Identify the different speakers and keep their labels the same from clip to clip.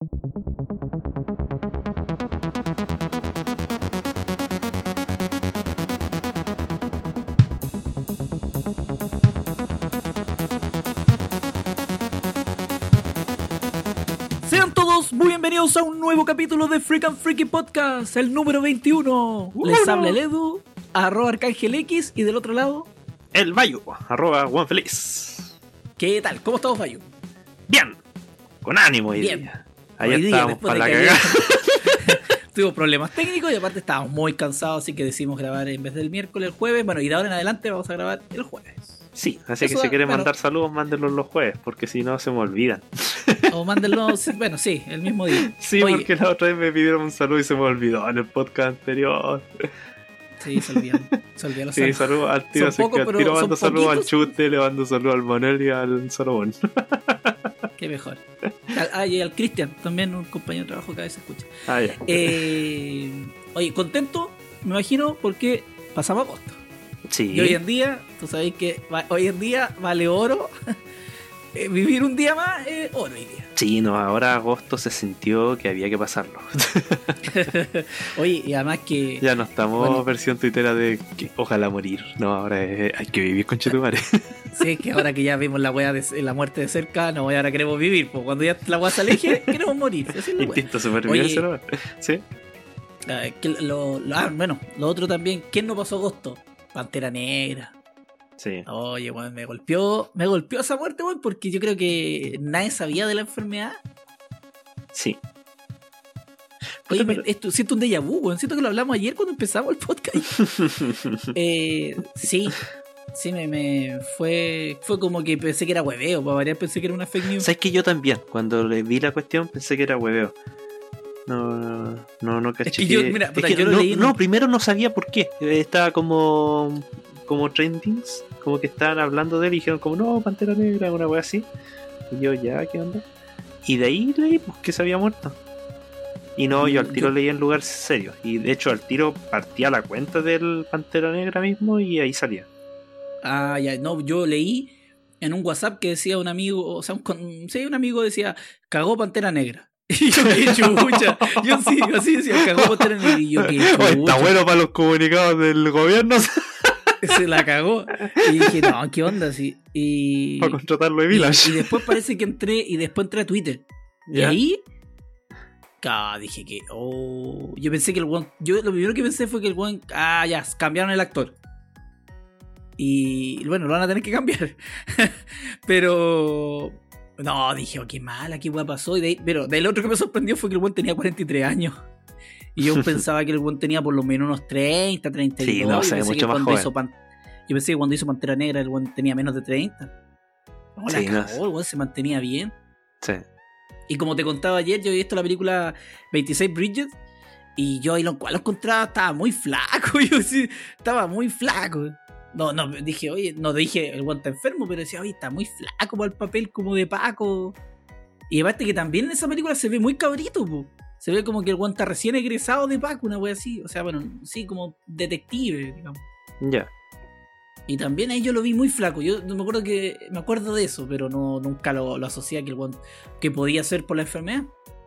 Speaker 1: Sean todos muy bienvenidos a un nuevo capítulo de Freak and Freaky Podcast, el número 21. Les habla el Edu, @ArcángelX, y del otro lado,
Speaker 2: el Bayu, @OneFeliz.
Speaker 1: ¿qué tal? ¿Cómo estamos, Bayu?
Speaker 2: Bien, con ánimo hoy
Speaker 1: Bien.
Speaker 2: día. Ahí
Speaker 1: Hoy
Speaker 2: estábamos
Speaker 1: después
Speaker 2: para
Speaker 1: de
Speaker 2: la
Speaker 1: que
Speaker 2: cagada.
Speaker 1: tuvimos problemas técnicos y aparte estábamos muy cansados, así que decidimos grabar en vez del miércoles, el jueves. Bueno, y de ahora en adelante vamos a grabar el jueves.
Speaker 2: Sí, así
Speaker 1: Eso
Speaker 2: que si quieren
Speaker 1: pero-
Speaker 2: mandar saludos, mándenlos los jueves, porque si no se me olvidan.
Speaker 1: O mándenlo, bueno, sí, el mismo día.
Speaker 2: Sí,
Speaker 1: Oye,
Speaker 2: porque la otra vez me pidieron un saludo y se me olvidó en el podcast anterior.
Speaker 1: sí, se olvidan los
Speaker 2: Sí,
Speaker 1: saludos.
Speaker 2: saludos al tío,
Speaker 1: Son pocos,
Speaker 2: al
Speaker 1: pero
Speaker 2: tiro
Speaker 1: son
Speaker 2: mando saludos al
Speaker 1: poquitos.
Speaker 2: Chute, le mando saludos al Manuel y al Sorobón.
Speaker 1: Qué mejor. Y al Cristian, también un compañero de trabajo que a veces escucha.
Speaker 2: Ah, ya.
Speaker 1: Oye, contento, me imagino, porque pasamos agosto.
Speaker 2: Sí.
Speaker 1: Y hoy en día, tú sabéis que hoy en día vale oro. Vivir un día más es oro hoy día.
Speaker 2: Sí, no, ahora agosto se sintió que había que pasarlo.
Speaker 1: Oye, y además que...
Speaker 2: Ya no estamos
Speaker 1: Bueno.
Speaker 2: versión tuitera de que ojalá morir. No, ahora hay que vivir con Chetumare.
Speaker 1: Sí, que ahora que ya vimos la wea de la muerte de cerca, no, ahora queremos vivir. Pues cuando ya la wea se aleje, queremos morir. Así es la wea.
Speaker 2: Instinto supervivencia, ¿no? Sí.
Speaker 1: Bueno, lo otro también, ¿quién no pasó agosto? Pantera Negra.
Speaker 2: Sí.
Speaker 1: Oye, weón, me golpeó esa muerte, weón, porque yo creo que nadie sabía de la enfermedad.
Speaker 2: Sí.
Speaker 1: Oye, siento un déjà vu, weón. Siento que lo hablamos ayer cuando empezamos el podcast. Sí, me fue como que pensé que era hueveo. Para variar pensé que era una fake news.
Speaker 2: ¿Sabes que yo también? Cuando le vi la cuestión pensé que era hueveo. No caché.
Speaker 1: Es que yo, mira, puta, yo lo
Speaker 2: no,
Speaker 1: leí.
Speaker 2: no, primero no sabía por qué. Estaba como trendings, como que estaban hablando de él y dijeron como no, Pantera Negra, una wea así. Y yo, ya, ¿qué onda? Y de ahí leí pues que se había muerto. Y no, yo al tiro leí en lugares serios. Y de hecho al tiro partía la cuenta del Pantera Negra mismo y ahí salía.
Speaker 1: Ah, ya, no, yo leí en un WhatsApp que decía un amigo, o sea, un amigo decía, cagó Pantera Negra. Y yo, qué chucha. Yo sí, así decía, cagó Pantera Negra. Y yo, qué chucha.
Speaker 2: Está bueno para los comunicados del gobierno.
Speaker 1: Se la cagó. Y dije, no, ¿qué onda? Sí. Y
Speaker 2: Para contratarlo de Village.
Speaker 1: y después parece que entré a Twitter. Y
Speaker 2: ¿Ya?
Speaker 1: ahí dije que yo pensé que el weón, yo lo primero que pensé fue que el weón, ya, cambiaron el actor. Y bueno, lo van a tener que cambiar. Pero no, dije, qué mala, qué weá pasó. Pero del otro que me sorprendió fue que el weón tenía 43 años. Y yo pensaba que el weón tenía por lo menos unos 30, 32.
Speaker 2: Sí, no, se ve mucho más joven.
Speaker 1: Yo pensé que cuando hizo Pantera Negra el weón tenía menos de 30. No, la
Speaker 2: Sí, no.
Speaker 1: cagó, el weón se mantenía bien.
Speaker 2: Sí.
Speaker 1: Y como te contaba ayer, yo había visto la película 26 Bridges. Y yo ahí lo cual lo encontraba, estaba muy flaco. Yo sí, estaba muy flaco. No dije, el weón está enfermo, pero decía, oye, está muy flaco para el papel como de Paco. Y aparte que también en esa película se ve muy cabrito, po. Se ve como que el weón está recién egresado de Paco, una wea así. O sea, bueno, sí, como detective, digamos.
Speaker 2: Ya.
Speaker 1: Y también ahí yo lo vi muy flaco. Yo no me acuerdo de eso, pero nunca lo asocié a que el weón que podía ser por la enfermedad.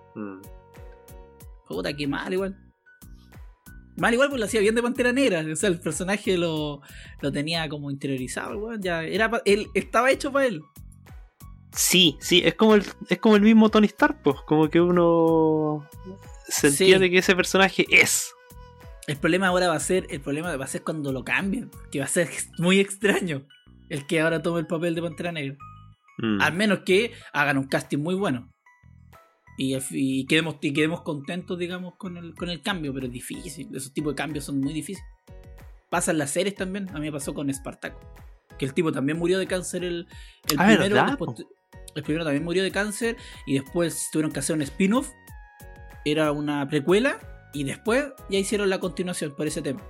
Speaker 1: Puta, qué mal igual. Mal igual porque lo hacía bien de Pantera Negra. O sea, el personaje lo tenía como interiorizado, el weón. Ya él estaba hecho para él.
Speaker 2: Sí, es como el mismo Tony Stark, pues, como que uno se entiende que ese personaje es.
Speaker 1: El problema ahora va a ser cuando lo cambien, que va a ser muy extraño el que ahora tome el papel de Pantera Negra. Al menos que hagan un casting muy bueno. Y quedemos contentos, digamos, con el cambio, pero es difícil. Esos tipos de cambios son muy difíciles. Pasan las series también. A mí me pasó con Spartacus, que el tipo también murió de cáncer el primero.
Speaker 2: ¿Verdad?
Speaker 1: El primero también murió de cáncer y después tuvieron que hacer un spin-off. Era una precuela y después ya hicieron la continuación por ese tema.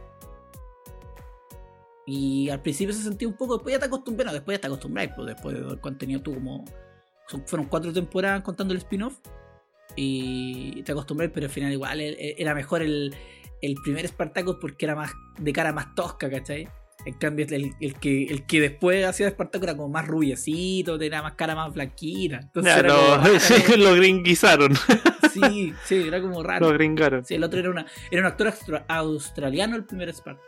Speaker 1: Y al principio se sentía un poco, después ya te acostumbras, después ya te acostumbras, pues después del contenido tú como... Fueron 4 temporadas contando el spin-off y te acostumbras, pero al final igual era mejor el primer Spartacus porque era más de cara más tosca, ¿cachai? En cambio, el que después hacía de Espartaco era como más rubiecito, tenía más cara más blanquita. Entonces
Speaker 2: Ya,
Speaker 1: era como raro.
Speaker 2: sí, lo gringuizaron.
Speaker 1: Sí, era como raro.
Speaker 2: Lo gringaron.
Speaker 1: Sí, el otro era un actor australiano, el primer Espartaco.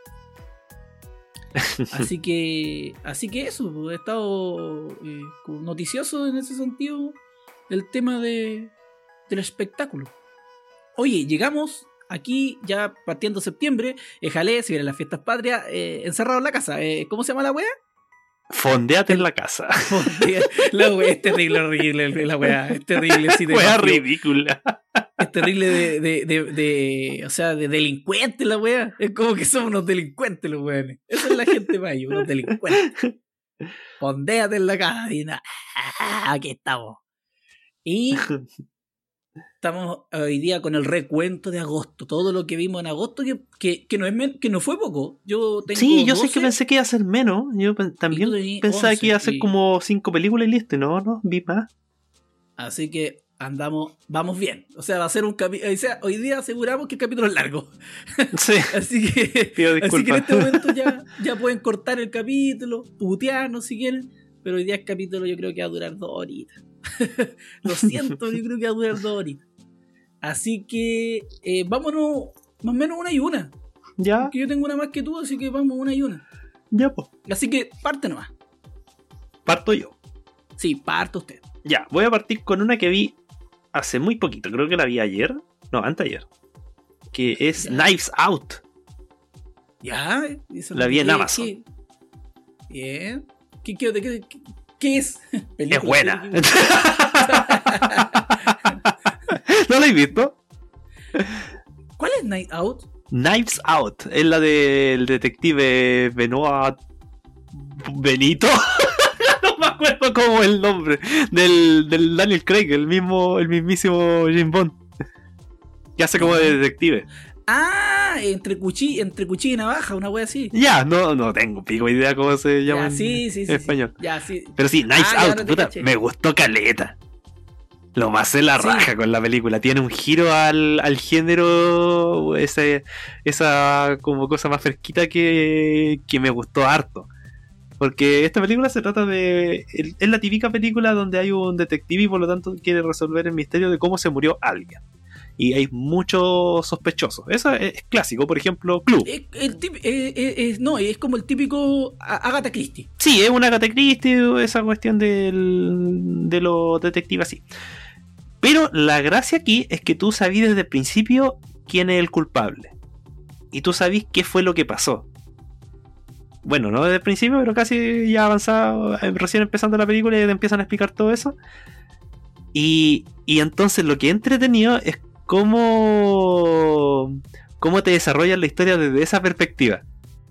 Speaker 1: Así que eso, pues, he estado noticioso en ese sentido el tema del espectáculo. Oye, llegamos aquí ya partiendo septiembre, jalé, si vienen las fiestas patrias, encerrado en la casa. ¿Cómo se llama la wea?
Speaker 2: Fondeate en la casa.
Speaker 1: La wea es terrible, horrible, la wea es terrible. Sí,
Speaker 2: Wea ridícula.
Speaker 1: Es terrible o sea, de delincuentes la wea. Es como que somos unos delincuentes los weones. Esa es la gente para ellos, unos delincuentes. Fondéate en la casa y aquí estamos. Y estamos hoy día con el recuento de agosto. Todo lo que vimos en agosto, que no fue poco. Yo tengo
Speaker 2: Sí, yo
Speaker 1: 12,
Speaker 2: sé que pensé que iba a ser menos. Yo también pensaba
Speaker 1: 11,
Speaker 2: que iba a ser como 5 películas y listo. No, vi más.
Speaker 1: Así que vamos bien. O sea, va a ser un capítulo. O sea, hoy día aseguramos que el capítulo es largo.
Speaker 2: Sí.
Speaker 1: Así que
Speaker 2: Pido disculpas.
Speaker 1: así que en este momento ya pueden cortar el capítulo, putearnos si quieren. Pero hoy día el capítulo yo creo que va a durar 2 horitas. Lo siento, yo creo que va a durar 2 horitas. Así que vámonos más o menos una y una.
Speaker 2: Ya.
Speaker 1: Porque yo tengo una más que tú, así que vamos una y una.
Speaker 2: Ya, pues.
Speaker 1: Así que parte nomás.
Speaker 2: Parto yo.
Speaker 1: Sí, parta usted.
Speaker 2: Ya, voy a partir con una que vi hace muy poquito. Creo que la vi ayer. No, anteayer. Que es
Speaker 1: Ya.
Speaker 2: Knives Out.
Speaker 1: Ya.
Speaker 2: La vi en Amazon.
Speaker 1: Bien. ¿Qué es?
Speaker 2: Es buena. ¿No la he visto?
Speaker 1: ¿Cuál es Night Out?
Speaker 2: Knives Out. Es la del detective Benoit Benito. No me acuerdo cómo es el nombre. Del Daniel Craig, el mismísimo James Bond. Que hace como de detective.
Speaker 1: Ah, entre cuchilla y navaja, una wea así.
Speaker 2: Ya, no tengo pico idea cómo se llama
Speaker 1: Sí,
Speaker 2: en español.
Speaker 1: Sí. Ya, sí.
Speaker 2: Pero sí, Knives
Speaker 1: Ya,
Speaker 2: Out,
Speaker 1: no te
Speaker 2: puta,
Speaker 1: caché.
Speaker 2: me gustó caleta. Lo pasé la
Speaker 1: Sí.
Speaker 2: raja con la película. Tiene un giro al género, esa como cosa más fresquita que me gustó harto. Porque esta película se trata de... Es la típica película donde hay un detective y por lo tanto quiere resolver el misterio de cómo se murió alguien. Y hay muchos sospechosos. Eso es clásico, por ejemplo, Clue.
Speaker 1: No, es como el típico Agatha Christie.
Speaker 2: Sí, es una Agatha Christie, esa cuestión de los detectives así. Pero la gracia aquí es que tú sabís desde el principio quién es el culpable. Y tú sabís qué fue lo que pasó. Bueno, no desde el principio, pero casi ya avanzado, recién empezando la película y te empiezan a explicar todo eso. Y entonces lo que he entretenido es cómo te desarrollan la historia desde esa perspectiva.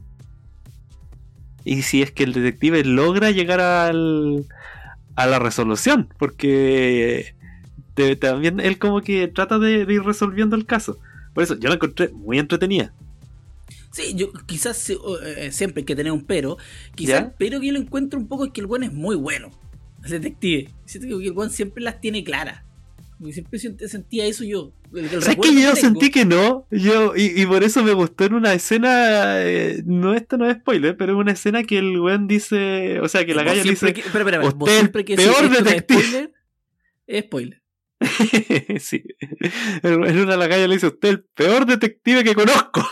Speaker 2: Y si es que el detective logra llegar a la resolución, porque también él como que trata de ir resolviendo el caso. Por eso yo la encontré muy entretenida.
Speaker 1: Sí, yo quizás siempre hay que tener un pero. Quizás
Speaker 2: ¿Ya?
Speaker 1: el pero que yo lo encuentro un poco es que el buen es muy bueno. El detective. Siento que el buen siempre las tiene claras. Siempre sentía eso yo.
Speaker 2: ¿Sabes que yo sentí que no? Y por eso me gustó en una escena. Esto no es spoiler, pero es una escena que el weón dice. O sea, que la galla le dice.
Speaker 1: Espera,
Speaker 2: usted
Speaker 1: vos siempre que
Speaker 2: peor
Speaker 1: esto
Speaker 2: detective.
Speaker 1: No es spoiler.
Speaker 2: Sí. En una la galla le dice: usted es el peor detective que conozco.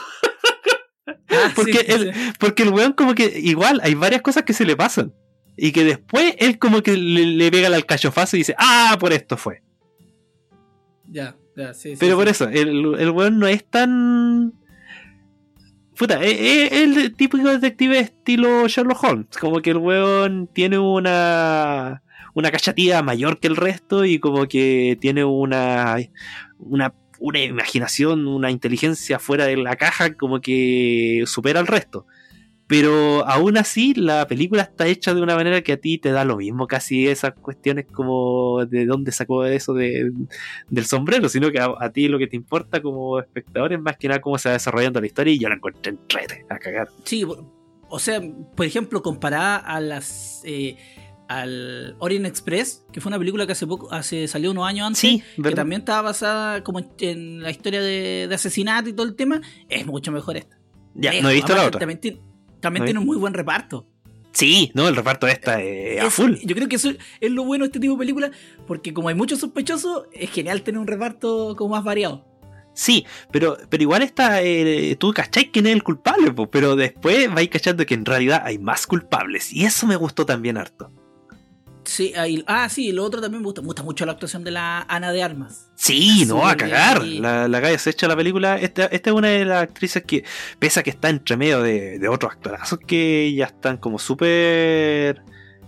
Speaker 2: Porque el weón, como que igual hay varias cosas que se le pasan. Y que después él, como que le pega al alcachofazo y dice: por esto fue.
Speaker 1: Ya, sí.
Speaker 2: Pero por eso, el weón no es tan. Puta, es el típico detective estilo Sherlock Holmes. Como que el weón tiene una cachatía mayor que el resto y como que tiene una imaginación, una inteligencia fuera de la caja, como que supera al resto. Pero aún así la película está hecha de una manera que a ti te da lo mismo casi esas cuestiones como de dónde sacó eso del sombrero, sino que a ti lo que te importa como espectador es más que nada cómo se va desarrollando la historia, y yo la encontré entrete a cagar.
Speaker 1: Sí, o sea, por ejemplo, comparada a al Orient Express, que fue una película que salió unos años antes,
Speaker 2: Sí,
Speaker 1: que
Speaker 2: ¿verdad?
Speaker 1: también estaba basada como en la historia de asesinato y todo el tema, es mucho mejor esta.
Speaker 2: Ya, no he visto la otra.
Speaker 1: También
Speaker 2: ¿no?
Speaker 1: tiene un muy buen reparto.
Speaker 2: Sí, no, el reparto de esta es a full.
Speaker 1: Yo creo que eso es lo bueno de este tipo de películas, porque como hay muchos sospechosos, es genial tener un reparto como más variado.
Speaker 2: Sí, pero igual está, tú cachai quién es el culpable, po, pero después vais cachando que en realidad hay más culpables. Y eso me gustó también harto.
Speaker 1: Sí, sí, lo otro también me gusta mucho la actuación de la Ana de Armas.
Speaker 2: Sí, no, a
Speaker 1: Súper bien,
Speaker 2: cagar.
Speaker 1: sí.
Speaker 2: La galla se echa la película. Esta es una de las actrices que, pese a que está entre medio de otros actorazos que ya están como súper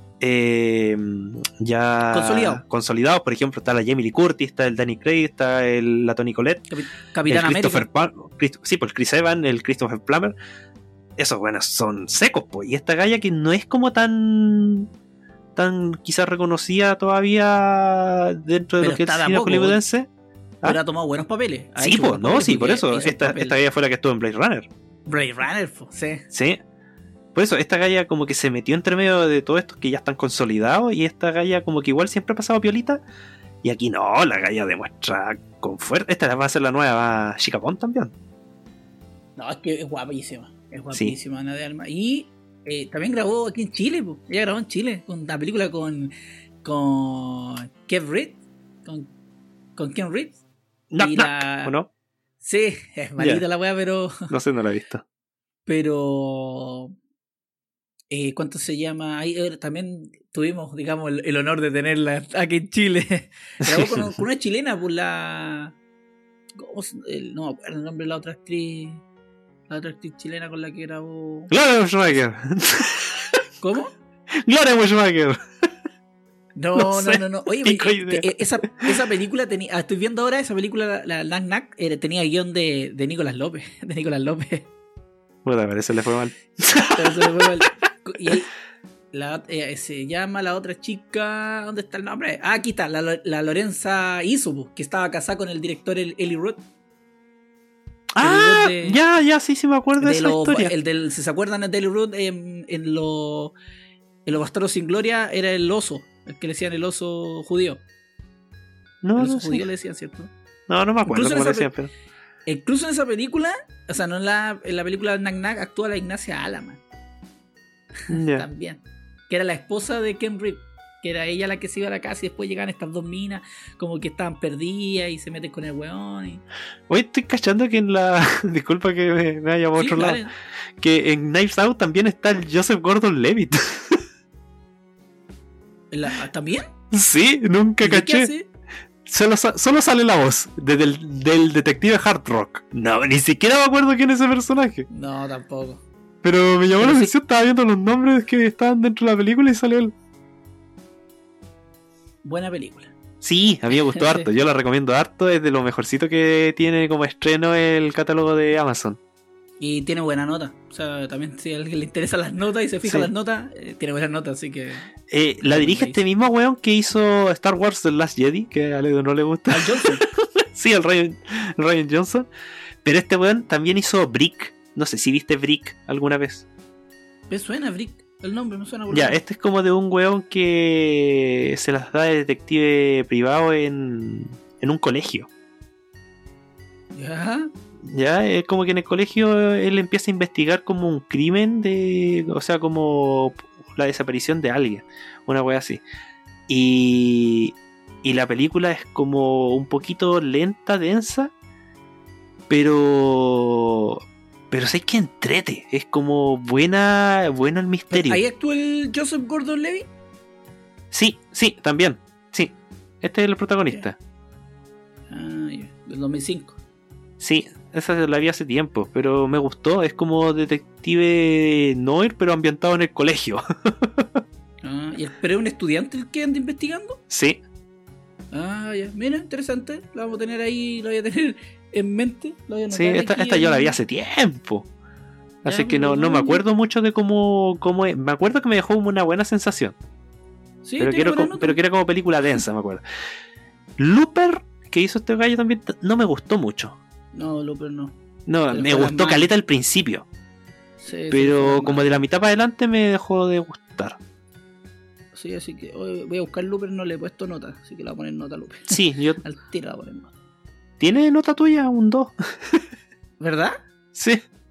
Speaker 2: ya consolidados. Por ejemplo, está la Jamie Lee Curtis, está el Danny Craig, está la Toni Collette,
Speaker 1: Capitán
Speaker 2: el Christopher
Speaker 1: América.
Speaker 2: sí, pues el Chris Evans, el Christopher Plummer. Esos buenos son secos, pues. Y esta galla que no es como tan quizás reconocida todavía dentro de
Speaker 1: Pero
Speaker 2: lo que es
Speaker 1: está
Speaker 2: el
Speaker 1: de a
Speaker 2: cine
Speaker 1: poco,
Speaker 2: hollywoodense.
Speaker 1: pero ha tomado buenos papeles. Ha
Speaker 2: Sí,
Speaker 1: hecho
Speaker 2: pues,
Speaker 1: buenos
Speaker 2: no,
Speaker 1: papeles
Speaker 2: sí, por
Speaker 1: porque
Speaker 2: eso.
Speaker 1: hizo un
Speaker 2: Esta
Speaker 1: papel.
Speaker 2: galla fue la que estuvo en Blade Runner.
Speaker 1: Blade Runner, sí.
Speaker 2: Sí. Por eso, esta galla como que se metió entre medio de todos estos que ya están consolidados. Y esta galla como que igual siempre ha pasado piolita. Y aquí no, la galla demuestra con fuerza. Esta va a ser la nueva Chica Bond también.
Speaker 1: No, es que es guapísima. Es guapísima, Ana de Armas. Y también grabó aquí en Chile, po. Ella grabó en Chile con la película con Kev Reed. Con Ken Reeves.
Speaker 2: Knock,
Speaker 1: Y
Speaker 2: knock, ¿o no?
Speaker 1: Sí, es malita
Speaker 2: Ya.
Speaker 1: la weá, pero.
Speaker 2: No sé, no la he visto.
Speaker 1: Pero. ¿Cuánto se llama? Ahí también tuvimos, digamos, el honor de tenerla aquí en Chile. Grabó con una chilena, por la. No me acuerdo el nombre de la otra actriz. La otra actriz chilena con la que grabó.
Speaker 2: Gloria Bushmacher.
Speaker 1: ¿Cómo?
Speaker 2: Gloria Bushmacher.
Speaker 1: No. Oye,
Speaker 2: Pico idea.
Speaker 1: esa película tenía. Estoy viendo ahora esa película, la Knack Knack, tenía guión de Nicolás López. De Nicolás López.
Speaker 2: Puta, pero eso le fue mal.
Speaker 1: Pero se le fue mal. Y ahí se llama la otra chica. ¿Dónde está el nombre? Ah, aquí está, la Lorenza Isubu, que estaba casada con el director Eli Roth.
Speaker 2: Ah,
Speaker 1: de-
Speaker 2: ya, sí me acuerdo de esa historia.
Speaker 1: Si se acuerdan de Eli Roth en los Bastardos sin Gloria, era el oso, el que le decían el oso judío.
Speaker 2: No,
Speaker 1: El oso
Speaker 2: no
Speaker 1: judío
Speaker 2: sé.
Speaker 1: le decían, ¿cierto?
Speaker 2: No me acuerdo
Speaker 1: Incluso
Speaker 2: cómo le
Speaker 1: esa
Speaker 2: decían, pero.
Speaker 1: Incluso en esa película, o sea, no en la película de Knack Knack, actúa la Ignacia Alaman
Speaker 2: Ya.
Speaker 1: también, que era la esposa de Ken Reeves, que era ella la que se iba a la casa y después llegaban estas dos minas como que estaban perdidas y se meten con el weón.
Speaker 2: Hoy estoy cachando que en la. Disculpa que me vaya por
Speaker 1: Sí,
Speaker 2: otro
Speaker 1: dale.
Speaker 2: lado. Que en Knives Out también está el Joseph Gordon-Levitt.
Speaker 1: ¿También?
Speaker 2: Sí, nunca
Speaker 1: ¿Y de qué
Speaker 2: caché.
Speaker 1: hace?
Speaker 2: Solo sale la voz del detective Hard Rock. No, ni siquiera me acuerdo quién es ese personaje.
Speaker 1: No, tampoco.
Speaker 2: Pero me llamó
Speaker 1: Pero
Speaker 2: la
Speaker 1: sí.
Speaker 2: atención, estaba viendo los nombres que estaban dentro de la película y salió él.
Speaker 1: Buena película.
Speaker 2: Sí, a mí me gustó harto, yo la recomiendo harto, es de lo mejorcito que tiene como estreno el catálogo de Amazon.
Speaker 1: Y tiene buena nota. O sea, también si a alguien le interesan las notas y se fija
Speaker 2: Sí.
Speaker 1: las notas, tiene buenas notas, así que.
Speaker 2: La dirige este mismo weón que hizo Star Wars The Last Jedi, que a Aledo no le gusta.
Speaker 1: Al Johnson.
Speaker 2: Sí, el Ryan Johnson. Pero este weón también hizo Brick. No sé si viste Brick alguna vez.
Speaker 1: Me suena, Brick. El nombre me suena por
Speaker 2: Ya,
Speaker 1: ahí.
Speaker 2: este es como de un weón que se las da de detective privado en un colegio.
Speaker 1: Ya.
Speaker 2: Ya, es como que en el colegio él empieza a investigar como un crimen o sea, como la desaparición de alguien, una wea así. Y la película es como un poquito lenta, densa, pero sé que entrete, es como buena el misterio.
Speaker 1: ¿Ahí actúa el Joseph Gordon-Levitt?
Speaker 2: Sí, también, sí. Este es el protagonista.
Speaker 1: Ah, ya. Del 2005.
Speaker 2: Sí, esa la vi hace tiempo, pero me gustó. Es como detective noir, pero ambientado en el colegio.
Speaker 1: Ah, ¿pero es un estudiante el que anda investigando?
Speaker 2: Sí,
Speaker 1: Ah, ya. Mira, interesante. Lo vamos a tener ahí, lo voy a tener en mente. Lo voy a
Speaker 2: sí,
Speaker 1: anotar aquí
Speaker 2: esta yo la vi
Speaker 1: en-
Speaker 2: hace tiempo. Así
Speaker 1: Ya,
Speaker 2: que no me acuerdo mucho de cómo es. Me acuerdo que me dejó una buena sensación.
Speaker 1: Sí,
Speaker 2: pero,
Speaker 1: tiene buena nota.
Speaker 2: pero que era como película densa, me acuerdo. Looper, que hizo este gallo también, no me gustó mucho.
Speaker 1: No, Looper no.
Speaker 2: No,
Speaker 1: Pero
Speaker 2: me
Speaker 1: fue
Speaker 2: gustó
Speaker 1: mal.
Speaker 2: caleta al principio.
Speaker 1: Sí, sí,
Speaker 2: Pero
Speaker 1: fue
Speaker 2: como
Speaker 1: mal.
Speaker 2: de la mitad para adelante me dejó de gustar.
Speaker 1: Sí, así que voy a buscar Looper, no le he puesto nota, así que le voy a poner nota a Looper.
Speaker 2: Sí, yo.
Speaker 1: Al tiro le voy a poner nota.
Speaker 2: ¿Tiene nota tuya? Un 2.
Speaker 1: ¿Verdad?
Speaker 2: Sí.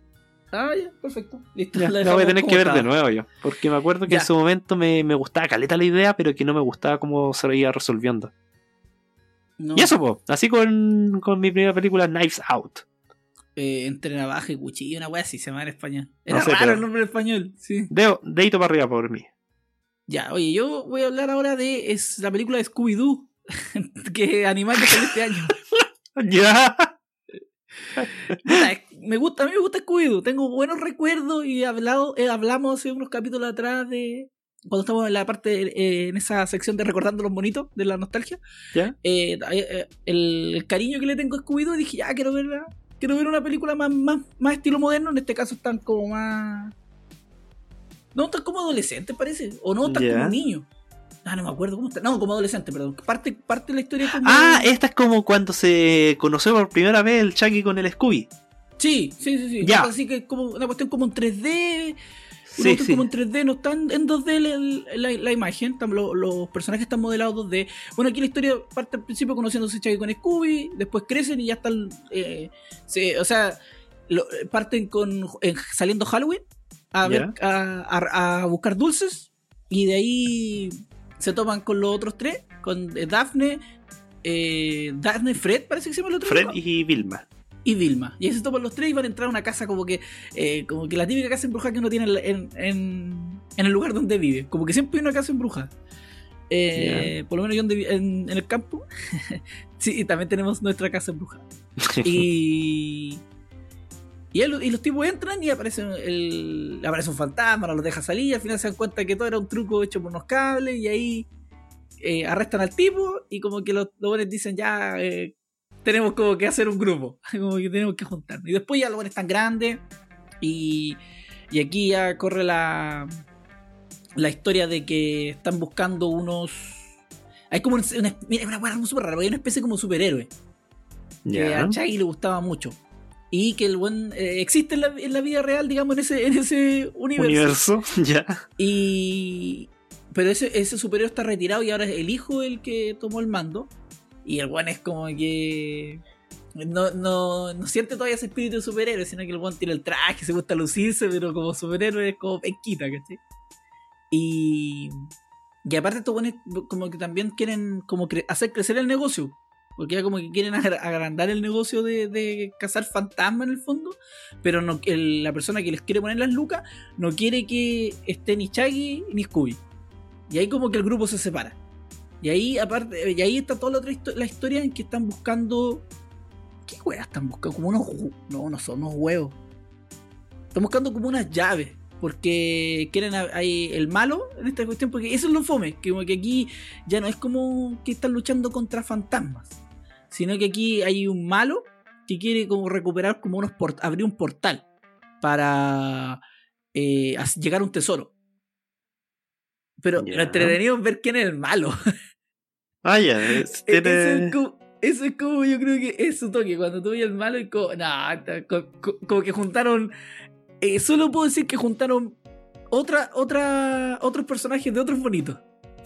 Speaker 1: Ah, ya, perfecto. Listo,
Speaker 2: Ya,
Speaker 1: la
Speaker 2: la voy a
Speaker 1: dejamos
Speaker 2: tener
Speaker 1: como
Speaker 2: que ver de
Speaker 1: estaba.
Speaker 2: nuevo yo. Porque me acuerdo que
Speaker 1: Ya.
Speaker 2: en su momento me gustaba caleta la idea, pero que no me gustaba cómo se lo iba resolviendo. Y
Speaker 1: No.
Speaker 2: eso, po, así con mi primera película, Knives Out.
Speaker 1: Entre navaja y cuchillo, una wea así se llama en español.
Speaker 2: No
Speaker 1: Era
Speaker 2: sé,
Speaker 1: raro el
Speaker 2: pero
Speaker 1: nombre en español, sí.
Speaker 2: dedito para arriba por mí.
Speaker 1: Ya, oye, yo voy a hablar ahora de la película de Scooby-Doo, que es animal que salió este año.
Speaker 2: Ya.
Speaker 1: Puta, a mí me gusta Scooby-Doo, tengo buenos recuerdos y hablamos hace unos capítulos atrás de cuando estamos en la parte, en esa sección de recordando los monitos, de la nostalgia.
Speaker 2: ¿Ya?
Speaker 1: El cariño que le tengo a Scooby-Doo, dije, ya, quiero ver una película más estilo moderno, en este caso están como más... No, están como adolescentes, parece, o no, están como niños. Ah, no me acuerdo cómo está. No, como adolescente, perdón. Parte de la historia como...
Speaker 2: Ah, esta es como cuando se conoció por primera vez el Chucky con el Scooby.
Speaker 1: Sí.
Speaker 2: Ya.
Speaker 1: Así que es como una cuestión como en 3D.
Speaker 2: Sí.
Speaker 1: Como en 3D, no están en 2D la imagen. Están los personajes están modelados 2D. Bueno, aquí la historia parte al principio conociéndose Chucky con Scooby. Después crecen y ya están... parten saliendo Halloween a buscar dulces. Y de ahí se toman con los otros tres, con Daphne, Fred, parece que se llama el otro.
Speaker 2: Fred y Vilma.
Speaker 1: Y Vilma. Y ahí se toman los tres y van a entrar a una casa como que la típica casa embrujada que uno tiene en el lugar donde vive. Como que siempre hay una casa embrujada. Por lo menos yo en el campo. Sí, y también tenemos nuestra casa embrujada. Y los tipos entran y aparece un fantasma, no los deja salir, y al final se dan cuenta que todo era un truco hecho por unos cables, y ahí arrestan al tipo, y como que los buenos dicen, ya, tenemos como que hacer un grupo, como que tenemos que juntarnos. Y después ya los buenos están grandes, y aquí ya corre la historia de que están buscando unos... Hay como una hueá súper rara, porque hay una especie como superhéroe, que a Chucky le gustaba mucho. Y que el buen existe en la vida real, digamos, en ese universo.
Speaker 2: Ya.
Speaker 1: Pero ese superior está retirado y ahora es el hijo el que tomó el mando. Y el buen es como que no siente todavía ese espíritu de superhéroe, sino que el buen tiene el traje, se gusta lucirse, pero como superhéroe es como penquita, ¿cachai? Y aparte estos buenos como que también quieren como hacer crecer el negocio. Porque ya como que quieren agrandar el negocio de cazar fantasmas en el fondo. Pero no, la persona que les quiere poner las lucas no quiere que esté ni Chucky ni Scooby. Y ahí como que el grupo se separa. Y ahí está toda la historia en que están buscando... ¿Qué huevas están buscando? Como no son unos huevos. Están buscando como unas llaves. Porque quieren hay el malo en esta cuestión. Porque eso es lo fome. Que como que aquí ya no es como que están luchando contra fantasmas, sino que aquí hay un malo que quiere como recuperar como abrir un portal para llegar a un tesoro. Pero lo entretenido es ver quién es el malo.
Speaker 2: Ah, ya.
Speaker 1: Eso es como yo creo que es su toque. Cuando tú ves el malo y como que juntaron... solo puedo decir que juntaron otros personajes de otros bonitos.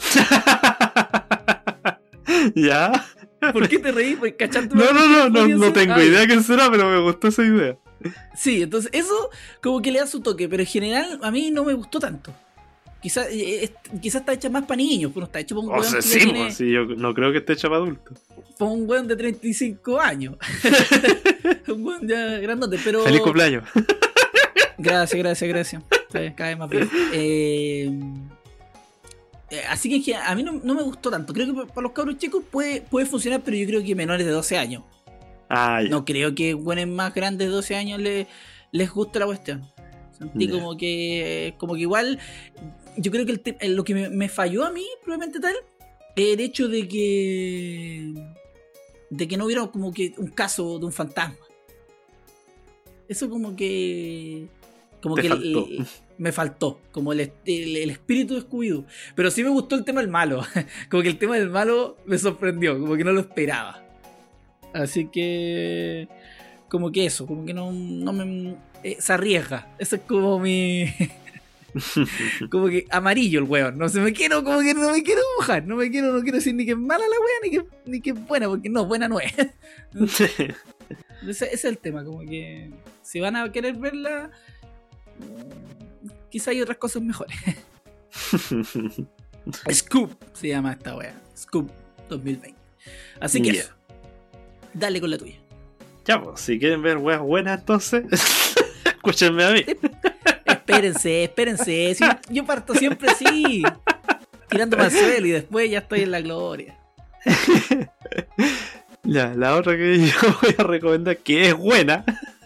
Speaker 2: Ya.
Speaker 1: ¿Por qué te reís? ¿Cachando?
Speaker 2: No tengo idea quién será, pero me gustó esa idea.
Speaker 1: Sí, entonces eso como que le da su toque, pero en general a mí no me gustó tanto. Quizás está hecha más para niños, pero no está hecho para un weón que
Speaker 2: sí, yo no creo que esté hecha para adultos.
Speaker 1: Para un weón de 35 años. Un weón ya grandote, pero...
Speaker 2: ¡Feliz cumpleaños!
Speaker 1: Gracias. Cada vez más bien. Así que a mí no me gustó tanto. Creo que para los cabros chicos puede funcionar, pero yo creo que menores de 12 años.
Speaker 2: Ah, ya.
Speaker 1: No creo que buenos más grandes de 12 años les guste la cuestión. Sentí como que igual... Yo creo que lo que me falló a mí, probablemente tal, el hecho de que no hubiera como que un caso de un fantasma. Eso como que me faltó, como el espíritu de Scooby-Doo. Pero sí me gustó el tema del malo. Como que el tema del malo me sorprendió, como que no lo esperaba. Así que como que eso, como que no me se arriesga. Eso es como mi como que amarillo el weón. No me quiero mojar, no quiero decir ni que es mala la wea ni que es buena, porque no, buena no es. Ese es el tema, como que si van a querer verla, quizá hay otras cosas mejores. Scoop se llama esta wea. Scoop 2020. Así que eso. Dale con la tuya.
Speaker 2: Ya, pues, si quieren ver weas buenas, entonces, escúchenme a mí.
Speaker 1: Espérense. Si yo parto siempre así, tirando para el suelo y después ya estoy en la gloria.
Speaker 2: Ya, la otra que yo voy a recomendar, que es buena,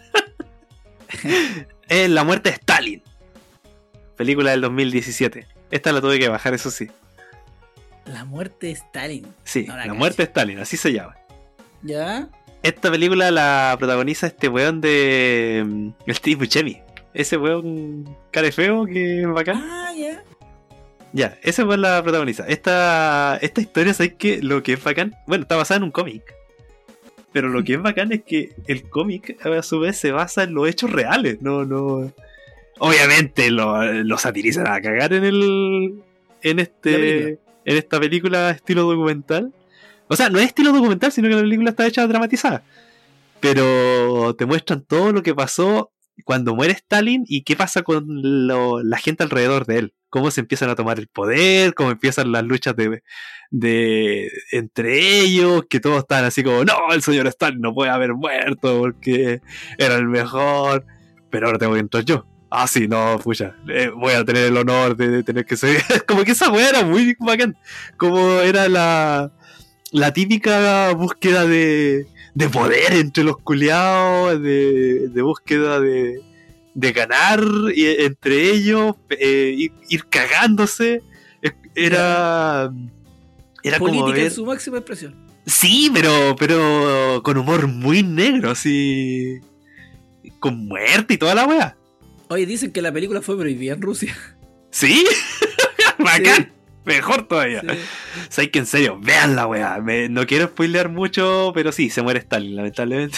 Speaker 2: es La muerte de Stalin. Película del 2017. Esta la tuve que bajar, eso sí.
Speaker 1: La muerte de Stalin.
Speaker 2: Sí, no, La muerte de Stalin, así se llama.
Speaker 1: ¿Ya?
Speaker 2: Esta película la protagoniza este weón de el Steve Buscemi. Ese weón care feo que es bacán.
Speaker 1: Ah, ya.
Speaker 2: Ya, ese weón la protagoniza. Esta historia, ¿sabes qué? Lo que es bacán, bueno, está basada en un cómic. Pero lo que es bacán es que el cómic a su vez se basa en los hechos reales. No. Obviamente lo satirizan a cagar en esta película estilo documental. O sea, no es estilo documental, sino que la película está hecha dramatizada. Pero te muestran todo lo que pasó cuando muere Stalin y qué pasa con la gente alrededor de él. Cómo se empiezan a tomar el poder, cómo empiezan las luchas de entre ellos, que todos están así como, no, el señor Stalin no puede haber muerto porque era el mejor, pero ahora tengo que entrar yo. Ah, sí, no, pucha, voy a tener el honor de tener que ser... Como que esa weá era muy bacán. Como era la típica búsqueda de poder entre los culiados, de búsqueda de ganar entre ellos, ir cagándose. Era
Speaker 1: política
Speaker 2: como ver...
Speaker 1: en su máxima expresión.
Speaker 2: Sí, pero con humor muy negro, así, con muerte y toda la wea.
Speaker 1: Oye, dicen que la película fue prohibida en Rusia.
Speaker 2: ¿Sí? Bacán.
Speaker 1: Sí.
Speaker 2: Mejor todavía.
Speaker 1: Sí.
Speaker 2: O sea, que en serio, vean la weá. No quiero spoilear mucho, pero sí, se muere Stalin, lamentablemente.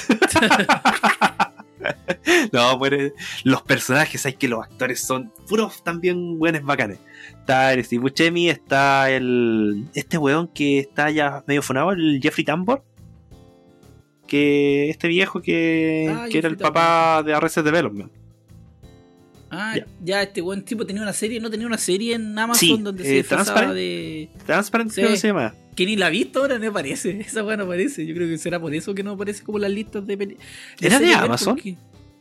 Speaker 2: No, muere. Los personajes, hay que los actores son puros también buenos bacanes. Está el Steve Buscemi, está este weón que está ya medio funado, el Jeffrey Tambor. Que este viejo que era el papá de Arrested Development.
Speaker 1: Ya este buen tipo tenía una serie, ¿no tenía una serie en Amazon donde se disfrazaba de...
Speaker 2: Transparent,
Speaker 1: sí,
Speaker 2: creo que se llama.
Speaker 1: Que ni la he visto ahora, no aparece. Esa weá no aparece. Yo creo que será por eso que no aparece como las listas de
Speaker 2: ¿Era de Amazon?
Speaker 1: Porque...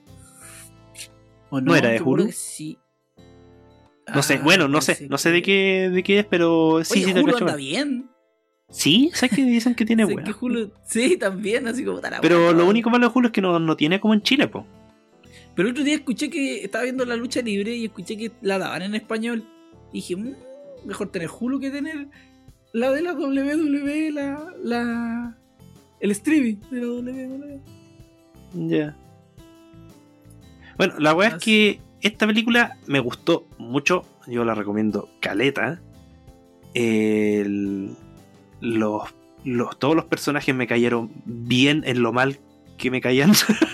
Speaker 2: ¿No era de Hulu?
Speaker 1: Sí.
Speaker 2: No sé, bueno, no sé de qué es, pero sí,
Speaker 1: oye,
Speaker 2: sí,
Speaker 1: Hulu anda bien.
Speaker 2: Sí, ¿sabes que dicen que tiene
Speaker 1: buena? Sí, también, así como tal.
Speaker 2: Pero lo único malo de Hulu es que no tiene como en Chile, po.
Speaker 1: Pero el otro día escuché que estaba viendo la lucha libre y escuché que la daban en español. Y dije, mejor tener Hulu que tener la de la WWE, el streaming de la WWE.
Speaker 2: Ya. Bueno, la weá es que esta película me gustó mucho. Yo la recomiendo caleta. Todos los personajes me cayeron bien en lo mal que me caían.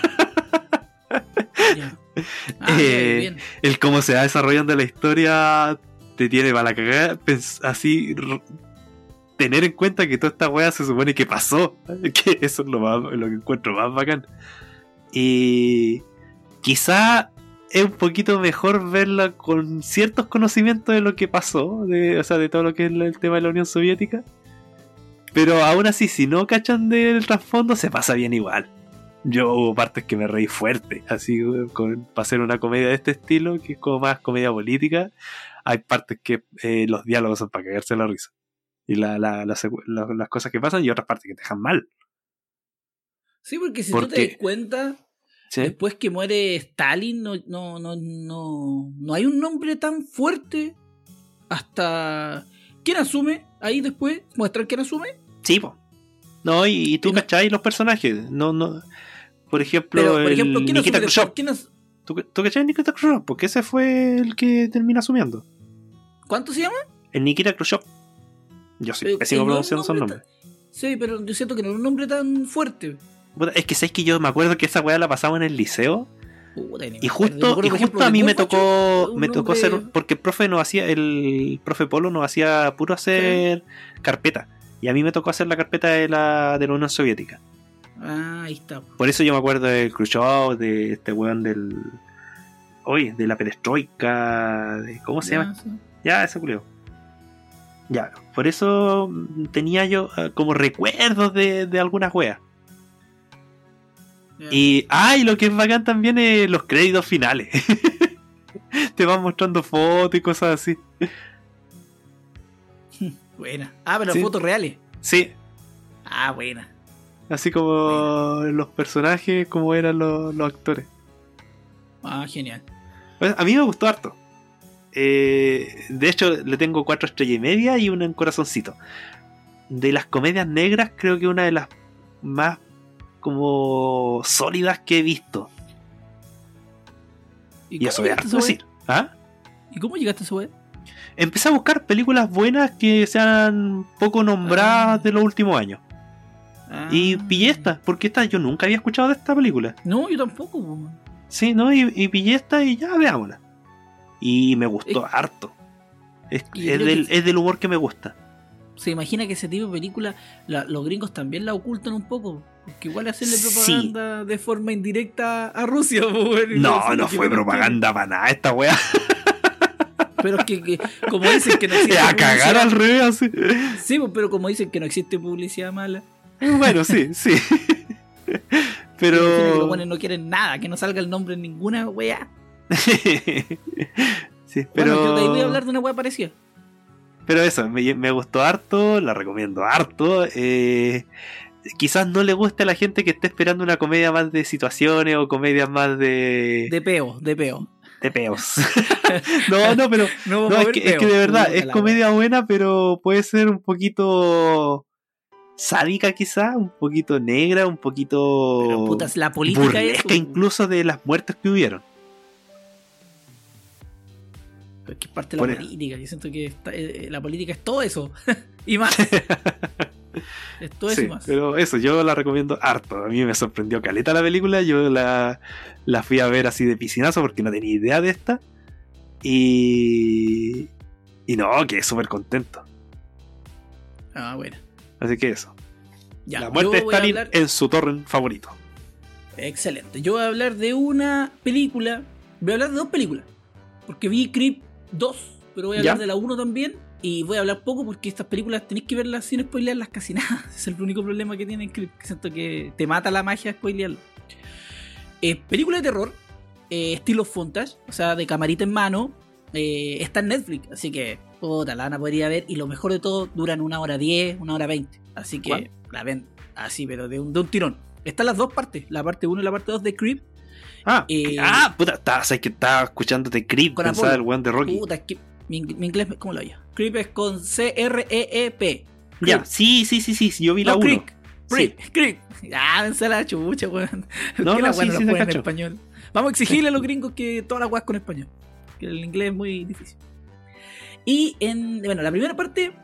Speaker 1: Bien.
Speaker 2: El cómo se va desarrollando la historia te tiene para la cagada. Así, tener en cuenta que toda esta weá se supone que pasó. Que eso es lo que encuentro más bacán. Y quizá es un poquito mejor verla con ciertos conocimientos de lo que pasó, o sea, de todo lo que es el tema de la Unión Soviética. Pero aún así, si no cachan del trasfondo, se pasa bien igual. Yo hubo partes que me reí fuerte, así para hacer una comedia de este estilo, que es como más comedia política. Hay partes que los diálogos son para cagarse la risa. Y las cosas que pasan, y otras partes que te dejan mal.
Speaker 1: Sí, porque si tú te das cuenta, ¿sí? Después que muere Stalin, no hay un nombre tan fuerte hasta... ¿Quién asume? Ahí después, muestran quién asume.
Speaker 2: Sí, po. No, y tú cachai los personajes. No. Por ejemplo,
Speaker 1: ¿quién
Speaker 2: Nikita
Speaker 1: Khrushchev?
Speaker 2: ¿Tú cachai Nikita Khrushchev? Porque ese fue el que termina asumiendo.
Speaker 1: ¿Cuánto se llama?
Speaker 2: El Nikita Khrushchev. Yo sí, pésimo pronunciando esos nombres.
Speaker 1: Sí, pero yo siento que no es un nombre tan fuerte.
Speaker 2: Es que sabes que yo me acuerdo que esa weá la pasaba en el liceo. Y justo a mí me tocó hacer, porque el profe Polo nos hacía puro hacer carpeta, y a mí me tocó hacer la carpeta de la Unión Soviética.
Speaker 1: Ah, ahí está.
Speaker 2: Por eso yo me acuerdo de Khrushchev, de este weón del. Oye, de la perestroika. ¿Cómo se llama?
Speaker 1: Sí.
Speaker 2: Ya, ese culeo. Ya, por eso tenía yo como recuerdos de algunas weas.
Speaker 1: Ya.
Speaker 2: Y lo que es bacán también es los créditos finales. Te van mostrando fotos y cosas así.
Speaker 1: Buena. Ah, pero
Speaker 2: Sí.
Speaker 1: fotos reales.
Speaker 2: Sí,
Speaker 1: Ah, buena.
Speaker 2: así como los personajes, como eran los actores.
Speaker 1: Ah, genial.
Speaker 2: Pues, a mí me gustó harto. De hecho, le tengo 4 estrellas y media y una en corazoncito. De las comedias negras, creo que una de las más como sólidas que he visto. Y eso es harto decir. ¿Ah?
Speaker 1: ¿Y cómo llegaste a esa wea?
Speaker 2: Empecé a buscar películas buenas que sean poco nombradas de los últimos años.
Speaker 1: Ah.
Speaker 2: Y pillé esta, porque esta yo nunca había escuchado de esta película.
Speaker 1: No, yo tampoco. Po.
Speaker 2: Sí, ¿no? Y pillé esta y ya veámosla. Y me gustó harto. Es del humor que me gusta.
Speaker 1: Se imagina que ese tipo de película los gringos también la ocultan un poco. Porque igual hacerle
Speaker 2: Sí.
Speaker 1: propaganda de forma indirecta a Rusia. Po, bueno,
Speaker 2: No fue propaganda para nada esta weá.
Speaker 1: Pero es que como dicen que no existe
Speaker 2: A cagar al revés así.
Speaker 1: Sí, pues, pero como dicen que no existe publicidad mala.
Speaker 2: Bueno, sí. Pero.
Speaker 1: Imagina que los buenos no quieren nada, que no salga el nombre en ninguna wea.
Speaker 2: Sí, pero.
Speaker 1: Bueno, yo de ahí voy a hablar de una wea parecida.
Speaker 2: Pero eso, me gustó harto, la recomiendo harto. Quizás no le guste a la gente que esté esperando una comedia más de situaciones o comedias más de.
Speaker 1: De peo.
Speaker 2: De peos. No, pero.
Speaker 1: No,
Speaker 2: No, es que de verdad, es comedia buena, pero puede ser un poquito sádica quizás, un poquito negra, un poquito
Speaker 1: Pero putas, la política
Speaker 2: burlesca
Speaker 1: es
Speaker 2: incluso de las muertes que hubieron.
Speaker 1: Pero es que es parte de la política. Yo siento que la política es todo eso. Y más. Es todo eso y más.
Speaker 2: Pero eso, yo la recomiendo harto. A mí me sorprendió caleta la película. Yo la fui a ver así de piscinazo porque no tenía idea de esta. Y no, quedé súper contento.
Speaker 1: Ah, bueno.
Speaker 2: Así que eso.
Speaker 1: Ya,
Speaker 2: la muerte de Stalin en su torrent favorito.
Speaker 1: Excelente. Yo voy a hablar de una película. Voy a hablar de dos películas. Porque vi Creep 2, pero voy a hablar de la 1 también. Y voy a hablar poco porque estas películas tenéis que verlas sin spoilearlas casi nada. Ese es el único problema que tienen Creep. Siento que te mata la magia spoilearlo. Película de terror. Estilo Fontage. O sea, de camarita en mano. Está en Netflix. Así que, puta, la van a poder ir a ver. Y lo mejor de todo, duran 1h10, 1h20. Así que
Speaker 2: ¿cuál?
Speaker 1: La ven así, pero de un tirón. Están las dos partes. La parte 1 y la parte 2 de Creep.
Speaker 2: Puta, sabes que estaba escuchándote Creep, pensaba el weón de Rocky.
Speaker 1: Puta, es que mi inglés, ¿cómo lo oye? Creep es con C-R-E-E-P.
Speaker 2: Ya, sí, yo vi la 1.
Speaker 1: Creep. Dense la chucha, weón.
Speaker 2: No,
Speaker 1: la
Speaker 2: sí,
Speaker 1: ponen en español. Vamos a exigirle a los gringos que todas las weas con español. Que el inglés es muy difícil. Y la primera parte.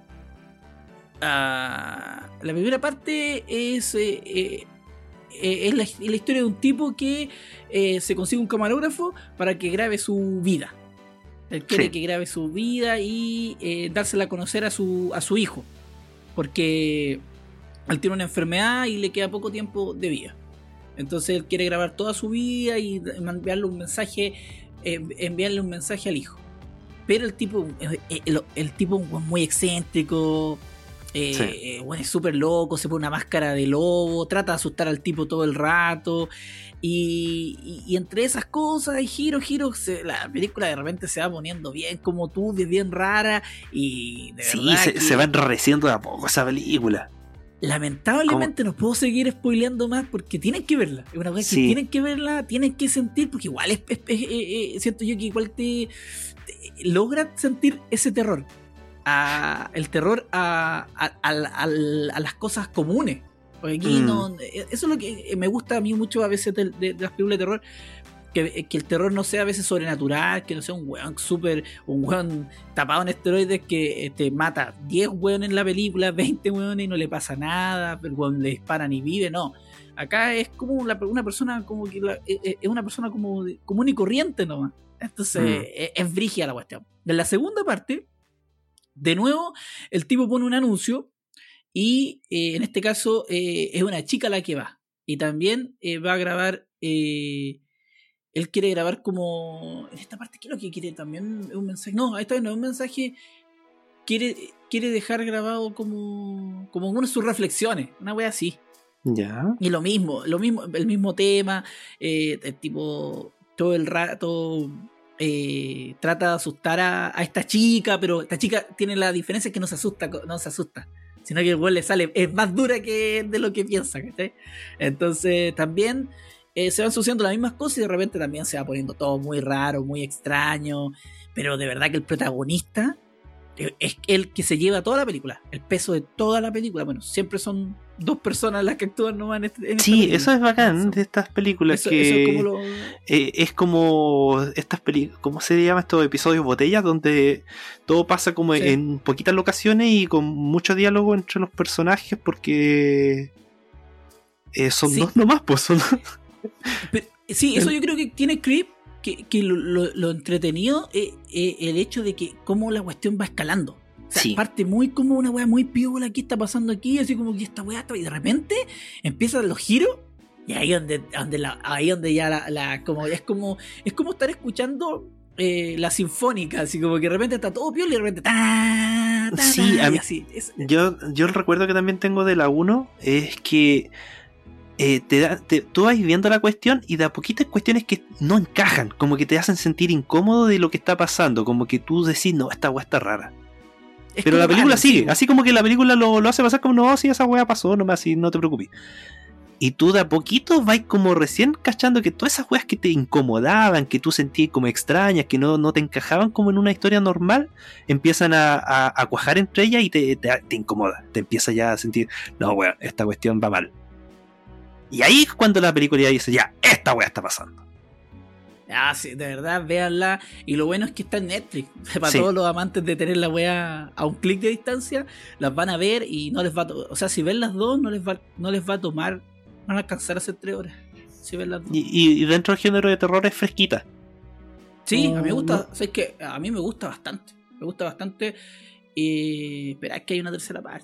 Speaker 1: La primera parte es la historia de un tipo que se consigue un camarógrafo para que grabe su vida. Él quiere que grabe su vida y dársela a conocer a su hijo. Porque él tiene una enfermedad y le queda poco tiempo de vida. Entonces él quiere grabar toda su vida y enviarle un mensaje al hijo. Pero el tipo es muy excéntrico. Bueno, es súper loco, se pone una máscara de lobo, trata de asustar al tipo todo el rato. Y entre esas cosas hay giros, la película de repente se va poniendo bien como turbia, bien rara. Y de verdad
Speaker 2: se va enrareciendo de a poco esa película.
Speaker 1: Lamentablemente no puedo seguir spoileando más porque tienen que verla. Es una cosa que tienen que verla, tienen que sentir, porque igual siento yo que igual te logra sentir ese terror. El terror a las cosas comunes. Porque aquí no. Eso es lo que me gusta a mí mucho a veces de las películas de terror. Que el terror no sea a veces sobrenatural, que no sea un weón tapado en esteroides que te mata 10 weones en la película, 20 weones y no le pasa nada, pero weón le disparan y vive, no. Acá es como una persona como que es una persona como común y corriente nomás. Entonces es brígida la cuestión. En la segunda parte, de nuevo, el tipo pone un anuncio y en este caso es una chica la que va. y también va a grabar. Él quiere grabar como. En esta parte, ¿qué es lo que quiere? También un mensaje. No, esta vez no es un mensaje. Quiere dejar grabado como una de sus reflexiones, una wea así.
Speaker 2: Ya.
Speaker 1: Y lo mismo, el mismo tema, el tipo todo el rato trata de asustar a esta chica, pero esta chica tiene la diferencia que no se asusta, sino que el weón le sale, es más dura que de lo que piensa, ¿cachai? Entonces también se van sucediendo las mismas cosas y de repente también se va poniendo todo muy raro, muy extraño, pero de verdad que el protagonista es el que se lleva toda la película, el peso de toda la película. Bueno, siempre son dos personas las que actúan nomás en esta película.
Speaker 2: Eso es bacán de estas películas. Eso es como estas películas, ¿cómo se llama estos episodios botellas? Donde todo pasa como en poquitas locaciones y con mucho diálogo entre los personajes, porque son dos nomás, pues son.
Speaker 1: Pero, eso yo creo que tiene Creep. Que lo entretenido es el hecho de que cómo la cuestión va escalando. O sea, parte muy como una weá muy piola, ¿qué está pasando aquí? Así como que esta weá está, y de repente empiezan los giros y ahí donde ya como es como estar escuchando la sinfónica, así como que de repente está todo piola y de repente
Speaker 2: sí, a mí, así. Yo el recuerdo que también tengo de la 1 es que tú vas viendo la cuestión y de a poquito hay cuestiones que no encajan, como que te hacen sentir incómodo de lo que está pasando, como que tú decís, no, esta weá está rara. Pero la película sigue, así como que la película lo hace pasar como, no, sí, esa weá pasó, nomás, así, no te preocupes. Y tú de a poquito vas como recién cachando que todas esas weas que te incomodaban, que tú sentías como extrañas, que no te encajaban como en una historia normal, empiezan a cuajar entre ellas y te incomoda, te empieza ya a sentir, no, weón, esta cuestión va mal. Y ahí es cuando la película ya dice, ya, esta weá está pasando.
Speaker 1: Ah, sí, de verdad, véanla. Y lo bueno es que está en Netflix. Para todos los amantes de tener la weá a un clic de distancia, las van a ver y no les va a... O sea, si ven las dos, no les va a tomar... No van a alcanzar a hacer 3 horas. Si ven las dos.
Speaker 2: Y dentro del género de terror es fresquita.
Speaker 1: Sí, a mí me gusta. No. ¿Sabes qué? A mí me gusta bastante. Me gusta bastante. Y esperad que hay una tercera parte.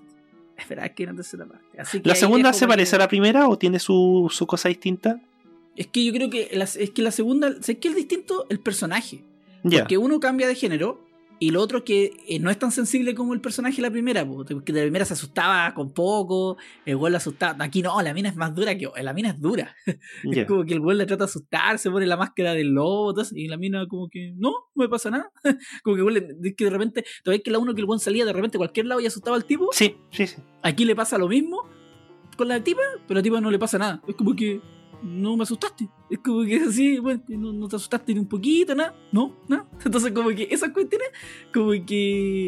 Speaker 1: Así que ¿la
Speaker 2: segunda se parece a la primera o tiene su cosa distinta?
Speaker 1: Es que yo creo que la segunda, ¿sabes qué es distinto? El personaje. Porque uno cambia de género y lo otro que no es tan sensible como el personaje de la primera, porque de la primera se asustaba con poco, el güey la asustaba. Aquí no, la mina es más dura la mina es dura. Es como que el güey le trata de asustar, se pone la máscara del lobo, y la mina como que no me pasa nada. Como que el güey que de repente, todavía que la uno que el güey salía de repente a cualquier lado y asustaba al tipo.
Speaker 2: Sí.
Speaker 1: Aquí le pasa lo mismo con la tipa, pero a la tipa no le pasa nada. Es como que no me asustaste. Es como que así, bueno, no te asustaste ni un poquito, nada. No. Entonces como que esas cuestiones como que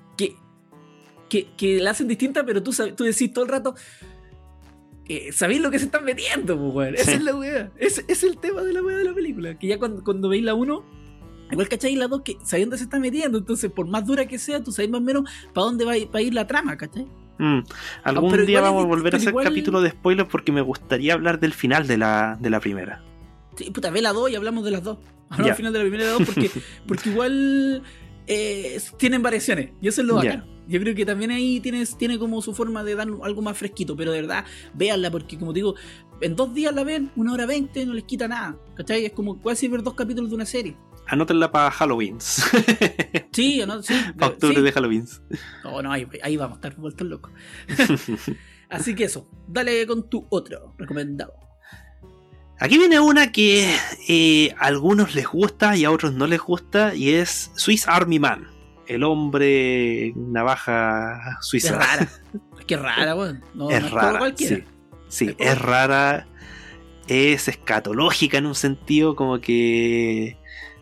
Speaker 1: la hacen distinta, pero tú decís todo el rato, sabéis lo que se están metiendo, pues, weón. Esa es la weá. Es el tema de la weá de la película. Que ya cuando veis la 1, igual cacháis la 2, que sabéis dónde se está metiendo. Entonces, por más dura que sea, tú sabéis más o menos para dónde va a ir la trama, ¿cachai?
Speaker 2: Algún día vamos a volver a hacer capítulo de spoilers porque me gustaría hablar del final de la primera.
Speaker 1: Sí, puta, ve la 2 y hablamos de las dos. Hablamos del final de la primera y la 2 porque igual tienen variaciones y eso es lo bacano. Yo creo que también ahí tiene como su forma de dar algo más fresquito, pero de verdad, véanla porque como te digo, en 2 días la ven, 1h20, no les quita nada, ¿cachai? Es como casi ver 2 capítulos de una serie.
Speaker 2: Anótenla para Halloween.
Speaker 1: Sí.
Speaker 2: Octubre de Halloween.
Speaker 1: No, ahí vamos a estar vueltos locos. Así que eso, dale con tu otro recomendado.
Speaker 2: Aquí viene una que a algunos les gusta y a otros no les gusta, y es Swiss Army Man, el hombre navaja suiza.
Speaker 1: Es rara. Es que es rara, weón. No
Speaker 2: es rara, cualquiera. Sí, es rara. Es escatológica en un sentido como que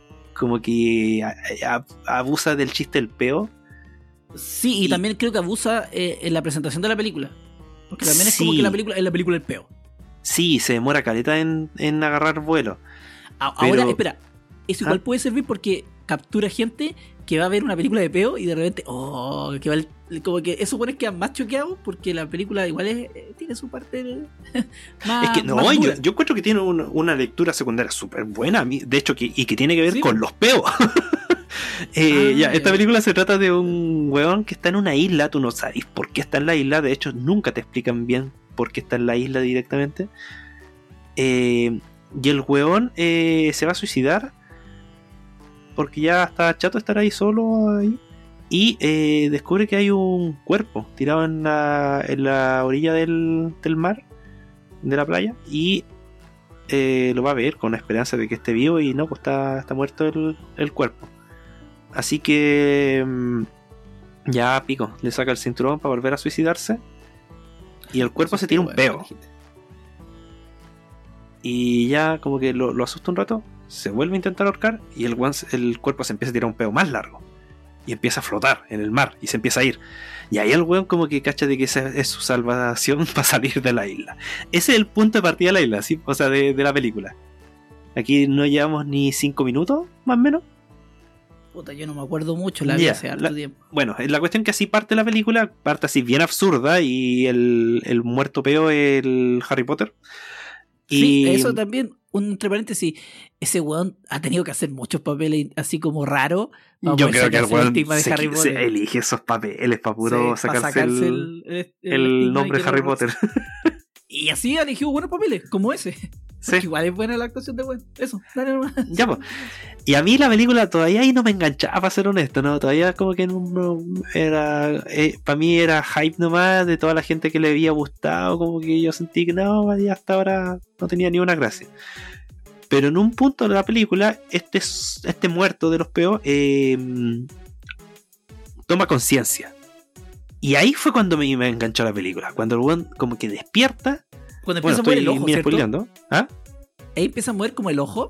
Speaker 2: abusa del chiste del peo.
Speaker 1: Sí, y también creo que abusa en la presentación de la película. Porque también es como que la película es la película del peo.
Speaker 2: Sí, se demora caleta en agarrar vuelo.
Speaker 1: Ahora, espera, eso igual puede servir porque captura gente que va a ver una película de peo y de repente, como que eso pone que más choqueado porque la película igual tiene su parte más.
Speaker 2: Es que no, más yo encuentro que tiene una lectura secundaria súper buena, de hecho, que tiene que ver con los peos. Esta película se trata de un weón que está en una isla, tú no sabes por qué está en la isla, de hecho nunca te explican bien por qué está en la isla directamente, Y el weón se va a suicidar porque ya está chato de estar ahí solo ahí. Y descubre que hay un cuerpo tirado en la orilla del mar, de la playa. Y lo va a ver con la esperanza de que esté vivo. Y no, pues está muerto el cuerpo. Así que ya pico, le saca el cinturón para volver a suicidarse. Y el cuerpo se tira un peo. Y ya como que lo asusta un rato. Se vuelve a intentar ahorcar. Y el cuerpo se empieza a tirar un peo más largo. Y empieza a flotar en el mar. Y se empieza a ir. Y ahí el weón como que cacha de que esa es su salvación para salir de la isla. Ese es el punto de partida de la isla, ¿sí? O sea, de la película. Aquí no llevamos ni 5 minutos, más o menos.
Speaker 1: Puta, yo no me acuerdo mucho, la vi hace harto tiempo.
Speaker 2: Bueno, la cuestión que así parte la película, parte así bien absurda. Y el muerto peo es el Harry Potter.
Speaker 1: Sí, eso también, entre paréntesis, ese weón ha tenido que hacer muchos papeles así como raros.
Speaker 2: Yo creo que el weón
Speaker 1: se
Speaker 2: elige esos papeles para puro sacarse el nombre de Harry Potter.
Speaker 1: Y así ha elegido buenos papeles, como ese.
Speaker 2: Sí.
Speaker 1: Igual es buena la actuación de weón. Eso, dale nomás.
Speaker 2: Ya, pues. Y a mí la película todavía ahí no me enganchaba, para ser honesto, ¿no? Todavía como que no era... para mí era hype nomás de toda la gente que le había gustado, como que yo sentí que no, ya hasta ahora no tenía ni una gracia. Pero en un punto de la película, este muerto de los peos toma conciencia. Y ahí fue cuando me enganchó la película. Cuando el weón como que despierta.
Speaker 1: Cuando empieza a mover el ojo, ¿cierto?
Speaker 2: ¿Ah?
Speaker 1: Ahí empieza a mover como el ojo.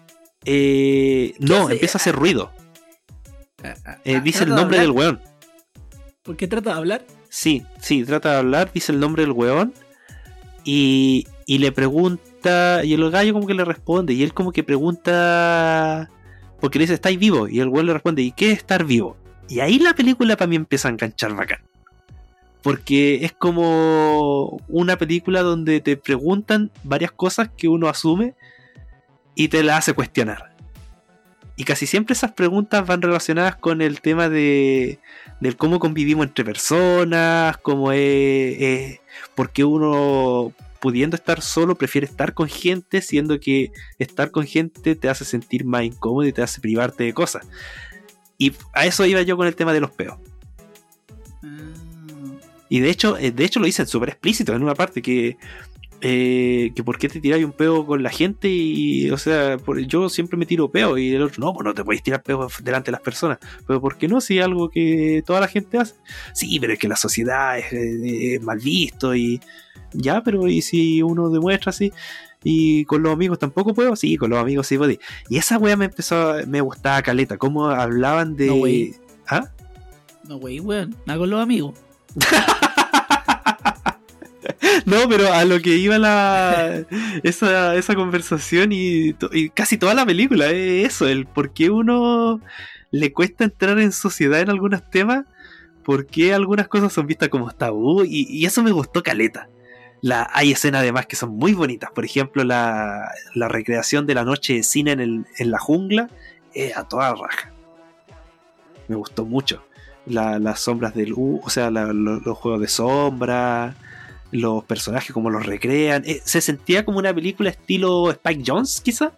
Speaker 2: No, empieza a hacer ruido. Dice el nombre del weón.
Speaker 1: ¿Por qué trata de hablar?
Speaker 2: Sí, trata de hablar, dice el nombre del weón. Y le pregunta. Y el gallo como que le responde. Y él como que pregunta. Porque le dice, ¿estáis vivo? Y el weón le responde, ¿y qué es estar vivo? Y ahí la película para mí empieza a enganchar bacán. Porque es como una película donde te preguntan varias cosas que uno asume y te las hace cuestionar. Y casi siempre esas preguntas van relacionadas con el tema del cómo convivimos entre personas, cómo es por qué uno, pudiendo estar solo, prefiere estar con gente, siendo que estar con gente te hace sentir más incómodo y te hace privarte de cosas. Y a eso iba yo con el tema de los peos. Y de hecho lo dicen súper explícito en una parte que por qué te tiráis un peo con la gente y, o sea, yo siempre me tiro peo y el otro, no, pues no te podéis tirar peo delante de las personas. Pero ¿por qué no? Si es algo que toda la gente hace. Sí, pero es que la sociedad es mal visto y ya, pero ¿y si uno demuestra así? Y con los amigos tampoco puedo. Sí, con los amigos sí puedo. Y esa wea me gustaba caleta, cómo hablaban de...
Speaker 1: No, wey.
Speaker 2: ¿Ah?
Speaker 1: No, wey, weón, nada con los amigos.
Speaker 2: No, pero a lo que iba esa conversación y casi toda la película es eso, el por qué uno le cuesta entrar en sociedad en algunos temas, por qué algunas cosas son vistas como tabú, y eso me gustó caleta. Hay escenas además que son muy bonitas, por ejemplo la recreación de la noche de cine en la jungla, a toda raja. Me gustó mucho. Las sombras de luz, o sea, los juegos de sombra, los personajes como los recrean. Se sentía como una película estilo Spike Jonze, quizá.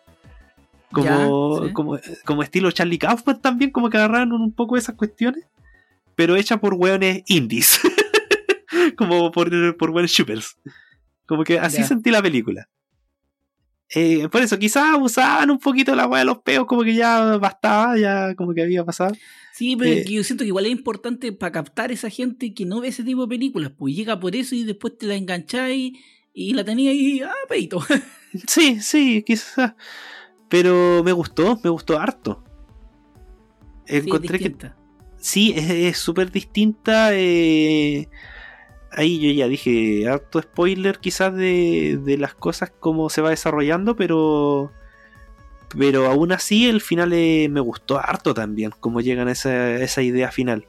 Speaker 2: Como estilo Charlie Kaufman también, como que agarraron un poco esas cuestiones, pero hecha por weones indies. Como por weones shooters. Como que así sentí la película. Por eso, quizás abusaban un poquito de la weá de los peos, como que ya bastaba, ya como que había pasado.
Speaker 1: Sí, pero yo siento que igual es importante para captar a esa gente que no ve ese tipo de películas, pues llega por eso y después te la engancháis y la tenía ahí, peito.
Speaker 2: Sí, quizás. Pero me gustó harto. Encontré
Speaker 1: sí,
Speaker 2: que sí, es súper distinta. Ahí yo ya dije harto spoiler quizás de las cosas como se va desarrollando, pero aún así el final me gustó harto también, como llegan a esa idea final.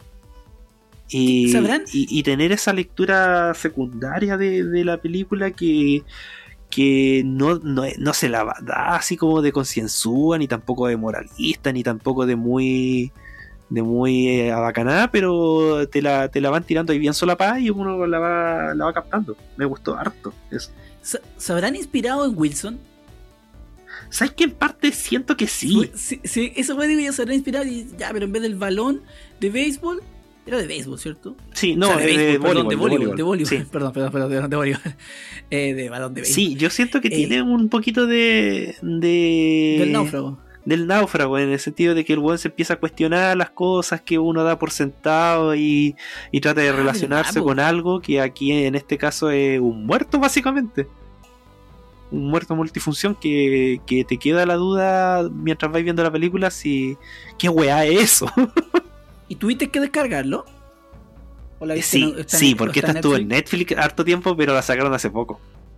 Speaker 2: Y tener esa lectura secundaria de la película que no se la da así como de concienzúa, ni tampoco de moralista, ni tampoco de muy abacanada, pero te la van tirando ahí bien solapada y uno la va captando. Me gustó harto eso.
Speaker 1: ¿Se habrán inspirado en Wilson?
Speaker 2: ¿Sabes que en parte siento que sí?
Speaker 1: Sí, eso fue, digo, ya se habrán inspirado y ya, pero en vez del balón de béisbol, era de béisbol, ¿cierto?
Speaker 2: Sí, no,
Speaker 1: o sea, de voleibol.
Speaker 2: Sí.
Speaker 1: Perdón, de voleibol. De balón de béisbol.
Speaker 2: Sí, yo siento que tiene un poquito del
Speaker 1: náufrago.
Speaker 2: Del náufrago, en el sentido de que el weón se empieza a cuestionar las cosas que uno da por sentado y trata de relacionarse con algo que aquí en este caso es un muerto, básicamente. Un muerto multifunción que te queda la duda mientras vais viendo la película si ¿qué weá es eso?
Speaker 1: ¿Y tuviste que descargarlo? ¿O la viste
Speaker 2: sí, porque esta estuvo en Netflix harto tiempo, pero la sacaron hace poco.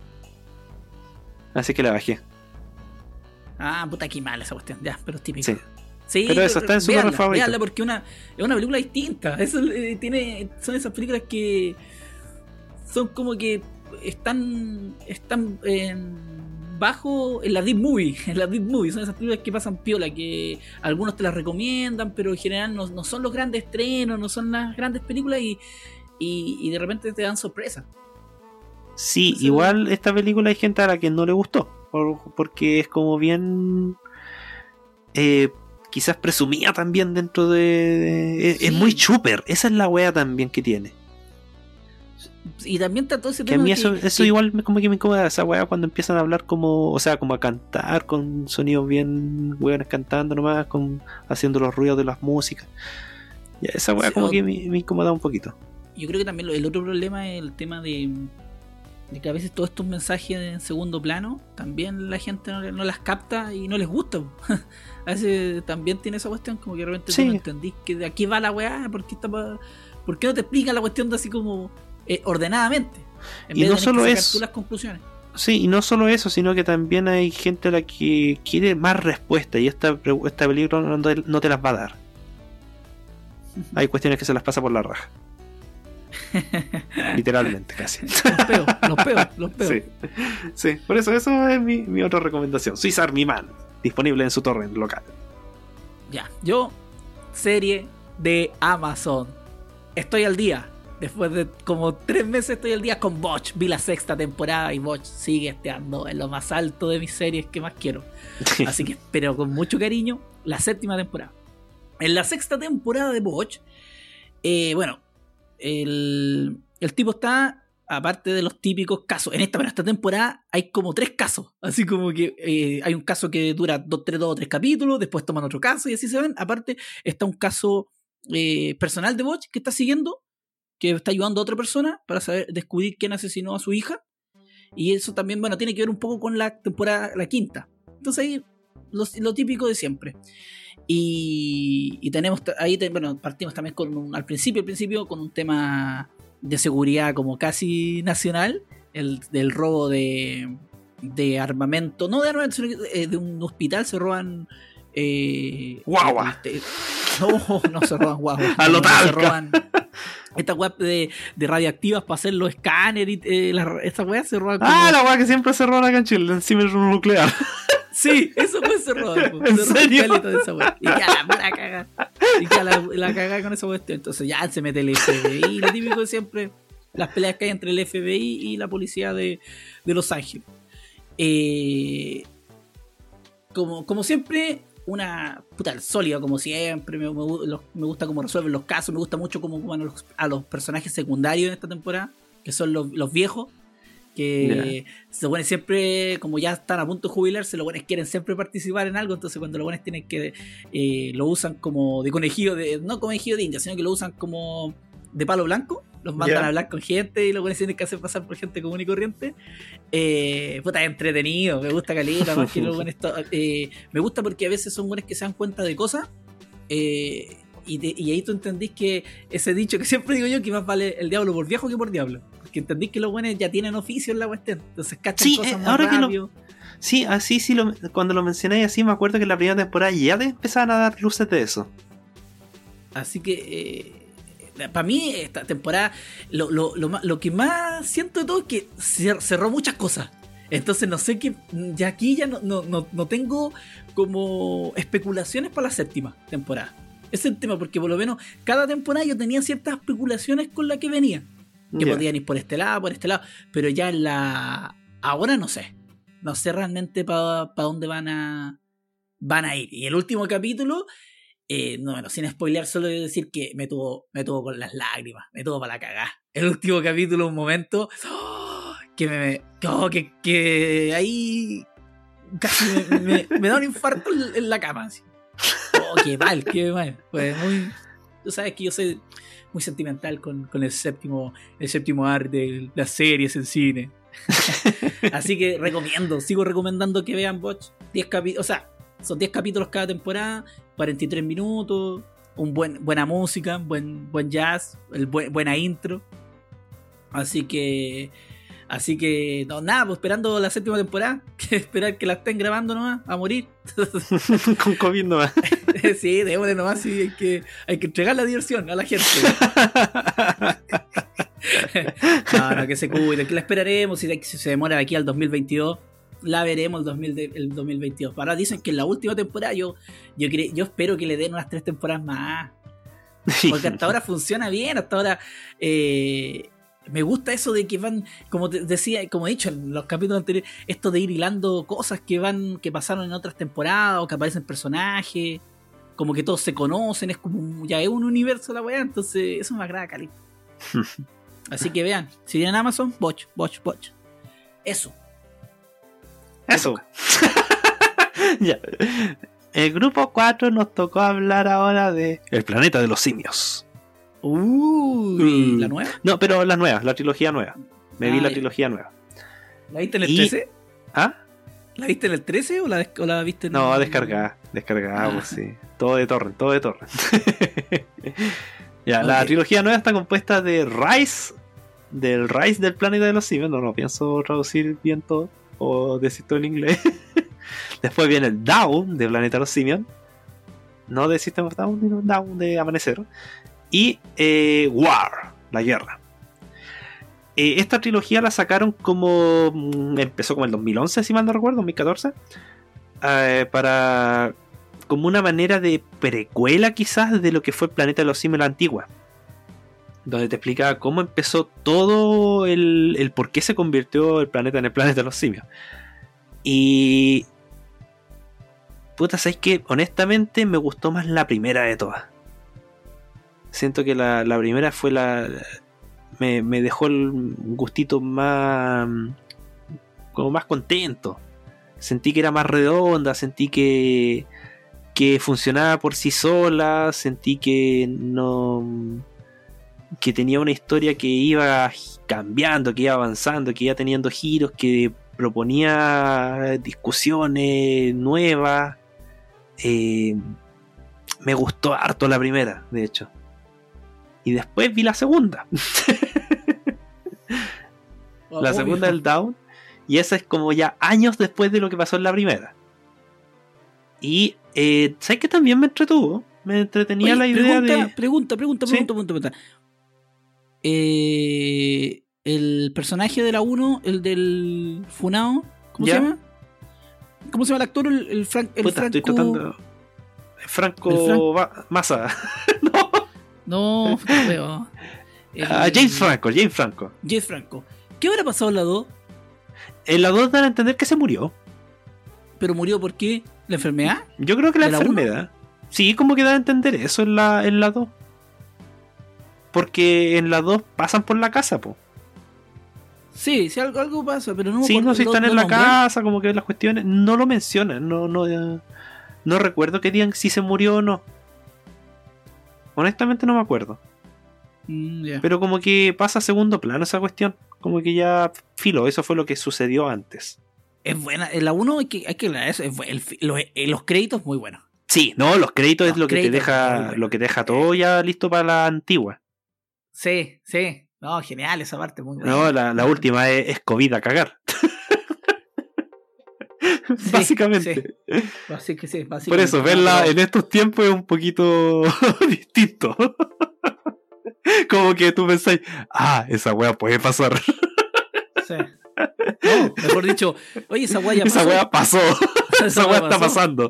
Speaker 2: Así que la bajé.
Speaker 1: Ah, puta, qué mala esa cuestión. Ya, pero es típico.
Speaker 2: Sí, pero eso está en su lugar favorito.
Speaker 1: Veanla porque es una película distinta. Eso son esas películas que son como que están bajo en la Deep Movie. En la Deep Movie son esas películas que pasan piola, que algunos te las recomiendan, pero en general no son los grandes estrenos, no son las grandes películas y de repente te dan sorpresa.
Speaker 2: Sí, entonces, igual esta película hay gente a la que no le gustó, porque es como bien quizás presumida también dentro de sí. Es muy chuper, esa es la wea también que tiene.
Speaker 1: Y también está todo ese
Speaker 2: tema. Que a mí eso igual como que me incomoda esa wea cuando empiezan a hablar como, o sea, como a cantar con sonidos bien weones cantando nomás, haciendo los ruidos de las músicas. Ya, esa wea sí, como que me incomoda un poquito.
Speaker 1: Yo creo que también el otro problema es el tema de que a veces todos estos mensajes en segundo plano también la gente no las capta y no les gusta. A veces también tiene esa cuestión como que de repente tú no entendís que de aquí va la weá, ¿por qué no te explican la cuestión de así como ordenadamente? En vez
Speaker 2: no
Speaker 1: de
Speaker 2: solo
Speaker 1: sacar
Speaker 2: eso,
Speaker 1: tú las conclusiones.
Speaker 2: Sí, y no solo eso, sino que también hay gente a la que quiere más respuesta y esta película no te las va a dar. Hay cuestiones que se las pasa por la raja. Literalmente, casi.
Speaker 1: Los peo.
Speaker 2: Sí, por eso es mi otra recomendación. Swiss Army Man, disponible en su torrent local.
Speaker 1: Ya, yo, serie de Amazon. Estoy al día. Después de como 3 meses estoy al día con Botch. Vi la 6ª temporada y Botch sigue esteando en lo más alto de mis series que más quiero. Así que espero con mucho cariño la 7ª temporada. En la 6ª temporada de Botch, bueno, el tipo está, aparte de los típicos casos, en esta temporada hay como 3 casos, así como que hay un caso que dura 2 o 3 capítulos, después toman otro caso y así se ven. Aparte está un caso personal de Botch que está siguiendo, que está ayudando a otra persona para descubrir quién asesinó a su hija, y eso también, bueno, tiene que ver un poco con la temporada, la 5ª. Entonces ahí lo típico de siempre. Y tenemos ahí, bueno, partimos también al principio con un tema de seguridad como casi nacional, del robo de armamento, no de armamento, sino de un hospital se roban
Speaker 2: guagua.
Speaker 1: No se roban guagua.
Speaker 2: A lo tal.
Speaker 1: Se roban estas weas de radioactivas para hacer los escáneres. Estas weas se roban.
Speaker 2: La wea que siempre se roban acá en Chile, encima del nuclear.
Speaker 1: Sí, eso fue se roban.
Speaker 2: ¿En serio?
Speaker 1: De esa wea. Y ya la caga. Y ya la caga con esa cuestión. Entonces ya se mete el FBI. Lo típico de siempre, las peleas que hay entre el FBI y la policía de Los Ángeles. Como siempre, una puta sólida como siempre. Me gusta cómo resuelven los casos. Me gusta mucho cómo van a los personajes secundarios en esta temporada, que son los viejos, que se ponen siempre, como ya están a punto de jubilarse, los buenos quieren siempre participar en algo. Entonces cuando los buenos tienen que lo usan como de conejillo no conejillo de India, sino que lo usan como de palo blanco, los mandan a hablar con gente y los buenos tienen que hacer pasar por gente común y corriente. Puta, es entretenido, me gusta caleta, más que los buenos me gusta porque a veces son buenos que se dan cuenta de cosas, y ahí tú entendís que ese dicho que siempre digo yo, que más vale el diablo por viejo que por diablo, porque entendís que los buenos ya tienen oficio en la cuestión, entonces cachan cosas más rápido.
Speaker 2: Sí, así sí, cuando lo mencioné así me acuerdo que en la primera temporada ya te empezaban a dar luces de eso. Así
Speaker 1: que para mí esta temporada lo que más siento de todo es que cerró muchas cosas. Entonces no sé qué, ya aquí ya no tengo como especulaciones para la 7ª temporada. Ese es el tema, porque por lo menos cada temporada yo tenía ciertas especulaciones con la que venía, que podían ir por este lado, pero ya ahora no sé. No sé realmente para dónde van a ir. Y el último capítulo, no, bueno, sin spoilear, solo decir que me tuvo con las lágrimas, me tuvo para la cagá. El último capítulo, un momento que ahí casi me da un infarto en la cama. Así. Qué mal. Pues muy, tú sabes que yo soy muy sentimental con el séptimo arte de las series en cine. Así que sigo recomendando que vean Botch. 10 capítulos, o sea, son 10 capítulos cada temporada, 43 minutos, buena música, buen jazz, buena intro. Así que no, nada, pues esperando la séptima temporada, que esperar que la estén grabando nomás, a morir.
Speaker 2: Con COVID nomás.
Speaker 1: Sí, démosle nomás, sí, hay que entregar la diversión a la gente. No, que se cuide, que la esperaremos, si se demora de aquí al 2022, la veremos el 2022. Ahora dicen que en la última temporada yo espero que le den unas 3 temporadas más. Porque hasta ahora funciona bien, hasta ahora me gusta eso de que van, como te decía, como he dicho en los capítulos anteriores, esto de ir hilando cosas que pasaron en otras temporadas o que aparecen personajes, como que todos se conocen, es como ya es un universo la weá, entonces eso me agrada calito. Así que vean, si tienen Amazon, Botch. Eso.
Speaker 2: Ya. El grupo 4 nos tocó hablar ahora de El planeta de los simios.
Speaker 1: ¿La nueva?
Speaker 2: No, pero la nueva, la trilogía nueva. Vi la trilogía nueva.
Speaker 1: ¿La viste en el 13?
Speaker 2: ¿Ah?
Speaker 1: ¿La viste en el 13 o la viste en el...
Speaker 2: No, descargada, pues sí. Todo de torrent. Ya, okay. La trilogía nueva está compuesta de Rise, del planeta de los simios. No pienso traducir bien todo o decir todo en inglés. Después viene el Dawn de Planeta de los Simios, no de System of Down, sino Dawn de Amanecer. Y War, la guerra. Esta trilogía la sacaron empezó como el 2011, si mal no recuerdo, 2014, como una manera de precuela quizás de lo que fue el Planeta de los Simios la antigua, donde te explica cómo empezó todo el por qué se convirtió el planeta en el Planeta de los Simios. Y puta, ¿sabes qué? Honestamente me gustó más la primera de todas. Siento que la primera fue me dejó el gustito más como más contento. Sentí que era más redonda, sentí que funcionaba por sí sola, sentí que tenía una historia que iba cambiando, que iba avanzando, que iba teniendo giros, que proponía discusiones nuevas. Me gustó harto la primera, de hecho. Y después vi la segunda. La segunda del Down. Y esa es como ya años después de lo que pasó en la primera. Y ¿sabes que también me entretuvo? Me entretenía. Oye, la idea de...
Speaker 1: Pregunta. El personaje de la 1, el del Funao, ¿cómo se llama? ¿Cómo se llama el actor? El Franco...
Speaker 2: Estoy tratando... Franco Massa.
Speaker 1: No veo.
Speaker 2: James Franco.
Speaker 1: ¿Qué habrá pasado en la 2?
Speaker 2: En la 2 dan a entender que se murió.
Speaker 1: ¿Pero murió por qué? ¿La enfermedad?
Speaker 2: Yo creo que la enfermedad. Sí, como que dan a entender eso en la 2. Porque en la 2 pasan por la casa, po.
Speaker 1: Sí, algo pasa, pero no.
Speaker 2: Sí, no, si están en la casa, como que las cuestiones no lo mencionan. No recuerdo que digan si se murió o no. Honestamente no me acuerdo.
Speaker 1: Yeah.
Speaker 2: Pero como que pasa a segundo plano esa cuestión. Como que ya filo, eso fue lo que sucedió antes.
Speaker 1: Es buena, en la 1 hay que los créditos muy buenos.
Speaker 2: Sí, no, los créditos es lo que te deja todo ya listo para la antigua.
Speaker 1: Sí. No, genial esa parte, muy buena.
Speaker 2: No, la última es COVID a cagar. Básicamente.
Speaker 1: Sí. Básicamente.
Speaker 2: Por eso, verla en estos tiempos es un poquito distinto. Como que tú pensás, esa wea puede pasar.
Speaker 1: Sí. No, mejor dicho, oye, esa wea ya pasó.
Speaker 2: Esa wea pasó. Esa wea está pasando.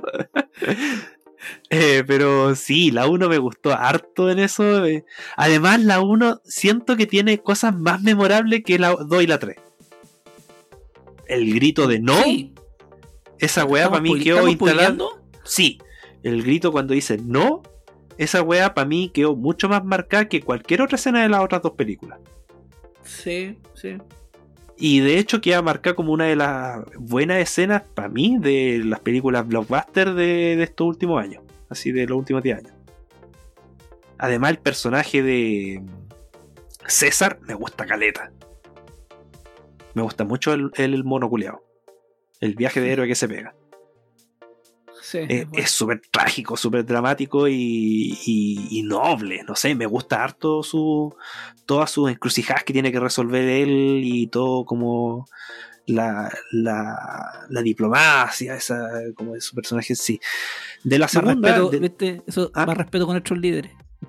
Speaker 2: Pero sí, la 1 me gustó harto en eso. Además, la 1 siento que tiene cosas más memorables que la 2 y la 3. el grito de no,
Speaker 1: Sí.
Speaker 2: esa weá para mí quedó
Speaker 1: ¿Estamos
Speaker 2: instalada.
Speaker 1: spoileando?
Speaker 2: Sí, el grito cuando dice no, esa weá para mí quedó mucho más marcada que cualquier otra escena de las otras dos películas.
Speaker 1: Sí, sí.
Speaker 2: Y de hecho queda marcada como una de las buenas escenas para mí de las películas blockbuster de estos últimos años. Así de los últimos 10 años. Además el personaje de César me gusta caleta. Me gusta mucho el mono culeado. El viaje de héroe que se pega.
Speaker 1: Sí,
Speaker 2: Es súper trágico, súper dramático y noble. No sé, me gusta harto todas sus encrucijadas que tiene que resolver él y todo como la diplomacia, esa como de su personaje en sí. De la
Speaker 1: más
Speaker 2: segunda.
Speaker 1: respeto, ¿viste? Eso, más respeto con nuestros líderes.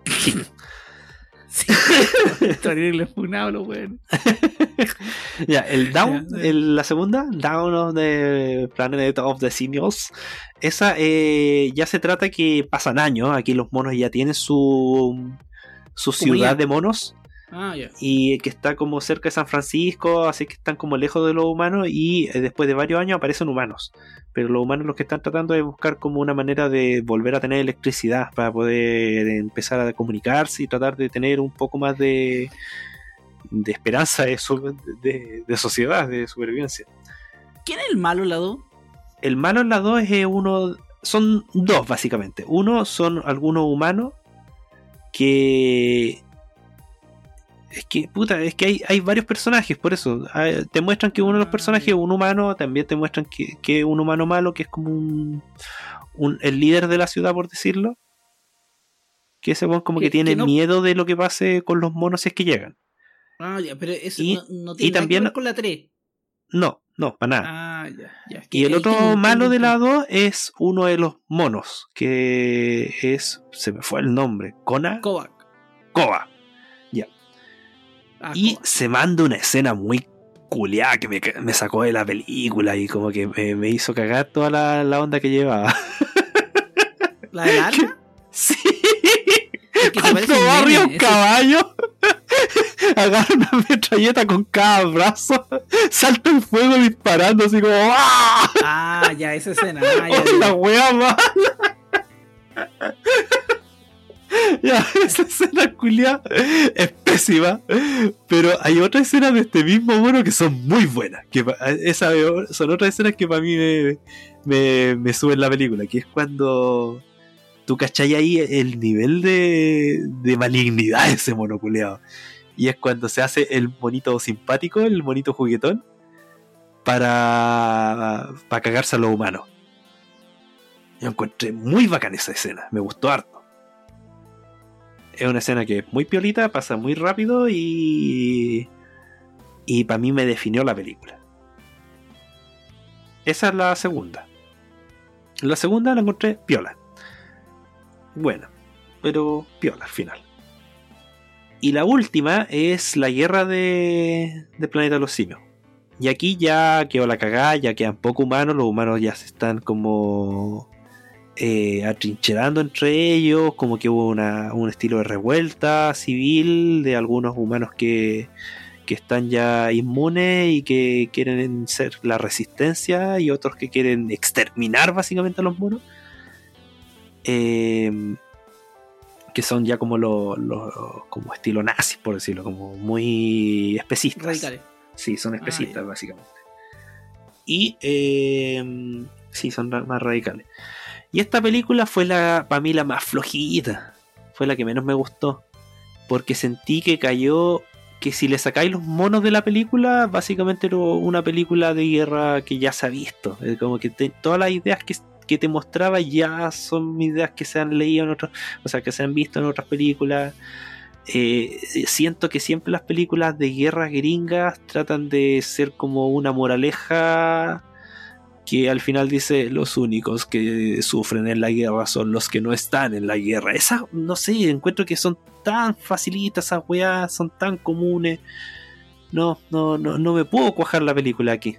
Speaker 1: Sí. Terrible funado, los weones.
Speaker 2: Ya, el Down,
Speaker 1: Ya,
Speaker 2: la segunda, Down of the Planet of the Simios, esa ya se trata que pasan años, aquí los monos ya tienen su ciudad de monos,
Speaker 1: ya.
Speaker 2: y que está como cerca de San Francisco, así que están como lejos de los humanos, y después de varios años aparecen humanos, pero los humanos los que están tratando de buscar como una manera de volver a tener electricidad para poder empezar a comunicarse y tratar de tener un poco más de esperanza de sociedad, de supervivencia.
Speaker 1: ¿Quién es el malo en la 2?
Speaker 2: El malo en la 2 es uno. Son dos, básicamente. Uno son algunos humanos que. Es que hay varios personajes, por eso. Te muestran que uno de los personajes es un humano, también te muestran que es un humano malo, que es como el líder de la ciudad, por decirlo. Que ese como que tiene miedo de lo que pase con los monos si es que llegan.
Speaker 1: Ya, pero eso no
Speaker 2: y
Speaker 1: tiene nada
Speaker 2: también,
Speaker 1: que ver con la 3.
Speaker 2: No, para nada.
Speaker 1: Ya.
Speaker 2: Y el otro malo de la 2 es uno de los monos, que es... Se me fue el nombre. Koba. Ya. Y
Speaker 1: Koba.
Speaker 2: se manda una escena muy culiada que me sacó de la película y como que me hizo cagar toda la onda que llevaba.
Speaker 1: ¿La del arma?
Speaker 2: Sí.
Speaker 1: Cuando
Speaker 2: va arriba un caballo, agarra una metralleta con cada brazo, salta en fuego disparando así como ¡ah!
Speaker 1: Ya, esa escena.
Speaker 2: La wea mala. Ya, esa escena culiada es pésima, pero hay otras escenas de este mismo mono que son muy buenas, son otras escenas que para mí me suben la película, que es cuando tú cachai ahí el nivel de malignidad de ese mono culeado. Y es cuando se hace el monito simpático, el monito juguetón, para cagarse a los humanos. Yo encontré muy bacán esa escena, me gustó harto. Es una escena que es muy piolita, pasa muy rápido y para mí me definió la película. Esa es la segunda. La segunda la encontré piola. Bueno, pero piola al final. Y la última es la guerra de Planeta de los Simios. Y aquí ya quedó la cagada, ya quedan poco humanos, los humanos ya se están como atrincherando entre ellos, como que hubo un estilo de revuelta civil de algunos humanos que están ya inmunes y que quieren ser la resistencia y otros que quieren exterminar básicamente a los monos. Que son ya como como estilo nazi, por decirlo, como muy especistas.
Speaker 1: Radicales.
Speaker 2: Sí, son especistas básicamente. Y sí, son más radicales. Y esta película fue para mí la más flojita. Fue la que menos me gustó. Porque sentí que cayó... Que si le sacáis los monos de la película, básicamente era una película de guerra que ya se ha visto. Como que todas las ideas que te mostraba ya son ideas que se han leído en otras... O sea, que se han visto en otras películas. Siento que siempre las películas de guerras gringas tratan de ser como una moraleja... que al final dice los únicos que sufren en la guerra son los que no están en la guerra. Esa, no sé, encuentro que son tan facilitas esas weas, son tan comunes. No me puedo cuajar la película aquí.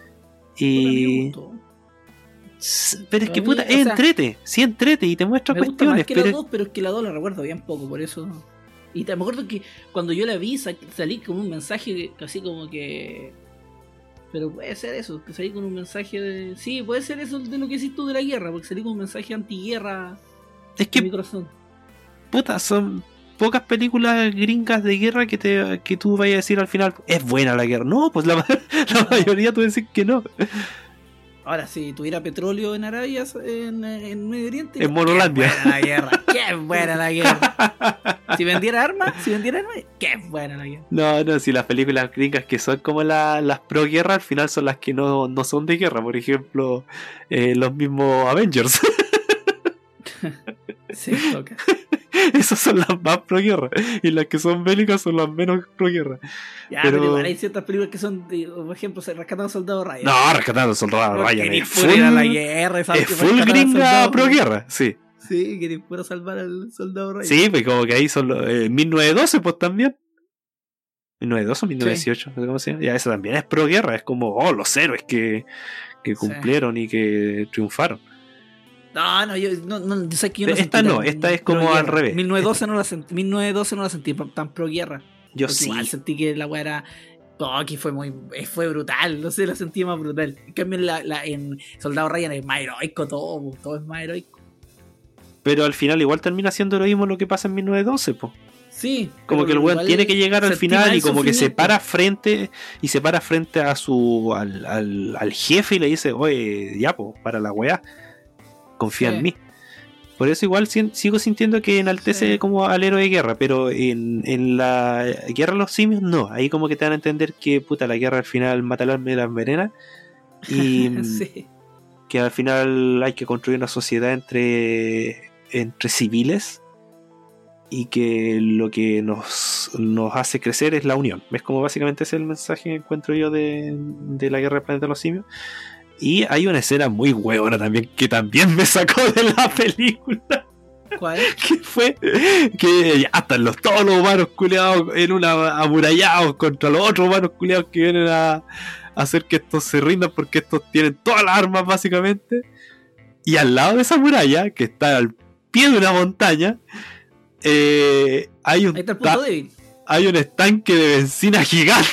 Speaker 2: Pero es que puta, es entrete, sí entrete y te muestra cuestiones.
Speaker 1: Pero es que la 2 la recuerdo bien poco, por eso. Y me acuerdo que cuando yo la vi salí como un mensaje así como que... Pero puede ser eso, que salí con un mensaje de... Sí, puede ser eso de lo que hiciste tú de la guerra, porque salí con un mensaje antiguerra
Speaker 2: Es
Speaker 1: en mi
Speaker 2: que,
Speaker 1: corazón.
Speaker 2: puta, son pocas películas gringas de guerra que tú vayas a decir al final, es buena la guerra. No, pues la mayoría tú decís que no.
Speaker 1: Ahora, si tuviera petróleo en Arabia, en Medio Oriente,
Speaker 2: En Monolandia.
Speaker 1: ¡qué buena la guerra! ¡Qué buena la guerra! Si vendiera armas, ¡qué buena la guerra!
Speaker 2: No, si las películas gringas que son como las pro guerra al final son las que no son de guerra. Por ejemplo, los mismos Avengers.
Speaker 1: Sí, toca.
Speaker 2: Esas son las más pro guerra. Y las que son bélicas son las menos pro guerra.
Speaker 1: Ya, pero igual hay ciertas películas que son, por ejemplo, se rescatan Soldado Ryan.
Speaker 2: No, Rescatando al Soldado Ryan
Speaker 1: es full, a la guerra,
Speaker 2: es full gringa pro guerra, sí.
Speaker 1: Sí, que fuera a salvar al Soldado Ryan.
Speaker 2: Sí, pues como que ahí son los 1912, pues también. 1912 o 1918, no sé cómo se llama. Ya, esa también es pro guerra, es como, los héroes que cumplieron y que triunfaron.
Speaker 1: No, yo sé que yo no
Speaker 2: esta
Speaker 1: sentí
Speaker 2: no, esta es como al revés.
Speaker 1: 1912 no la sentí tan pro guerra.
Speaker 2: Yo
Speaker 1: Porque
Speaker 2: sí.
Speaker 1: igual sentí que la weá era. Que fue brutal, no sé, la sentí más brutal. En cambio, en Soldado Ryan es más heroico todo es más heroico.
Speaker 2: Pero al final igual termina siendo heroísmo lo que pasa en 1912, pues.
Speaker 1: Sí.
Speaker 2: Como que el weón tiene que llegar al final y como que se para frente a al jefe y le dice, oye, ya, pues, para la weá, confía en mí. Por eso igual sigo sintiendo que enaltece como al héroe de guerra, pero en la guerra de los simios no. Ahí como que te dan a entender que puta la guerra al final mata al alma y la envenena. Y que al final hay que construir una sociedad entre civiles. Y que lo que nos hace crecer es la unión. ¿Ves? Como básicamente ese es el mensaje que encuentro yo de la guerra del planeta de los simios. Y hay una escena muy huevona también que también me sacó de la película.
Speaker 1: ¿Cuál?
Speaker 2: Que fue que ya están todos los humanos culeados en una amurallados contra los otros humanos culeados que vienen a hacer que estos se rindan porque estos tienen todas las armas básicamente. Y al lado de esa muralla, que está al pie de una montaña, hay un estanque de benzina gigante.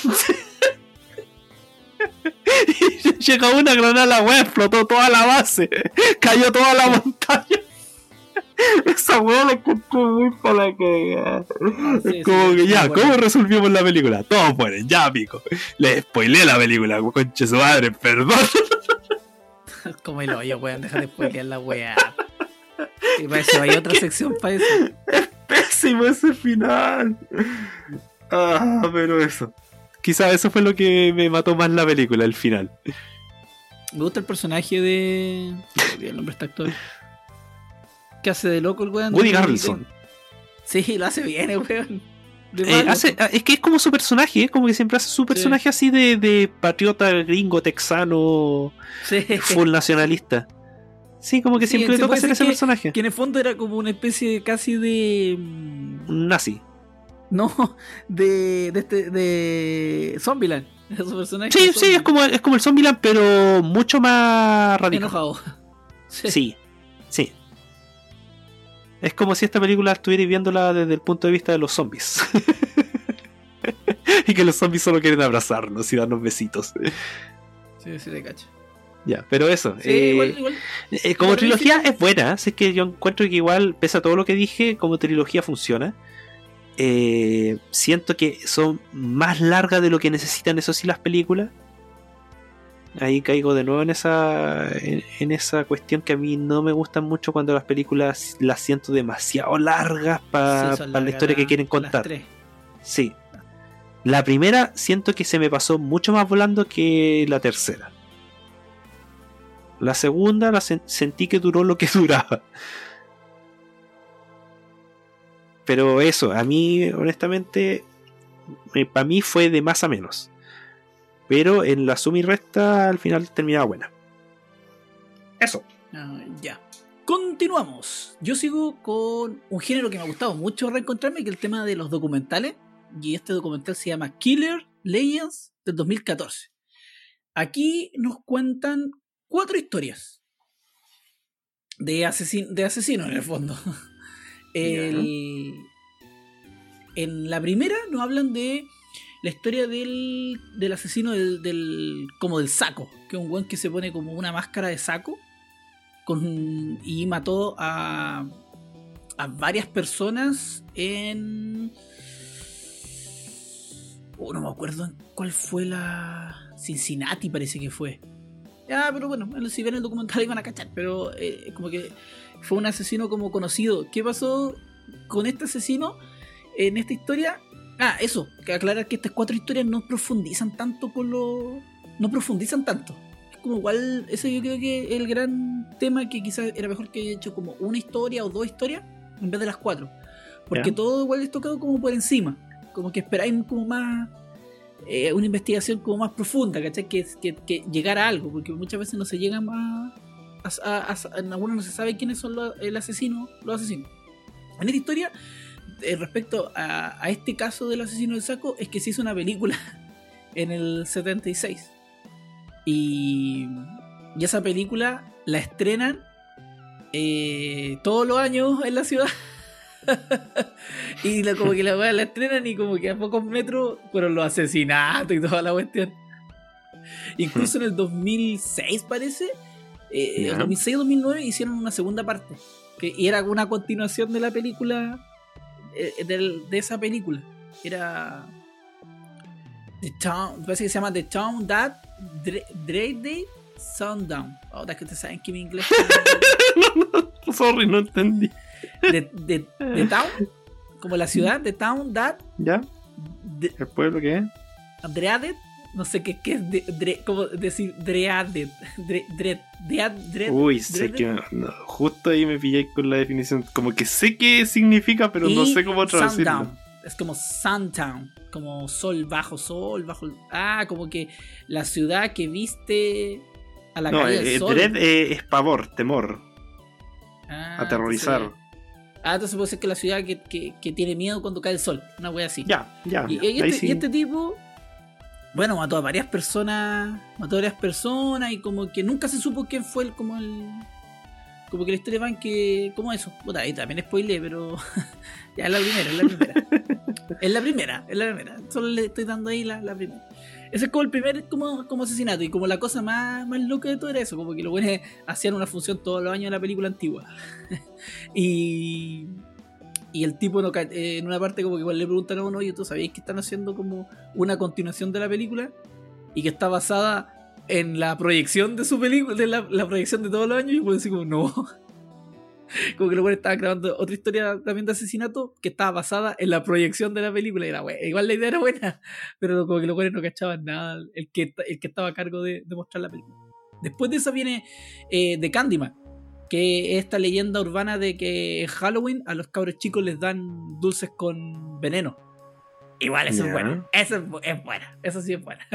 Speaker 2: Y llegó una granada a la wea, explotó toda la base, cayó toda la montaña. Esa wea la encontré muy para la cagada. Como que ya, ¿cómo resolvimos la película? Todos mueren, ya pico. Le spoileé la película, conche su madre, perdón.
Speaker 1: Como el hoyo, weón, deja de spoilear la wea. Y para eso hay otra sección para eso.
Speaker 2: Es pésimo ese final. Pero eso. Quizás eso fue lo que me mató más la película, el final.
Speaker 1: Me gusta el personaje de... el nombre de este actor. ¿Qué hace de loco el weón?
Speaker 2: Woody Harrelson.
Speaker 1: Sí, lo hace bien, weón.
Speaker 2: Es que es como su personaje, como que siempre hace su personaje así de patriota gringo, texano, full nacionalista. Sí, como que siempre le toca hacer ese personaje.
Speaker 1: Que en el fondo era como una especie casi de...
Speaker 2: nazi.
Speaker 1: No, de Zombieland. Su personaje
Speaker 2: sí, es como el Zombieland, pero mucho más radical.
Speaker 1: Enojado.
Speaker 2: Sí. Es como si esta película estuviera viéndola desde el punto de vista de los zombies. Y que los zombies solo quieren abrazarnos y darnos besitos.
Speaker 1: Sí, te cacho.
Speaker 2: Ya, pero eso.
Speaker 1: Sí, igual,
Speaker 2: como trilogía es buena. Así que yo encuentro que igual, pese a todo lo que dije, como trilogía funciona. Siento que son más largas de lo que necesitan, eso sí, las películas. Ahí caigo de nuevo en esa cuestión que a mí no me gustan mucho cuando las películas las siento demasiado largas para la historia que quieren contar. Sí. La primera siento que se me pasó mucho más volando que la tercera. La segunda sentí que duró lo que duraba. Pero eso, a mí honestamente, para mí fue de más a menos. Pero en la suma y resta al final terminaba buena. Eso.
Speaker 1: Ya. Continuamos. Yo sigo con un género que me ha gustado mucho reencontrarme, que es el tema de los documentales. Y este documental se llama Killer Legends del 2014. Aquí nos cuentan 4 historias de asesinos en el fondo. En la primera nos hablan de la historia del asesino como del saco, que es un weón que se pone como una máscara de saco y mató a varias personas en... no me acuerdo en cuál fue Cincinnati parece que fue. Pero bueno, si ven el documental iban a cachar, pero como que fue un asesino como conocido. ¿Qué pasó con este asesino en esta historia? Eso, que aclarar que estas 4 historias no profundizan tanto no profundizan tanto. Es como igual, ese yo creo que es el gran tema, que quizás era mejor que haya hecho como una historia o 2 historias en vez de las 4. Porque todo igual es tocado como por encima. Como que esperáis como más una investigación como más profunda, ¿cachai? Que llegar a algo, porque muchas veces no se llega más en algunos no se sabe quiénes son los asesinos. En esta historia, respecto a este caso del asesino del saco, es que se hizo una película en el 76 y esa película la estrenan todos los años en la ciudad. Y como que la estrenan y como que a pocos metros fueron los asesinatos y toda la cuestión. Incluso en el 2006 parece, el 2006-2009 hicieron una segunda parte y era una continuación de la película, de esa película. Era The Town, parece que se llama The Town That Dreaded Sundown. Es que ustedes saben que mi inglés
Speaker 2: no, sorry, no entendí.
Speaker 1: The Town, como la ciudad, The Town That.
Speaker 2: ¿Ya? ¿El pueblo qué es?
Speaker 1: Dreaded, no sé qué es, ¿cómo decir? Dreaded.
Speaker 2: Uy, sé que justo ahí me pillé con la definición. Como que sé qué significa, pero no sé cómo traducirlo.
Speaker 1: Sundown. Es como Suntown, como sol. Como que la ciudad que viste a la caída del sol.
Speaker 2: Dread es pavor, temor. Aterrorizar.
Speaker 1: Entonces puede ser que la ciudad que tiene miedo cuando cae el sol. Una wea así.
Speaker 2: Ya.
Speaker 1: Y este tipo, bueno, mató a varias personas. Y como que nunca se supo quién fue como que la historia va en que... ¿Cómo eso? Puta, ahí también spoilé, pero... ya es la primera. Es la primera. Solo le estoy dando ahí la primera. Ese es como el primer como asesinato. Y como la cosa más loca de todo era eso. Como que los buenos hacían una función todos los años en la película antigua. y el tipo en una parte como que igual le preguntan a uno: oye, ¿tú sabías que están haciendo como una continuación de la película? Y que está basada en la proyección de su película, de la proyección de todos los años. Y puedo decir como, no. Como que los buenos estaban grabando otra historia también de asesinato que estaba basada en la proyección de la película. Y era buena. Igual la idea era buena, pero como que los buenos no cachaban nada. El que estaba a cargo de mostrar la película. Después de esa viene The Candyman, que es esta leyenda urbana de que en Halloween a los cabros chicos les dan dulces con veneno. Igual eso es bueno. Eso es buena. Eso sí es buena.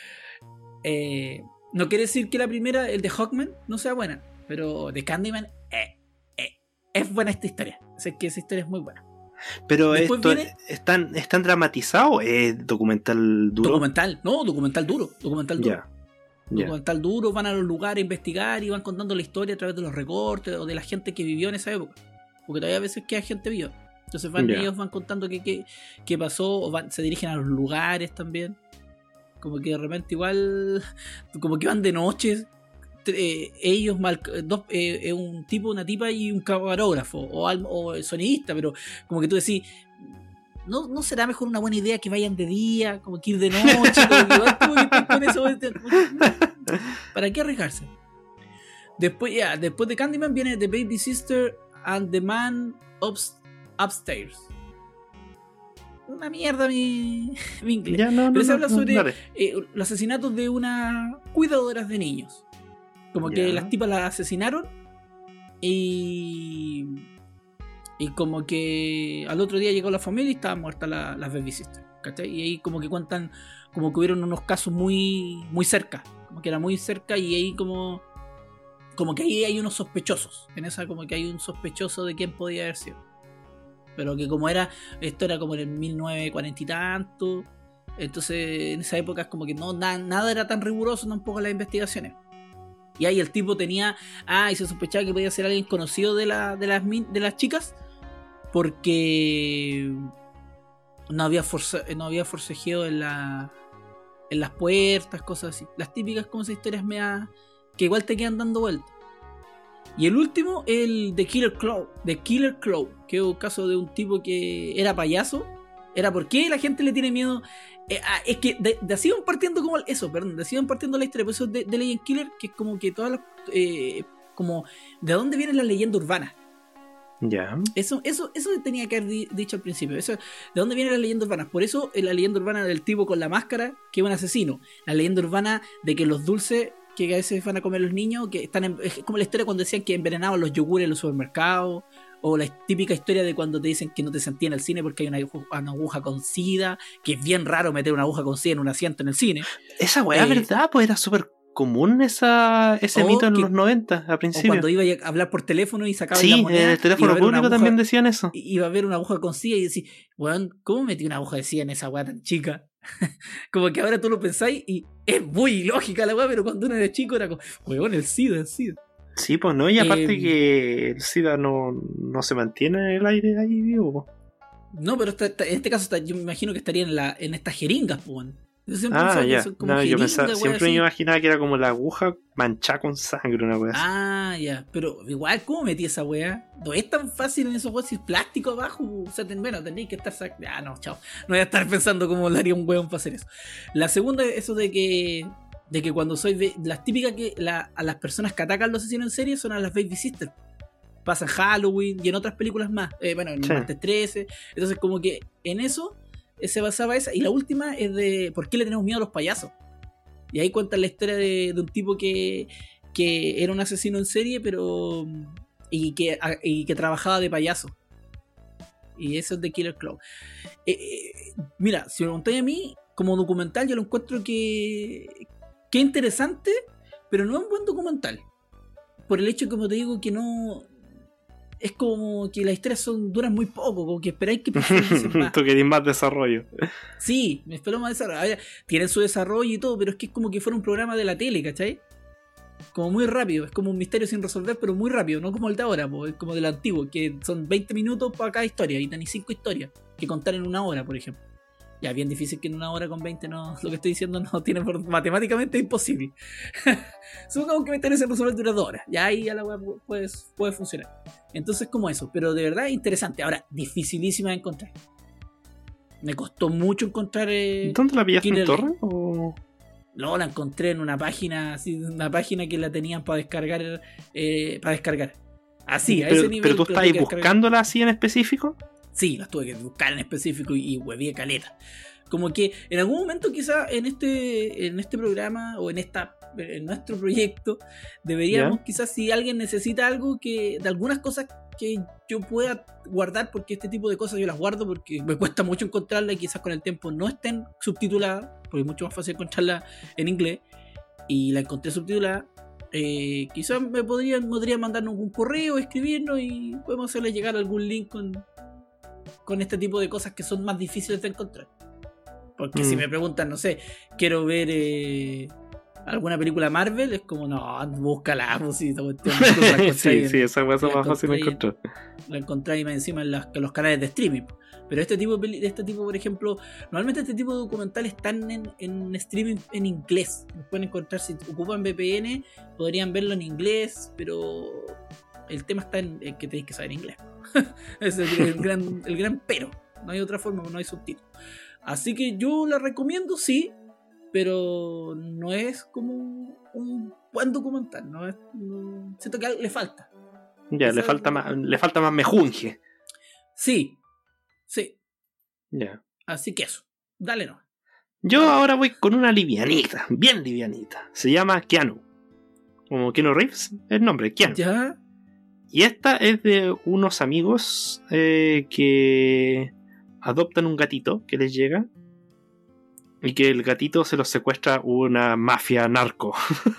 Speaker 1: No quiere decir que la primera, el de Hawkman, no sea buena, pero The Candyman es buena esta historia. Sé que esa historia es muy buena.
Speaker 2: Pero
Speaker 1: después
Speaker 2: esto
Speaker 1: viene...
Speaker 2: ¿están dramatizados? ¿Es documental duro?
Speaker 1: Documental duro.
Speaker 2: Yeah.
Speaker 1: Documental duro, van a los lugares a investigar y van contando la historia a través de los recortes o de la gente que vivió en esa época. Porque todavía a veces queda gente viva. Entonces ellos van contando qué pasó, o se dirigen a los lugares también. Como que de repente igual, como que van de noche, ellos, un tipo, una tipa y un camarógrafo o sonidista, pero como que tú decís, ¿no será mejor una buena idea que vayan de día, como que ir de noche? Como que igual como que estás con eso, ¿para qué arriesgarse? Después de Candyman viene The Baby Sister and the Man Upstairs. Una mierda mi inglés. Pero se habla sobre los asesinatos de unas cuidadoras de niños. Como que las tipas las asesinaron y como que al otro día llegó la familia y estaban muertas las baby sisters, ¿cachai? Y ahí como que cuentan como que hubieron unos casos muy, muy cerca, como que era muy cerca, y ahí como que ahí hay unos sospechosos, en esa como que hay un sospechoso de quién podía haber sido, pero que como esto era como en el 1940 y tanto, entonces en esa época es como que nada era tan riguroso tampoco las investigaciones. Y ahí el tipo tenía... y se sospechaba que podía ser alguien conocido de las chicas, porque no había forcejeo en las puertas, cosas así. Las típicas como esas historias que igual te quedan dando vueltas. Y el último, el de Killer Crow, que es un caso de un tipo que era payaso. ¿Por qué la gente le tiene miedo? Es que de así van partiendo como eso, perdón, de así van partiendo la historia. Por eso de Legend Killer, que es como que todas las como de dónde viene la leyenda urbana.
Speaker 2: Ya.
Speaker 1: Eso tenía que haber dicho al principio. Eso, ¿de dónde vienen las leyendas urbanas? Por eso la leyenda urbana del tipo con la máscara, que es un asesino. La leyenda urbana de que los dulces que a veces van a comer los niños, que están es como la historia cuando decían que envenenaban los yogures en los supermercados. O la típica historia de cuando te dicen que no te sentías en el cine porque hay una aguja con sida, que es bien raro meter una aguja con sida en un asiento en el cine.
Speaker 2: Esa weá, ¿verdad? Pues era súper común ese mito en los 90 a principio.
Speaker 1: O cuando iba a hablar por teléfono y sacaba
Speaker 2: la
Speaker 1: moneda.
Speaker 2: En el teléfono público también decían eso.
Speaker 1: Iba a haber una aguja con sida y decís, weón, ¿cómo metí una aguja de sida en esa weá tan chica? Como que ahora tú lo pensáis y es muy ilógica la weá, pero cuando uno era chico era como, weón, el SIDA.
Speaker 2: Sí, pues no, y aparte que el SIDA no se mantiene en el aire ahí vivo.
Speaker 1: No, pero en este caso yo me imagino que estaría en estas jeringas, pues.
Speaker 2: Ya. No, yo pensaba, siempre me imaginaba que era como la aguja manchada con sangre, una weá
Speaker 1: así. Ya, pero igual, ¿cómo metí esa weá? No es tan fácil en esos weas si es plástico abajo. O sea, tenéis que estar no, chao. No voy a estar pensando cómo le haría un weón para hacer eso. La segunda es eso de que cuando soy las típicas que a las personas que atacan los asesinos en serie son a las baby sisters. Pasa en Halloween y en otras películas más. En Martes 13. Entonces, como que en eso se basaba esa. Y la última es de ¿por qué le tenemos miedo a los payasos? Y ahí cuentan la historia de un tipo que era un asesino en serie, pero y que trabajaba de payaso. Y eso es de Killer Crow. Mira, si me preguntáis a mí, como documental yo lo encuentro que interesante, pero no es un buen documental. Por el hecho, como te digo, que no... Es como que las historias duran muy poco, como que esperáis que profundicen más.
Speaker 2: Tú querés más desarrollo.
Speaker 1: Sí, me espero más desarrollo. A ver, tienen su desarrollo y todo, pero es que es como que fuera un programa de la tele, ¿cachai? Como muy rápido, es como un misterio sin resolver, pero muy rápido, no como el de ahora, es como del antiguo, que son 20 minutos para cada historia, y tenéis 5 historias que contar en una hora, por ejemplo. Ya, bien difícil que en una hora con 20 no, lo que estoy diciendo no tiene matemáticamente imposible. Supongamos que meter ese resolver dura 2 horas. Ya ahí ya la web puede funcionar. Entonces, como eso, pero de verdad interesante. Ahora, dificilísima de encontrar. Me costó mucho encontrar.
Speaker 2: ¿Dónde la pillaste, en torre? ¿O?
Speaker 1: No, la encontré en una página, así, una página que la tenían para descargar. Así, a ese nivel.
Speaker 2: ¿Pero tú estás ahí buscándola así en específico?
Speaker 1: Sí, las tuve que buscar en específico y hueví caleta. Como que en algún momento quizá en este programa o en nuestro proyecto deberíamos quizás, si alguien necesita algo de algunas cosas que yo pueda guardar, porque este tipo de cosas yo las guardo porque me cuesta mucho encontrarlas y quizás con el tiempo no estén subtituladas, porque es mucho más fácil encontrarla en inglés y la encontré subtitulada. Quizás me podrían mandarnos un correo, escribirnos y podemos hacerles llegar algún link con este tipo de cosas que son más difíciles de encontrar. Porque si me preguntan, no sé, quiero ver alguna película Marvel, es como, no, búscala, pues sí,
Speaker 2: sí, esa cosa es más fácil de encontrar.
Speaker 1: La encontráis más encima en los canales de streaming. Pero este tipo, por ejemplo, normalmente este tipo de documentales están en streaming en inglés. Los pueden encontrar si ocupan VPN, podrían verlo en inglés, pero el tema está en que tenéis que saber inglés. Es el gran pero. No hay otra forma, no hay subtítulos. Así que yo la recomiendo, sí, pero no es como un buen documental. Siento que le falta.
Speaker 2: Ya, le falta más mejunje.
Speaker 1: Sí.
Speaker 2: Ya.
Speaker 1: Así que eso, dale no.
Speaker 2: Yo ahora voy con una livianita, bien livianita. Se llama Keanu. Como Keanu Reeves, el nombre, Keanu.
Speaker 1: Ya.
Speaker 2: Y esta es de unos amigos que adoptan un gatito que les llega y que el gatito se los secuestra una mafia narco.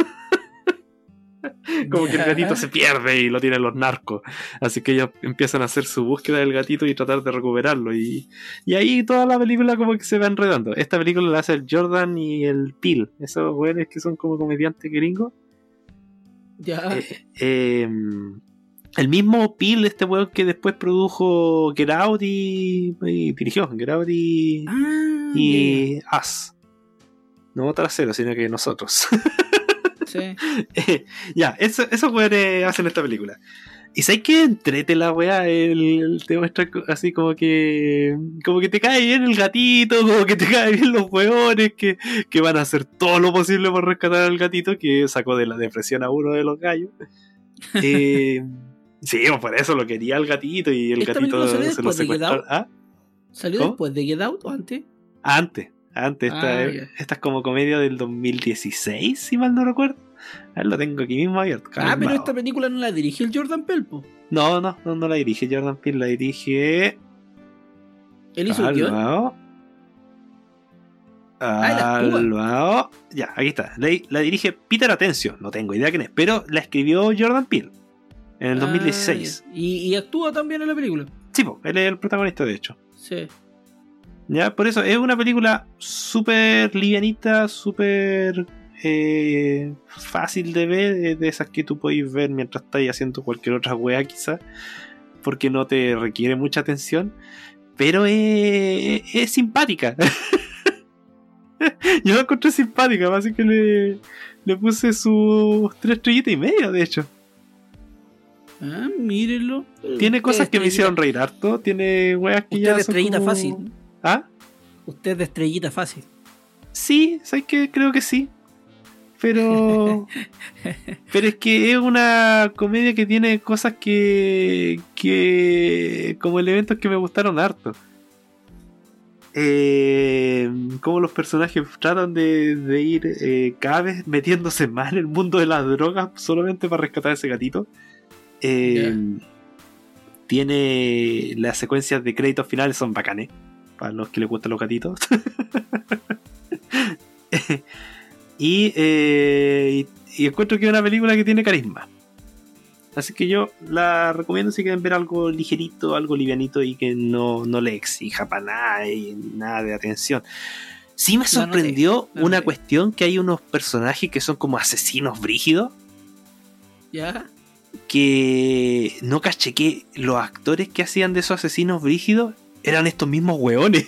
Speaker 2: Como que el gatito se pierde y lo tienen los narcos. Así que ellos empiezan a hacer su búsqueda del gatito y tratar de recuperarlo. Y ahí toda la película como que se va enredando. Esta película la hace el Jordan y el Peele. Esos güeyes que son como comediantes gringos.
Speaker 1: Ya.
Speaker 2: El mismo Peele, este weón que después produjo Get Out y dirigió Get Out y Us. No Trasero, sino que nosotros.
Speaker 1: Sí.
Speaker 2: Ya, esos weones hacen esta película. Y sabes que entrete la weá, te muestra así como que te cae bien el gatito, como que te cae bien los weones que van a hacer todo lo posible por rescatar al gatito que sacó de la depresión a uno de los gallos. Sí, pues por eso lo quería el gatito y el gatito se lo secuestró. ¿Ah?
Speaker 1: ¿Salió después de Get Out o antes?
Speaker 2: Antes. Esta es como comedia del 2016, si mal no recuerdo. A ver, lo tengo aquí mismo abierto.
Speaker 1: Pero esta película no la dirigió el Jordan Peele, po.
Speaker 2: No la dirige Jordan Peele, la dirige...
Speaker 1: ¿Él hizo el guión?
Speaker 2: Ya, aquí está. La dirige Peter Atencio, no tengo idea quién es, pero la escribió Jordan Peele en el 2016.
Speaker 1: ¿Y actúa también en la película?
Speaker 2: Sí, po, él es el protagonista, de hecho.
Speaker 1: Sí.
Speaker 2: Ya, por eso es una película súper livianita, súper fácil de ver, de esas que tú podéis ver mientras estás haciendo cualquier otra wea quizás, porque no te requiere mucha atención, pero es simpática. Yo la encontré simpática, así que le puse sus 3 estrellitas y media, de hecho.
Speaker 1: Mírenlo.
Speaker 2: Tiene cosas que me hicieron reír harto, tiene weas que
Speaker 1: usted
Speaker 2: ya
Speaker 1: de
Speaker 2: son
Speaker 1: estrellita
Speaker 2: como...
Speaker 1: fácil.
Speaker 2: ¿Ah?
Speaker 1: Usted de estrellita fácil.
Speaker 2: Sí, ¿sabes qué? Creo que sí. Pero es que es una comedia que tiene cosas que como elementos que me gustaron harto. Como los personajes tratan de ir cada vez metiéndose más en el mundo de las drogas solamente para rescatar a ese gatito. Tiene las secuencias de créditos finales, son bacanes para los que les gustan los gatitos. Y encuentro que es una película que tiene carisma, así que yo la recomiendo si quieren ver algo ligerito, algo livianito y que no le exija para nada y nada de atención. Sí me sorprendió una cuestión, que hay unos personajes que son como asesinos brígidos.
Speaker 1: ¿Ya?
Speaker 2: Que no caché que los actores que hacían de esos asesinos brígidos eran estos mismos hueones.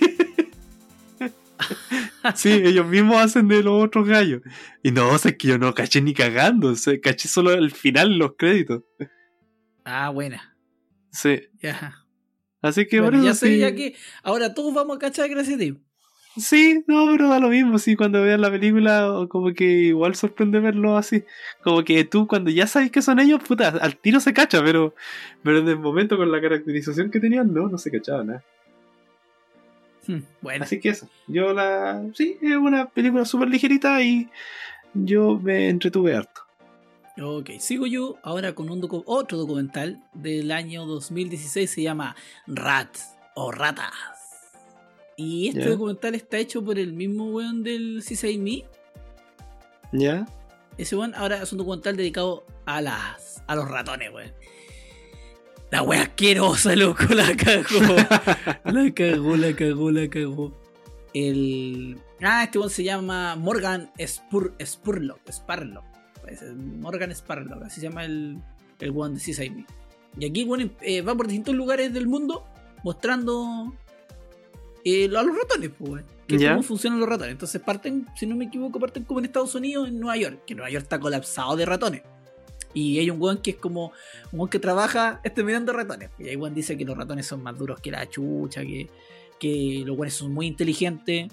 Speaker 2: Sí, ellos mismos hacen de los otros gallos. Y no, o sea, es que yo no caché ni cagando, o sea, caché solo al final los créditos.
Speaker 1: Buena.
Speaker 2: Sí.
Speaker 1: Ya.
Speaker 2: Así que
Speaker 1: bueno,
Speaker 2: por eso
Speaker 1: ya sé,
Speaker 2: sí.
Speaker 1: ya que ahora todos vamos a cachar gracias a ti.
Speaker 2: Sí, no, pero da lo mismo, sí, cuando vean la película, como que igual sorprende verlo así. Como que tú, cuando ya sabes que son ellos, puta, al tiro se cacha, pero en el momento con la caracterización que tenían, no se cachaba nada.
Speaker 1: Bueno.
Speaker 2: Así que eso, sí, es una película súper ligerita y yo me entretuve harto.
Speaker 1: Ok, sigo yo ahora con otro documental del año 2016, se llama Rats o Ratas. Y este documental está hecho por el mismo weón del C6 Me.
Speaker 2: ¿Ya?
Speaker 1: Ese weón ahora es un documental dedicado a los ratones, weón. La wea asquerosa, loco, la cagó. La cagó. Este weón se llama Morgan Spurlock. Morgan Spurlock, así se llama el weón de C6 Me. Y aquí, weón, va por distintos lugares del mundo mostrando a los ratones, pues, cómo funcionan los ratones. Entonces parten, si no me equivoco, como en Estados Unidos, en Nueva York, que Nueva York está colapsado de ratones. Y hay un weón que es como un weón que trabaja mirando ratones. Y ahí weón dice que los ratones son más duros que la chucha, que los weones son muy inteligentes,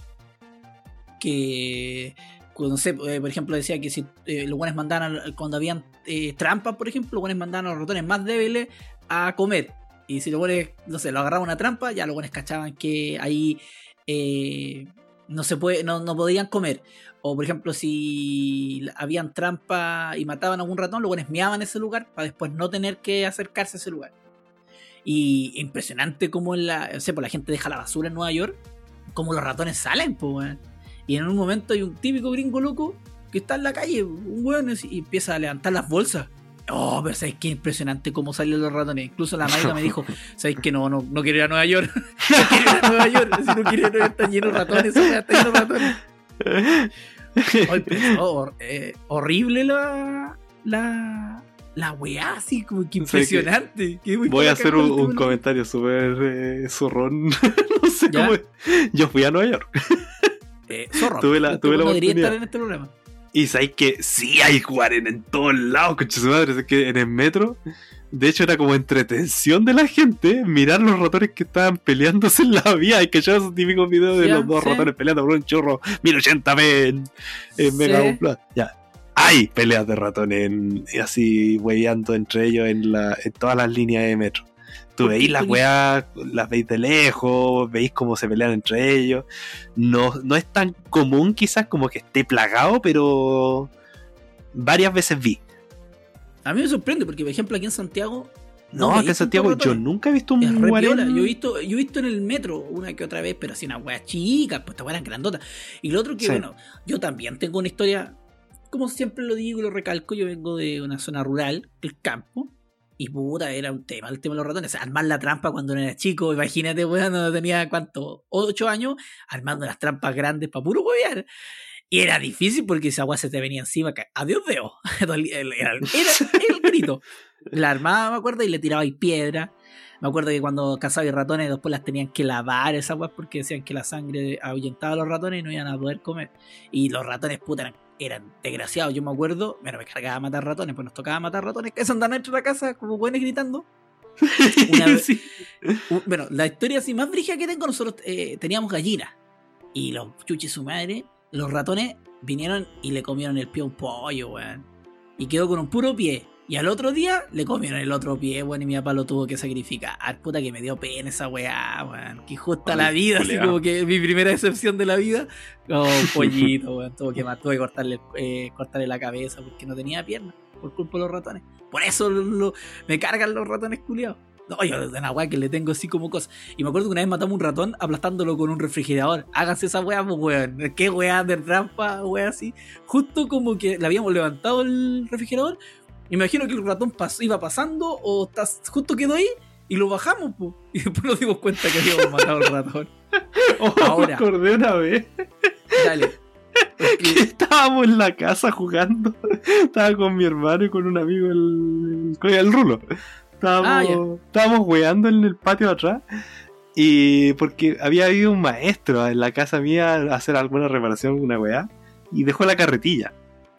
Speaker 1: que, no sé, por ejemplo, decía que si los weones mandaban, cuando habían trampas, por ejemplo, los weones mandaban a los ratones más débiles a comer. Y si los buenos, no sé, lo agarraban una trampa, ya los buenos cachaban que ahí no podían comer. O por ejemplo, si habían trampa y mataban a algún ratón, los buenos meaban ese lugar para después no tener que acercarse a ese lugar. Y impresionante como la gente deja la basura en Nueva York, como los ratones salen, pues, weón. Y en un momento hay un típico gringo loco que está en la calle, un weón, y empieza a levantar las bolsas. Oh, pero ¿sabes qué? Impresionante cómo salen los ratones. Incluso la Maika me dijo, ¿sabes qué? No quiero ir a Nueva York. No quiero ir a Nueva York. Si no quiero ir a Nueva York, está lleno de ratones. Está lleno de ratones. Ay, pero, horrible La weá, así como que
Speaker 2: O sea,
Speaker 1: impresionante.
Speaker 2: voy a hacer un comentario súper zorrón. No sé
Speaker 1: ¿Ya?
Speaker 2: cómo. Yo fui a Nueva York.
Speaker 1: Zorro.
Speaker 2: Tuve la
Speaker 1: no debería
Speaker 2: oportunidad.
Speaker 1: estar en este programa.
Speaker 2: Y sabéis que sí hay Juárez en todos lados, concha su madre. Es que en el metro, de hecho, era como entretención de la gente mirar los ratones que estaban peleándose en la vía. Hay que echar esos típicos videos de
Speaker 1: Ya,
Speaker 2: los dos
Speaker 1: sí.
Speaker 2: ratones peleando por un churro 1080p en Mega
Speaker 1: Sí.
Speaker 2: Plus. Ya. Hay peleas de ratones así hueveando entre ellos en todas las líneas de metro. Tú
Speaker 1: ¿Por qué?
Speaker 2: veis las
Speaker 1: Porque-
Speaker 2: weas, las veis de lejos, veis cómo se pelean entre ellos. No es tan común quizás como que esté plagado, pero varias veces vi.
Speaker 1: A mí me sorprende porque, por ejemplo, aquí en Santiago.
Speaker 2: No,
Speaker 1: veis
Speaker 2: acá en Santiago
Speaker 1: tantos
Speaker 2: yo
Speaker 1: ratones.
Speaker 2: nunca he visto un
Speaker 1: Es re
Speaker 2: guarén.
Speaker 1: piola. Yo he visto en el metro una que otra vez, pero así una wea chica, pues esta wea eran grandota. Y lo otro que,
Speaker 2: Sí.
Speaker 1: bueno, yo también tengo una historia, como siempre lo digo y lo recalco, yo vengo de una zona rural, el campo, y puta, era un tema, el tema de los ratones. O sea, armar la trampa cuando no era chico, imagínate, weón, no tenía, ¿cuánto? 8 años, armando las trampas grandes para puro huevear. Y era difícil porque esa agua se te venía encima. Adiós, Deo. Era el grito. La armaba, me acuerdo, y le tirabais piedra. Me acuerdo que cuando cazabais ratones, después las tenían que lavar esas aguas porque decían que la sangre ahuyentaba a los ratones y no iban a poder comer. Y los ratones, puta, eran desgraciados. Yo me acuerdo, bueno, me cargaba a matar ratones, pues nos tocaba matar ratones que se andan dentro de la casa como buenos gritando. Una vez,
Speaker 2: Sí.
Speaker 1: bueno, la historia así más brígida que tengo, nosotros teníamos gallinas. Y los chuches su madre, los ratones vinieron y le comieron el pie a un pollo, weón. Y quedó con un puro pie. Y al otro día le comieron el otro pie, weón, y mi papá lo tuvo que sacrificar. Puta que me dio pena esa weá, weón. Que justa
Speaker 2: Ay,
Speaker 1: la vida, así
Speaker 2: culeado.
Speaker 1: como que mi primera decepción de la vida. Oh, un pollito, weón. Tuve que cortarle la cabeza porque no tenía pierna por culpa de los ratones. Por eso me cargan los ratones culiados. No, yo de una weá que le tengo así como cosas. Y me acuerdo que una vez matamos un ratón aplastándolo con un refrigerador. Háganse esa weá, pues weón. ¿Qué weá de trampa, weá así? Justo como que le habíamos levantado el refrigerador. Imagino que el ratón iba pasando o justo quedó ahí y lo bajamos, pues. Y después nos dimos cuenta que habíamos matado al ratón.
Speaker 2: Oh,
Speaker 1: Ahora.
Speaker 2: me acordé una vez
Speaker 1: Dale.
Speaker 2: que
Speaker 1: Porque,
Speaker 2: estábamos en la casa jugando. Estaba con mi hermano y con un amigo, el Rulo. Estábamos weando en el patio de atrás. Y porque había habido un maestro en la casa mía a hacer alguna reparación, una weá, y dejó la carretilla.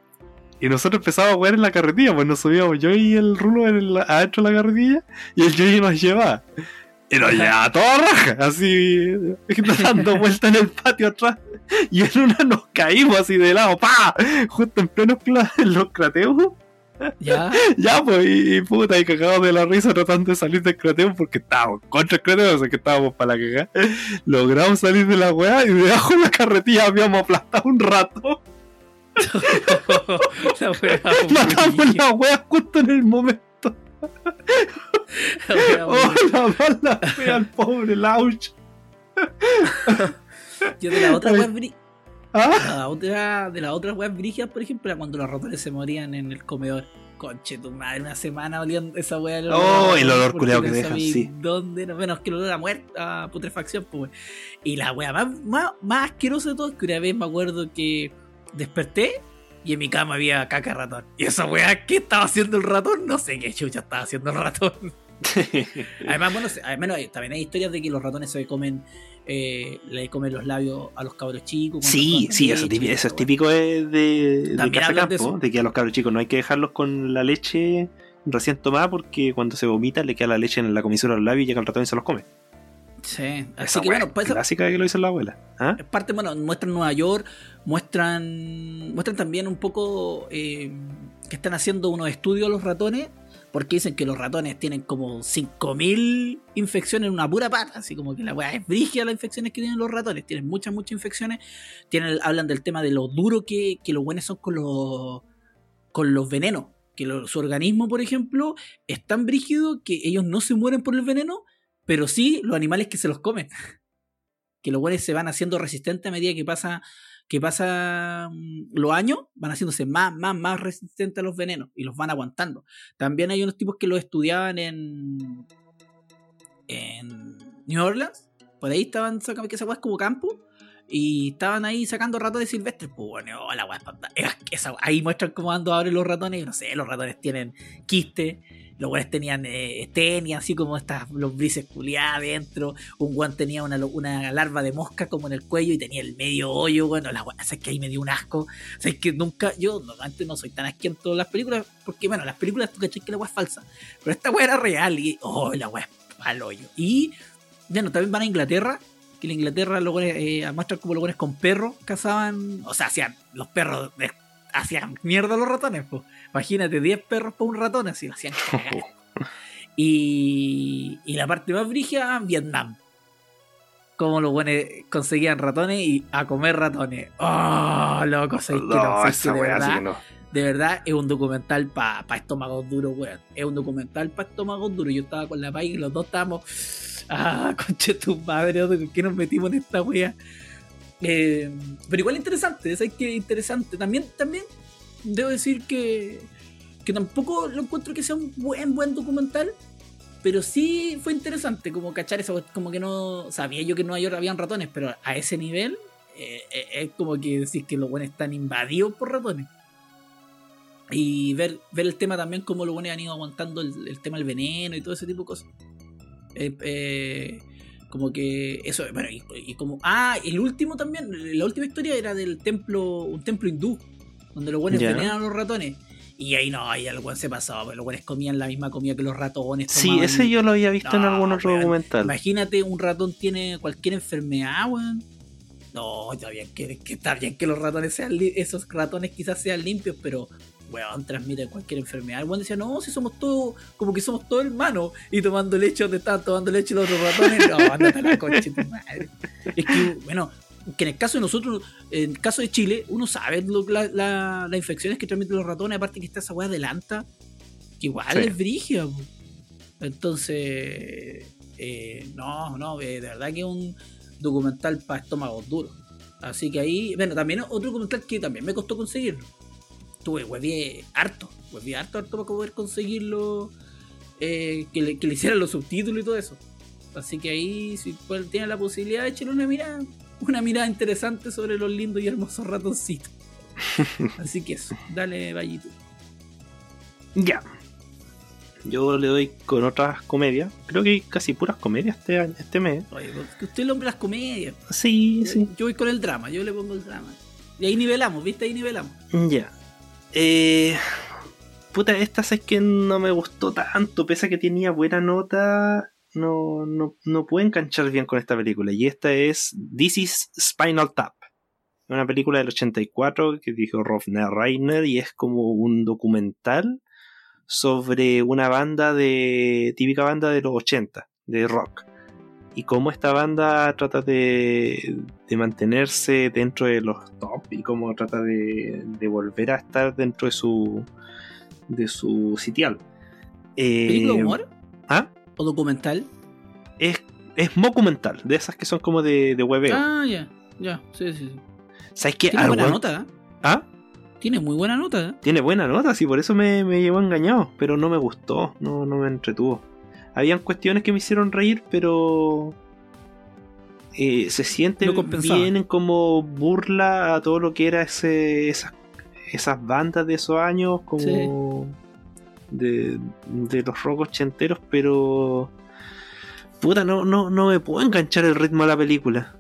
Speaker 2: Y nosotros empezamos a wear en la carretilla, pues nos subíamos yo y el Rulo adentro de la carretilla, y el Yoyi nos llevaba. Y nos llevaba a toda raja, así, dando vueltas en el patio atrás. Y en una nos caímos así de lado, ¡pa! Justo en plenos los crateos.
Speaker 1: ya.
Speaker 2: Ya, pues, y puta, y cagados de la risa tratando de salir del crateo porque estábamos contra el crateo, o sea que estábamos para la cagada. Logramos salir de la weá y debajo de la carretilla habíamos aplastado un rato.
Speaker 1: La weá,
Speaker 2: Matamos la weá justo en el momento.
Speaker 1: la weá,
Speaker 2: Oh, la mala fea al pobre Lauch.
Speaker 1: Yo de la otra
Speaker 2: Ay.
Speaker 1: weá
Speaker 2: ¿Ah?
Speaker 1: de las otras weas brígidas, por ejemplo, era cuando los ratones se morían en el comedor. Conche tu madre, una semana olían esa wea.
Speaker 2: Oh, el olor
Speaker 1: porque
Speaker 2: culeado
Speaker 1: no
Speaker 2: que dejan,
Speaker 1: sabía
Speaker 2: sí.
Speaker 1: ¿Dónde? No, bueno, es que el olor a muerte, a putrefacción, pues. Y la wea más asquerosa de todo es que una vez me acuerdo que desperté y en mi cama había caca de ratón. Y esa wea, ¿qué estaba haciendo el ratón? No sé qué chucha estaba haciendo el ratón. Además, bueno, al menos también hay historias de que los ratones se comen, le comen los labios a los cabros chicos.
Speaker 2: Sí, sí, eso es típico de
Speaker 1: También
Speaker 2: casa
Speaker 1: hablan de
Speaker 2: campo,
Speaker 1: eso.
Speaker 2: de que a los cabros chicos no hay que dejarlos con la leche recién tomada porque cuando se vomita le queda la leche en la comisura de los labios y llega el ratón y se los come.
Speaker 1: Sí, así
Speaker 2: Esa
Speaker 1: que
Speaker 2: wea
Speaker 1: bueno, pues esa
Speaker 2: clásica que lo hizo la abuela. ¿Ah?
Speaker 1: es parte, bueno, muestran Nueva York, muestran también un poco que están haciendo unos estudios los ratones, porque dicen que los ratones tienen como 5000 infecciones en una pura pata, así como que la weá es brígida las infecciones que tienen los ratones, tienen muchas infecciones, hablan del tema de lo duro que los buenos son con los venenos, que su organismo, por ejemplo, es tan brígido que ellos no se mueren por el veneno, pero sí los animales que se los comen. Que los buenos se van haciendo resistentes a medida que pasa los años, van haciéndose más resistentes a los venenos y los van aguantando. También hay unos tipos que lo estudiaban en New Orleans, por ahí estaban sacando que esa weá es como campo, y estaban ahí sacando ratones silvestres. Pues bueno, la weá ahí muestran cómo ando ahora los ratones. No sé, los ratones tienen quiste. Los weones tenían tenia, así como estas lombrices culiadas adentro. Un weón tenía una larva de mosca como en el cuello y tenía el medio hoyo. Bueno, la weá, es que ahí me dio un asco. O sea, es que nunca, yo normalmente no soy tan asquiento en las películas, porque bueno, las películas tú cachai que la weá es falsa. Pero esta weá era real y, la weá es al hoyo. Y, bueno, también van a Inglaterra, que en Inglaterra los weones muestran como los weones con perros cazaban, o sea, hacían los perros hacían mierda a los ratones, pues. Imagínate, 10 perros por un ratón, así lo hacían cagar. Y la parte más brígida, Vietnam. Cómo los buenos conseguían ratones y a comer ratones. ¡Oh, loco! De verdad, es un documental para estómagos duros, weón. Es un documental para estómagos duros. Yo estaba con la país y los dos estábamos... conche tu madre, ¿con qué nos metimos en esta wea? Pero igual interesante, es que interesante. También debo decir que tampoco lo encuentro que sea un buen documental, pero sí fue interesante como cachar eso, como que no sabía yo que en Nueva York habían ratones, pero a ese nivel es como que decir que los buenos están invadidos por ratones. Y ver el tema también, como los buenos han ido aguantando el tema del veneno y todo ese tipo de cosas. Como que eso, bueno, y como el último también, la última historia era del un templo hindú donde los buenos venenan a los ratones. Y ahí el buen se pasaba, pero los buenos comían la misma comida que los ratones.
Speaker 2: Sí, ese yo lo había visto en algún otro documental.
Speaker 1: Imagínate, un ratón tiene cualquier enfermedad, weón. No, está bien que los ratones esos ratones quizás sean limpios, pero weón, transmiten cualquier enfermedad. El weón decía, no, si somos todos, como que somos todos hermanos. Y tomando leche donde estaban tomando leche los otros ratones. No, ándate a la concha de tu madre. Es que, bueno, que en el caso de nosotros, en el caso de Chile, uno sabe las infecciones que transmiten los ratones, aparte que está esa weá adelanta, que igual es brígida. Entonces, de verdad que es un documental para estómagos duros. Así que ahí, bueno, también otro documental que también me costó conseguirlo. Huevié harto para poder conseguirlo, que le hicieran los subtítulos y todo eso. Así que ahí, si tienen la posibilidad de echarle una mirada interesante sobre los lindos y hermosos ratoncitos. Así que eso, dale, Vallito.
Speaker 2: Ya. Yo le doy con otras comedias. Creo que hay casi puras comedias este mes.
Speaker 1: Oye, que usted es el hombre de las comedias.
Speaker 2: Sí.
Speaker 1: Yo voy con el drama, yo le pongo el drama. Y ahí nivelamos, ¿viste? Ahí nivelamos.
Speaker 2: Ya. Esta es que no me gustó tanto. Pese a que tenía buena nota, no pude enganchar bien con esta película. Y esta es This is Spinal Tap. Una película del 84 que dijo Rob Reiner y es como un documental sobre una típica banda de los 80 de rock, y cómo esta banda trata de mantenerse dentro de los top y cómo trata de volver a estar dentro de su sitial.
Speaker 1: ¿Película de humor? ¿O documental?
Speaker 2: Es documental, de esas que son como de hueveo.
Speaker 1: Ya, sí.
Speaker 2: ¿Sabes qué?
Speaker 1: Tiene buena nota, Tiene muy buena nota,
Speaker 2: Tiene buena nota, sí, por eso me llevó engañado, pero no me gustó, no me entretuvo. Habían cuestiones que me hicieron reír, pero se siente bien como burla a todo lo que era esas bandas de esos años, como de los rock ochenteros, pero no me puedo enganchar el ritmo a la película.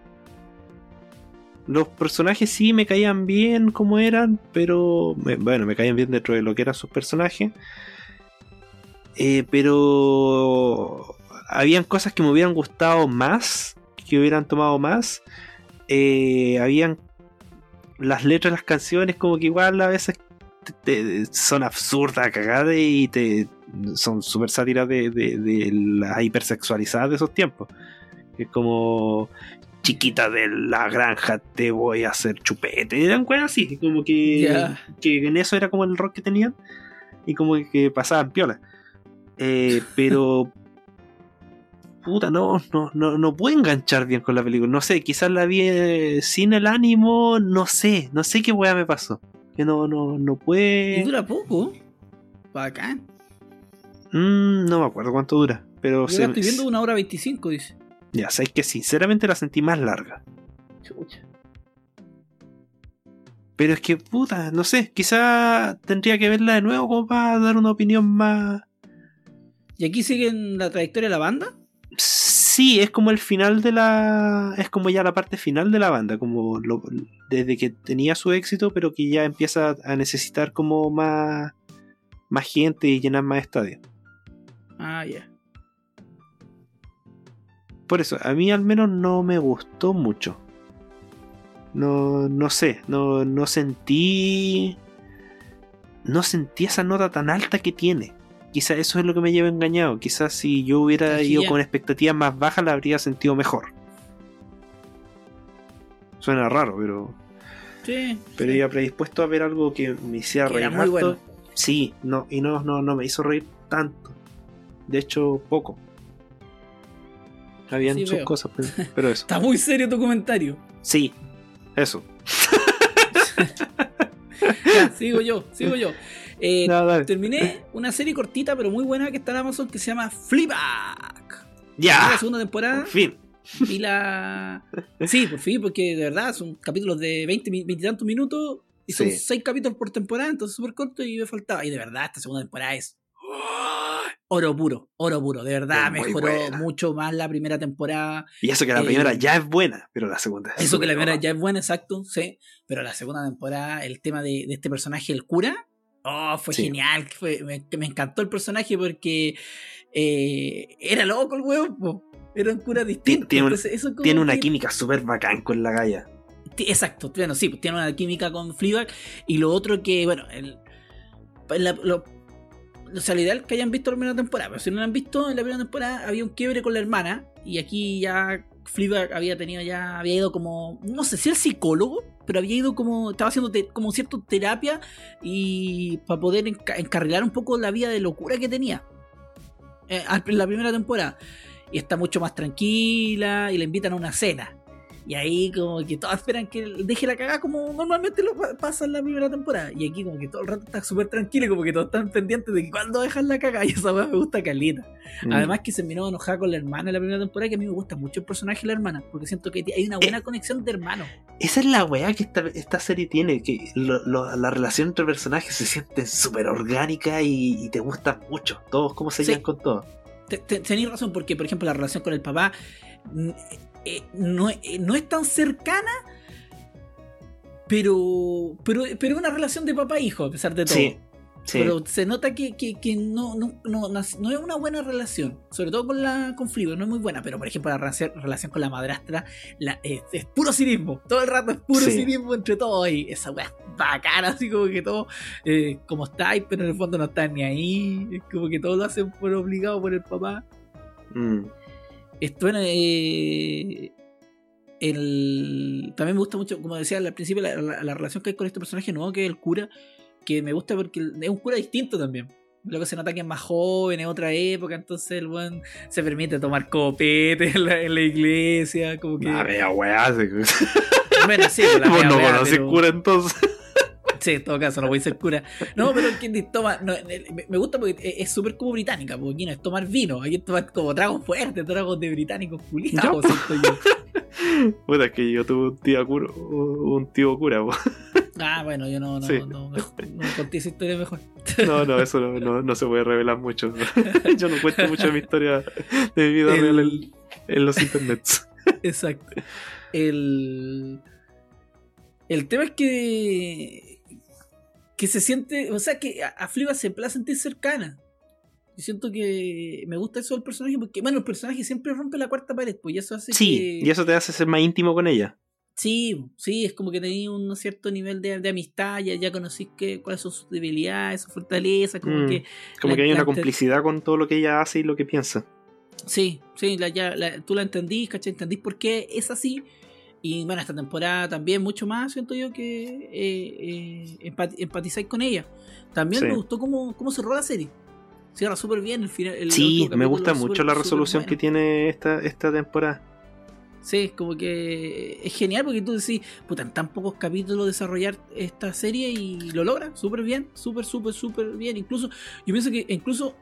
Speaker 2: Los personajes sí me caían bien como eran, pero me caían bien dentro de lo que eran sus personajes. Pero habían cosas que me hubieran gustado más, que hubieran tomado más. Habían las letras de las canciones como que igual a veces son absurdas, cagadas, y son súper sátiras de las hipersexualizadas de esos tiempos. Es como: chiquita de la granja, te voy a hacer chupete. Eran cosas así, como que en eso era como el rock que tenían, y como que pasaban piola. Pero no puedo enganchar bien con la película. No sé, quizás la vi sin el ánimo, no sé qué weá me pasó. Que no puede.
Speaker 1: Y dura poco. Bacán.
Speaker 2: No me acuerdo cuánto dura, pero
Speaker 1: yo la estoy viendo 1 hora 25, dice.
Speaker 2: Ya, sabes que sinceramente la sentí más larga.
Speaker 1: Chucha.
Speaker 2: Pero es que, puta, no sé, quizá tendría que verla de nuevo como para dar una opinión más...
Speaker 1: ¿Y aquí siguen la trayectoria de la banda?
Speaker 2: Sí, es como el final de la... Es como ya la parte final de la banda, como desde que tenía su éxito, pero que ya empieza a necesitar como más gente y llenar más estadios.
Speaker 1: Ah, ya.
Speaker 2: Por eso, a mí al menos no me gustó mucho. No sé, no sentí esa nota tan alta que tiene. Quizás eso es lo que me lleva engañado. Quizás si yo hubiera ido con expectativas más bajas la habría sentido mejor. Suena raro, pero...
Speaker 1: Sí.
Speaker 2: Pero iba predispuesto a ver algo que me hiciera reír
Speaker 1: era muy bueno.
Speaker 2: Sí, no me hizo reír tanto. De hecho, poco. Habían sus cosas, pero eso.
Speaker 1: Está muy serio tu comentario.
Speaker 2: Sí, eso.
Speaker 1: Ya, sigo yo.
Speaker 2: No,
Speaker 1: terminé una serie cortita pero muy buena que está en Amazon que se llama Fleabag.
Speaker 2: Ya.
Speaker 1: La segunda temporada.
Speaker 2: Por fin.
Speaker 1: Y Sí, por fin, porque de verdad son capítulos de 20 y tantos minutos y son 6 capítulos por temporada, entonces súper corto y me faltaba. Y de verdad, esta segunda temporada es oro puro, de verdad, es mejoró mucho más la primera temporada.
Speaker 2: Y eso que la primera ya es buena, pero la segunda es
Speaker 1: eso que la primera ya es buena, exacto, sí. Pero la segunda temporada, el tema de este personaje, el cura, fue genial. Me encantó el personaje porque era loco el huevo, po. Era un cura distinto.
Speaker 2: Tiene una química súper bacán con la galla.
Speaker 1: Exacto, bueno, sí, pues tiene una química con Fleabag. Y lo otro que, bueno, o sea, lo ideal que hayan visto la primera temporada, pero si no la han visto, en la primera temporada había un quiebre con la hermana. Y aquí ya Fleabag había ido como, no sé si el psicólogo, pero había ido como, estaba haciendo como cierta terapia y para poder encarrilar un poco la vida de locura que tenía en la primera temporada. Y está mucho más tranquila y le invitan a una cena. Y ahí como que todos esperan que deje la cagada como normalmente lo pasa en la primera temporada. Y aquí como que todo el rato está súper tranquilo y como que todos están pendientes de que cuando dejan la cagada. Y esa weá me gusta caleta. Además que se miró enojada con la hermana en la primera temporada, que a mí me gusta mucho el personaje de la hermana, porque siento que hay una buena conexión de hermanos.
Speaker 2: Esa es la weá que esta serie tiene, que la relación entre personajes se siente súper orgánica y te gusta mucho. Todos cómo se llevan con todo.
Speaker 1: Tenéis razón, porque por ejemplo la relación con el papá no es tan cercana, pero es una relación de papá e hijo, a pesar de todo. Sí. Pero se nota que no es una buena relación, sobre todo con Fleabag, no es muy buena. Pero por ejemplo la relación con la madrastra es puro cinismo, todo el rato es puro cinismo entre todos. Y esa weá es bacana, así como que todo como estáis, pero en el fondo no están ni ahí. Es como que todo lo hacen por obligado por el papá. Bueno, también me gusta mucho, como decía al principio, la relación que hay con este personaje nuevo, que es el cura, que me gusta porque es un cura distinto también. Luego se nota que es más joven, es otra época, entonces el buen se permite tomar copete en la iglesia, como que...
Speaker 2: Vea weá.
Speaker 1: Bueno, sí,
Speaker 2: vos no conoces cura entonces.
Speaker 1: Sí, en todo caso, no voy a ser cura. No, pero quien toma... me gusta porque es súper como británica, porque aquí no es tomar vino, aquí es tomar como tragos fuertes, tragos de británicos culiados, siento yo.
Speaker 2: Puta, es que yo tuve un tío cura, po.
Speaker 1: Ah, bueno, yo no conté esa historia mejor.
Speaker 2: No, eso no se puede revelar mucho. Yo no cuento mucho de mi historia de mi vida real en los internets.
Speaker 1: Exacto. El tema es que se siente, o sea, que a Fleabag se puede sentir cercana. Yo siento que me gusta eso del personaje porque, bueno, el personaje siempre rompe la cuarta pared, pues, y eso hace
Speaker 2: y eso te hace ser más íntimo con ella.
Speaker 1: Sí, es como que tenéis un cierto nivel de amistad, ya conocís cuáles son sus debilidades, sus fortalezas, como que
Speaker 2: hay una complicidad con todo lo que ella hace y lo que piensa.
Speaker 1: Sí, tú la entendís, ¿cachai? Entendís por qué es así. Y bueno, esta temporada también mucho más, siento yo que empatizáis con ella. También me gustó cómo cerró la serie. Cierra súper bien el final.
Speaker 2: Sí, me gusta mucho la resolución que tiene esta temporada.
Speaker 1: Sí, como que es genial porque tú decís, puta, en tan pocos capítulos desarrollar esta serie y lo logra súper bien, súper bien. Incluso, yo pienso que incluso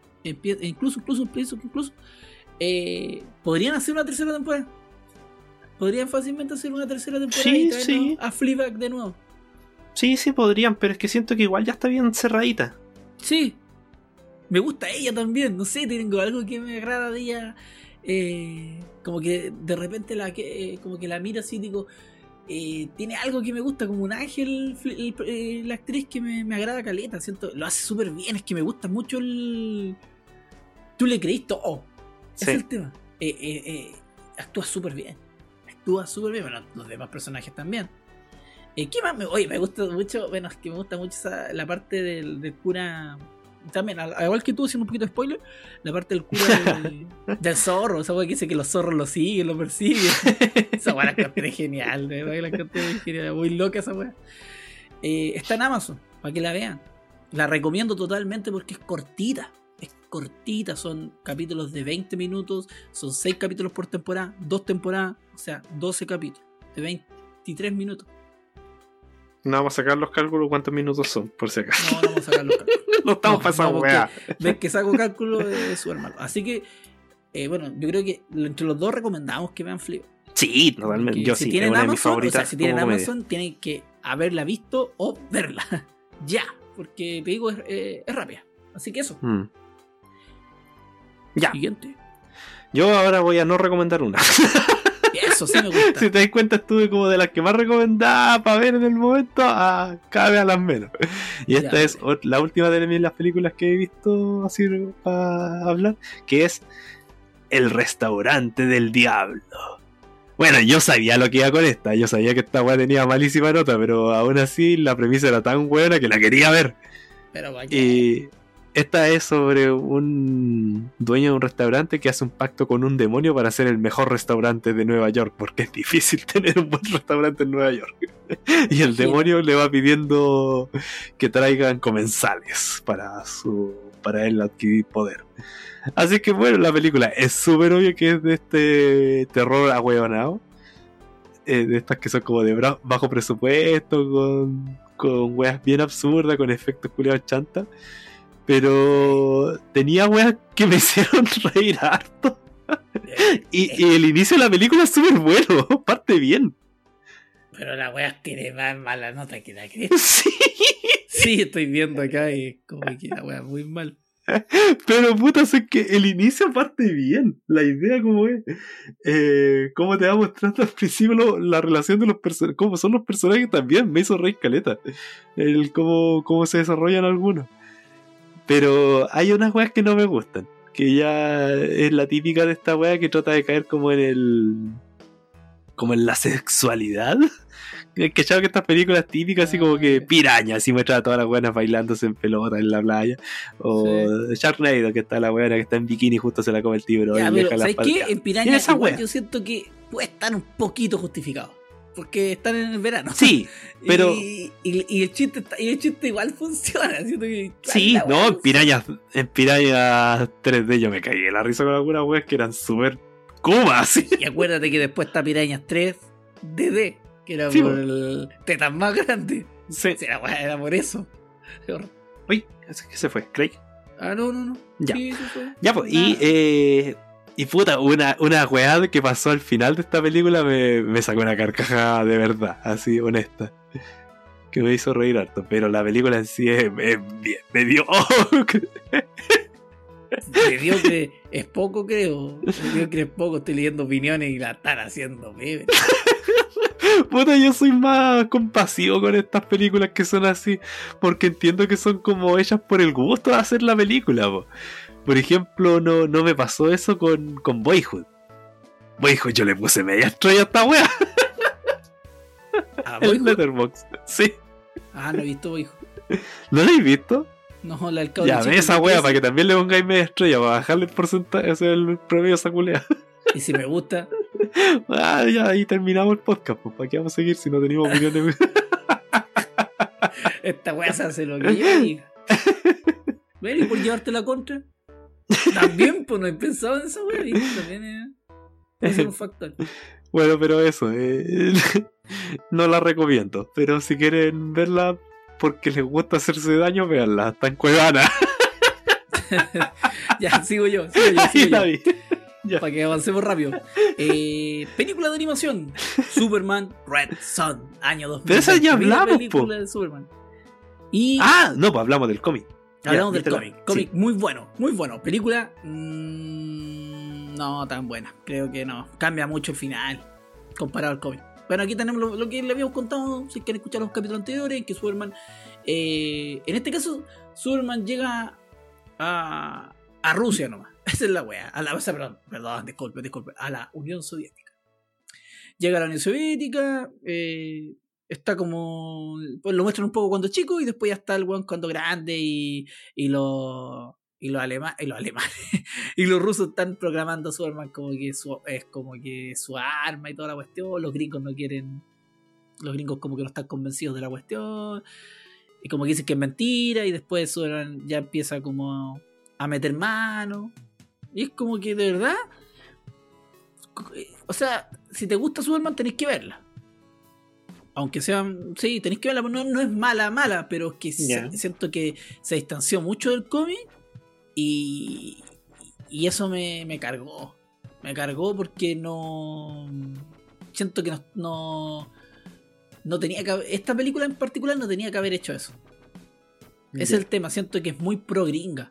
Speaker 1: podrían hacer una tercera temporada. Podrían fácilmente hacer una tercera temporada
Speaker 2: Sí,
Speaker 1: y traernos
Speaker 2: sí.
Speaker 1: a Fleabag de nuevo.
Speaker 2: Sí, podrían, pero es que siento que igual ya está bien cerradita.
Speaker 1: Sí. Me gusta ella también. No sé, tengo algo que me agrada de ella. Como que de repente como que la miro así, digo... tiene algo que me gusta, como un ángel, la actriz que me agrada caleta. Siento, lo hace súper bien. Es que me gusta mucho el... Tú le creís todo.
Speaker 2: Sí.
Speaker 1: Ese es el tema. Actúa súper bien. Bueno, los demás personajes también. ¿Qué más? Oye, me gusta mucho. Bueno, es que me gusta mucho la parte del cura. También, al igual que tú, haciendo un poquito de spoiler, la parte del cura del zorro. Esa weá que dice que los zorros lo siguen, lo persiguen. Esa weá la encontré genial, de verdad que la encontré muy genial. Muy loca esa weá. Está en Amazon, para que la vean. La recomiendo totalmente porque es cortita. Son capítulos de 20 minutos, son 6 capítulos por temporada, 2 temporadas, o sea, 12 capítulos de 23 minutos.
Speaker 2: No vamos a sacar los cálculos cuántos minutos son, por si acaso.
Speaker 1: No vamos a sacar los cálculos.
Speaker 2: No estamos pasando, weá.
Speaker 1: Ves que saco cálculo es súper malo. Así que, bueno, yo creo que entre los dos recomendamos que vean Fleabag.
Speaker 2: Sí, totalmente. Yo
Speaker 1: si
Speaker 2: sí,
Speaker 1: tienen
Speaker 2: es una
Speaker 1: Amazon,
Speaker 2: de mis favoritas.
Speaker 1: o sea, si tienen
Speaker 2: como
Speaker 1: Amazon, tienen que haberla visto o verla. Ya, porque te digo, es rápida. Así que eso.
Speaker 2: Ya.
Speaker 1: Siguiente.
Speaker 2: Yo ahora voy a no recomendar una.
Speaker 1: Eso sí me gusta.
Speaker 2: Si te das cuenta, estuve como de las que más recomendaba para ver en el momento a cada vez a las menos. Y esta
Speaker 1: Ya,
Speaker 2: es la última de las películas que he visto así para hablar, que es El Restaurante del Diablo. Bueno, yo sabía lo que iba con esta. Yo sabía que esta weá tenía malísima nota, pero aún así la premisa era tan buena que la quería ver.
Speaker 1: Pero vaya.
Speaker 2: Y esta es sobre un dueño de un restaurante que hace un pacto con un demonio para ser el mejor restaurante de Nueva York, porque es difícil tener un buen restaurante en Nueva York. Y el demonio le va pidiendo que traigan comensales para él adquirir poder. Así que bueno, la película es súper obvio que es de este terror ahueonado, de estas que son como de bajo presupuesto, con weas bien absurdas, con efectos culiados chanta. Pero tenía weas que me hicieron reír harto. Y el inicio de la película es súper bueno, parte bien.
Speaker 1: Pero la wea tiene más mala nota que la que...
Speaker 2: Sí.
Speaker 1: Sí, estoy viendo acá y como que la wea muy mal.
Speaker 2: Pero puta, es que el inicio parte bien. La idea como es, cómo te va mostrando al principio la relación de los personajes, cómo son los personajes también, me hizo reír caleta. Cómo se desarrollan algunos. Pero hay unas weas que no me gustan, que ya es la típica de esta wea que trata de caer como en la sexualidad. Que ya que estas películas típicas así como que Piraña, así muestra a todas las buenas bailándose en pelota en la playa, o sí. Sharknado, que está la buena que está en bikini y justo se la come el tiburón.
Speaker 1: Ya, pero ¿sabes qué? En Piraña igual yo siento que puede estar un poquito justificado, porque están en el verano.
Speaker 2: Sí, pero
Speaker 1: y el chiste igual funciona. Siento que,
Speaker 2: sí, no, en Piraña 3D yo me caí de la risa con algunas weas que eran súper cumas.
Speaker 1: Y acuérdate que después está Pirañas 3DD, que era
Speaker 2: sí,
Speaker 1: por el tetas más grande.
Speaker 2: Sí.
Speaker 1: Era por eso.
Speaker 2: Uy, ¿qué se fue? ¿Craig?
Speaker 1: Ah, no.
Speaker 2: Ya.
Speaker 1: Sí, se fue.
Speaker 2: Ya, pues, y puta, una weá que pasó al final de esta película me sacó una carcajada de verdad, así, honesta. Que me hizo reír harto, pero la película en sí es bien, me dio...
Speaker 1: Me dio que es poco, creo. Me dio que es poco, estoy leyendo opiniones y la están haciendo bebé.
Speaker 2: Puta, yo soy más compasivo con estas películas que son así, porque entiendo que son como hechas por el gusto de hacer la película, po. Por ejemplo, no me pasó eso con Boyhood. Boyhood yo le puse media estrella a esta wea.
Speaker 1: ¿A
Speaker 2: en Letterboxd? Sí.
Speaker 1: Ah, no he visto Boyhood.
Speaker 2: ¿No la he visto?
Speaker 1: No, la del cabrón.
Speaker 2: Ya, ve esa wea para que también le pongáis media estrella, para bajarle el porcentaje, ese es el promedio de esa culea.
Speaker 1: Y si me gusta.
Speaker 2: Ah, ya, ahí terminamos el podcast, pues ¿para qué vamos a seguir si no tenemos opiniones?
Speaker 1: Esta wea se hace lo que yo diga. ¿Ven? Y por llevarte la contra. También, pues no he pensado en esa wea. También es un factor.
Speaker 2: Bueno, pero eso, no la recomiendo. Pero si quieren verla porque les gusta hacerse daño, véanla. Está en Cuevana.
Speaker 1: Ya, sigo yo.
Speaker 2: Ya.
Speaker 1: Para que avancemos rápido. Película de animación. Superman Red Son, año 2000.
Speaker 2: Pero esa ya hablamos,
Speaker 1: película
Speaker 2: po.
Speaker 1: de Superman. Y
Speaker 2: No, pues hablamos del cómic.
Speaker 1: hablamos del
Speaker 2: vítela.
Speaker 1: cómic. Cómic
Speaker 2: Sí.
Speaker 1: muy bueno, muy bueno. Película no tan buena. Creo que no. Cambia mucho el final comparado al cómic. Bueno, aquí tenemos lo que le habíamos contado. Si quieren escuchar los capítulos anteriores, que Superman, en este caso, Superman llega a Rusia nomás. Esa es la wea. Perdón, disculpe. A la Unión Soviética. Llega a la Unión Soviética. Está como. Pues lo muestran un poco cuando chico. Y después ya está el weón cuando grande. Y los alemanes. Y los rusos están programando a Superman como que es como que su arma y toda la cuestión. Los gringos no quieren. Los gringos como que no están convencidos de la cuestión. Y como que dicen que es mentira. Y después Superman ya empieza como a meter mano. Y es como que de verdad. O sea, si te gusta Superman tenés que verla. Aunque sean. Sí, tenéis que verla. No es mala, pero es que siento que se distanció mucho del cómic. Y eso me cargó. Me cargó porque no. Siento que no tenía que. Esta película en particular no tenía que haber hecho eso. Ese es el tema. Siento que es muy pro gringa.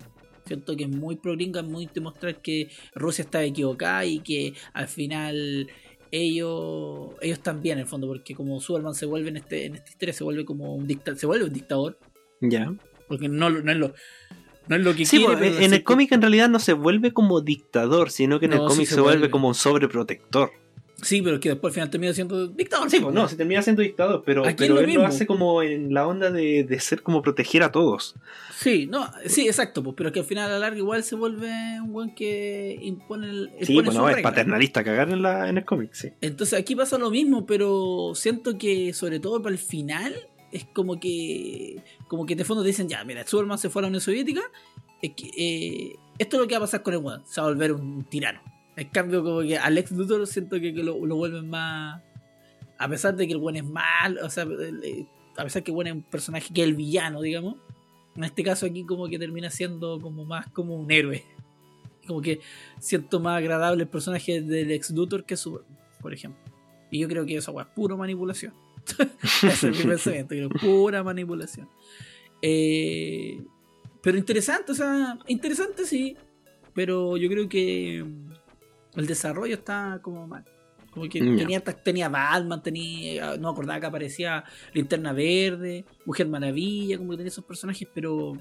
Speaker 1: Muy demostrar que Rusia estaba equivocada y que al final ellos también en el fondo, porque como Superman se vuelve en esta historia, se vuelve como un dictador.
Speaker 2: Ya.
Speaker 1: Porque no es lo que
Speaker 2: Sí,
Speaker 1: quiere.
Speaker 2: pues, en el cómic en realidad no se vuelve como dictador, sino que en el cómic se vuelve como un sobreprotector.
Speaker 1: Sí, pero que después al final termina siendo dictador.
Speaker 2: Sí, pues no, se termina siendo dictador, pero él lo hace como en la onda de ser como proteger a todos.
Speaker 1: Sí, exacto, pues, pero que al final a la larga igual se vuelve un buen que impone el.
Speaker 2: Sí, pues no, es paternalista cagar en el cómic, sí.
Speaker 1: Entonces aquí pasa lo mismo, pero siento que sobre todo para el final es como que de fondo te dicen, ya, mira, Superman se fue a la Unión Soviética, esto es lo que va a pasar con el weón, se va a volver un tirano. En cambio, como que a Lex Luthor siento que lo vuelven más. A pesar de que el buen es mal, o sea, a pesar que el buen es un personaje que es el villano, digamos. En este caso aquí como que termina siendo como más como un héroe. Como que siento más agradable el personaje de Lex Luthor que Superman, por ejemplo. Y yo creo que esa es pura manipulación. Ese es mi pensamiento, creo, pura manipulación. Pero interesante, o sea, interesante sí. Pero yo creo que el desarrollo está como mal. Como que tenía Batman, no me acordaba que aparecía Linterna Verde, Mujer Maravilla, como que tenía esos personajes, pero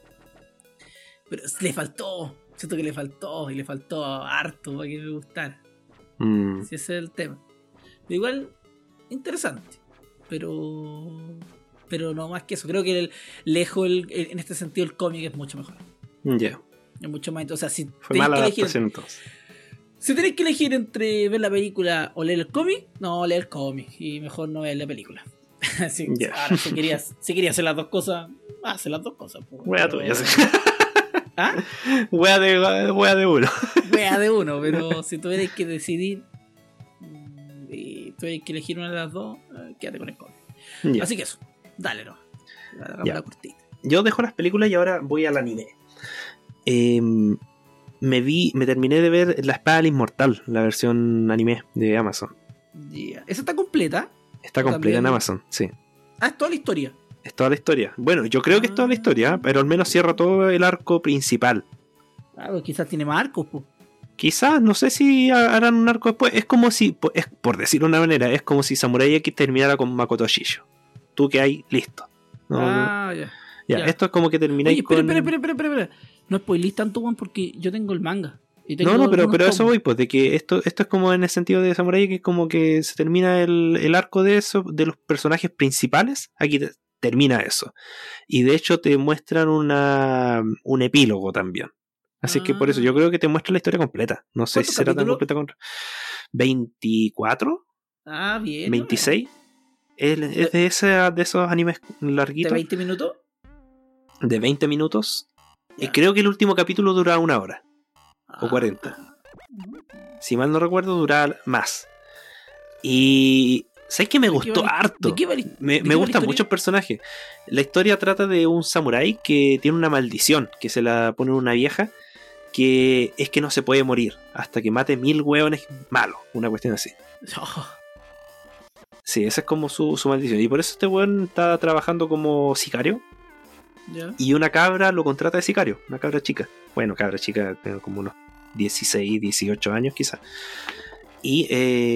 Speaker 1: le faltó. Siento que le faltó harto para que me gustara. Si ese es el tema. Pero igual, interesante. Pero no más que eso. Creo que en este sentido el cómic es mucho mejor.
Speaker 2: Ya.
Speaker 1: Es mucho más. O sea, si
Speaker 2: fue mala adaptación entonces.
Speaker 1: Si tenéis que elegir entre ver la película o leer el cómic, no, leer el cómic. Y mejor no ver la película. Así, ahora, si querías hacer las dos cosas, hace las dos cosas.
Speaker 2: Wea tuya, sí.
Speaker 1: ¿Ah?
Speaker 2: Wea de uno.
Speaker 1: Wea de uno, pero si tuvierais que decidir y tuvierais que elegir una de las dos, quédate con el cómic.
Speaker 2: Yeah.
Speaker 1: Así que eso, dale, no. Hagamos la cortita.
Speaker 2: Yo dejo las películas y ahora voy al anime. Me terminé de ver La Espada del Inmortal, la versión anime de Amazon.
Speaker 1: Yeah. ¿Esa está completa?
Speaker 2: Está completa en Amazon, sí.
Speaker 1: Ah, es toda la historia.
Speaker 2: Es toda la historia. Bueno, yo creo que es toda la historia, pero al menos cierra todo el arco principal.
Speaker 1: Claro, quizás tiene más arcos, pues.
Speaker 2: Quizás, no sé si harán un arco después. Es como si, por decirlo de una manera, es como si Samurai X terminara con Makoto Shisho. Tú que hay, listo. Ya, esto es como que termináis con...
Speaker 1: Espera. No spoilees tanto, Juan, porque yo tengo el manga.
Speaker 2: No, pero eso voy, pues, de que esto es como en el sentido de Samurai X, como que se termina el arco de eso, de los personajes principales. Aquí termina eso. Y de hecho te muestran un epílogo también. Así que por eso yo creo que te muestra la historia completa. No sé si será tan completa con 24.
Speaker 1: Ah, bien.
Speaker 2: 26. Es de esos animes larguitos.
Speaker 1: ¿De 20 minutos?
Speaker 2: De 20 minutos. Creo que el último capítulo dura 1 hora. O 40. Si mal no recuerdo, dura más. Y... ¿sabes qué me gustó harto? Me gustan muchos personajes. La historia trata de un samurái que tiene una maldición que se la pone una vieja que es que no se puede morir hasta que mate 1000 hueones malos, una cuestión así.
Speaker 1: Oh,
Speaker 2: Sí, esa es como su maldición. Y por eso este hueón está trabajando como sicario.
Speaker 1: ya.
Speaker 2: Y una cabra lo contrata de sicario, una cabra chica. Bueno, cabra chica, tengo como unos 16, 18 años quizás. Y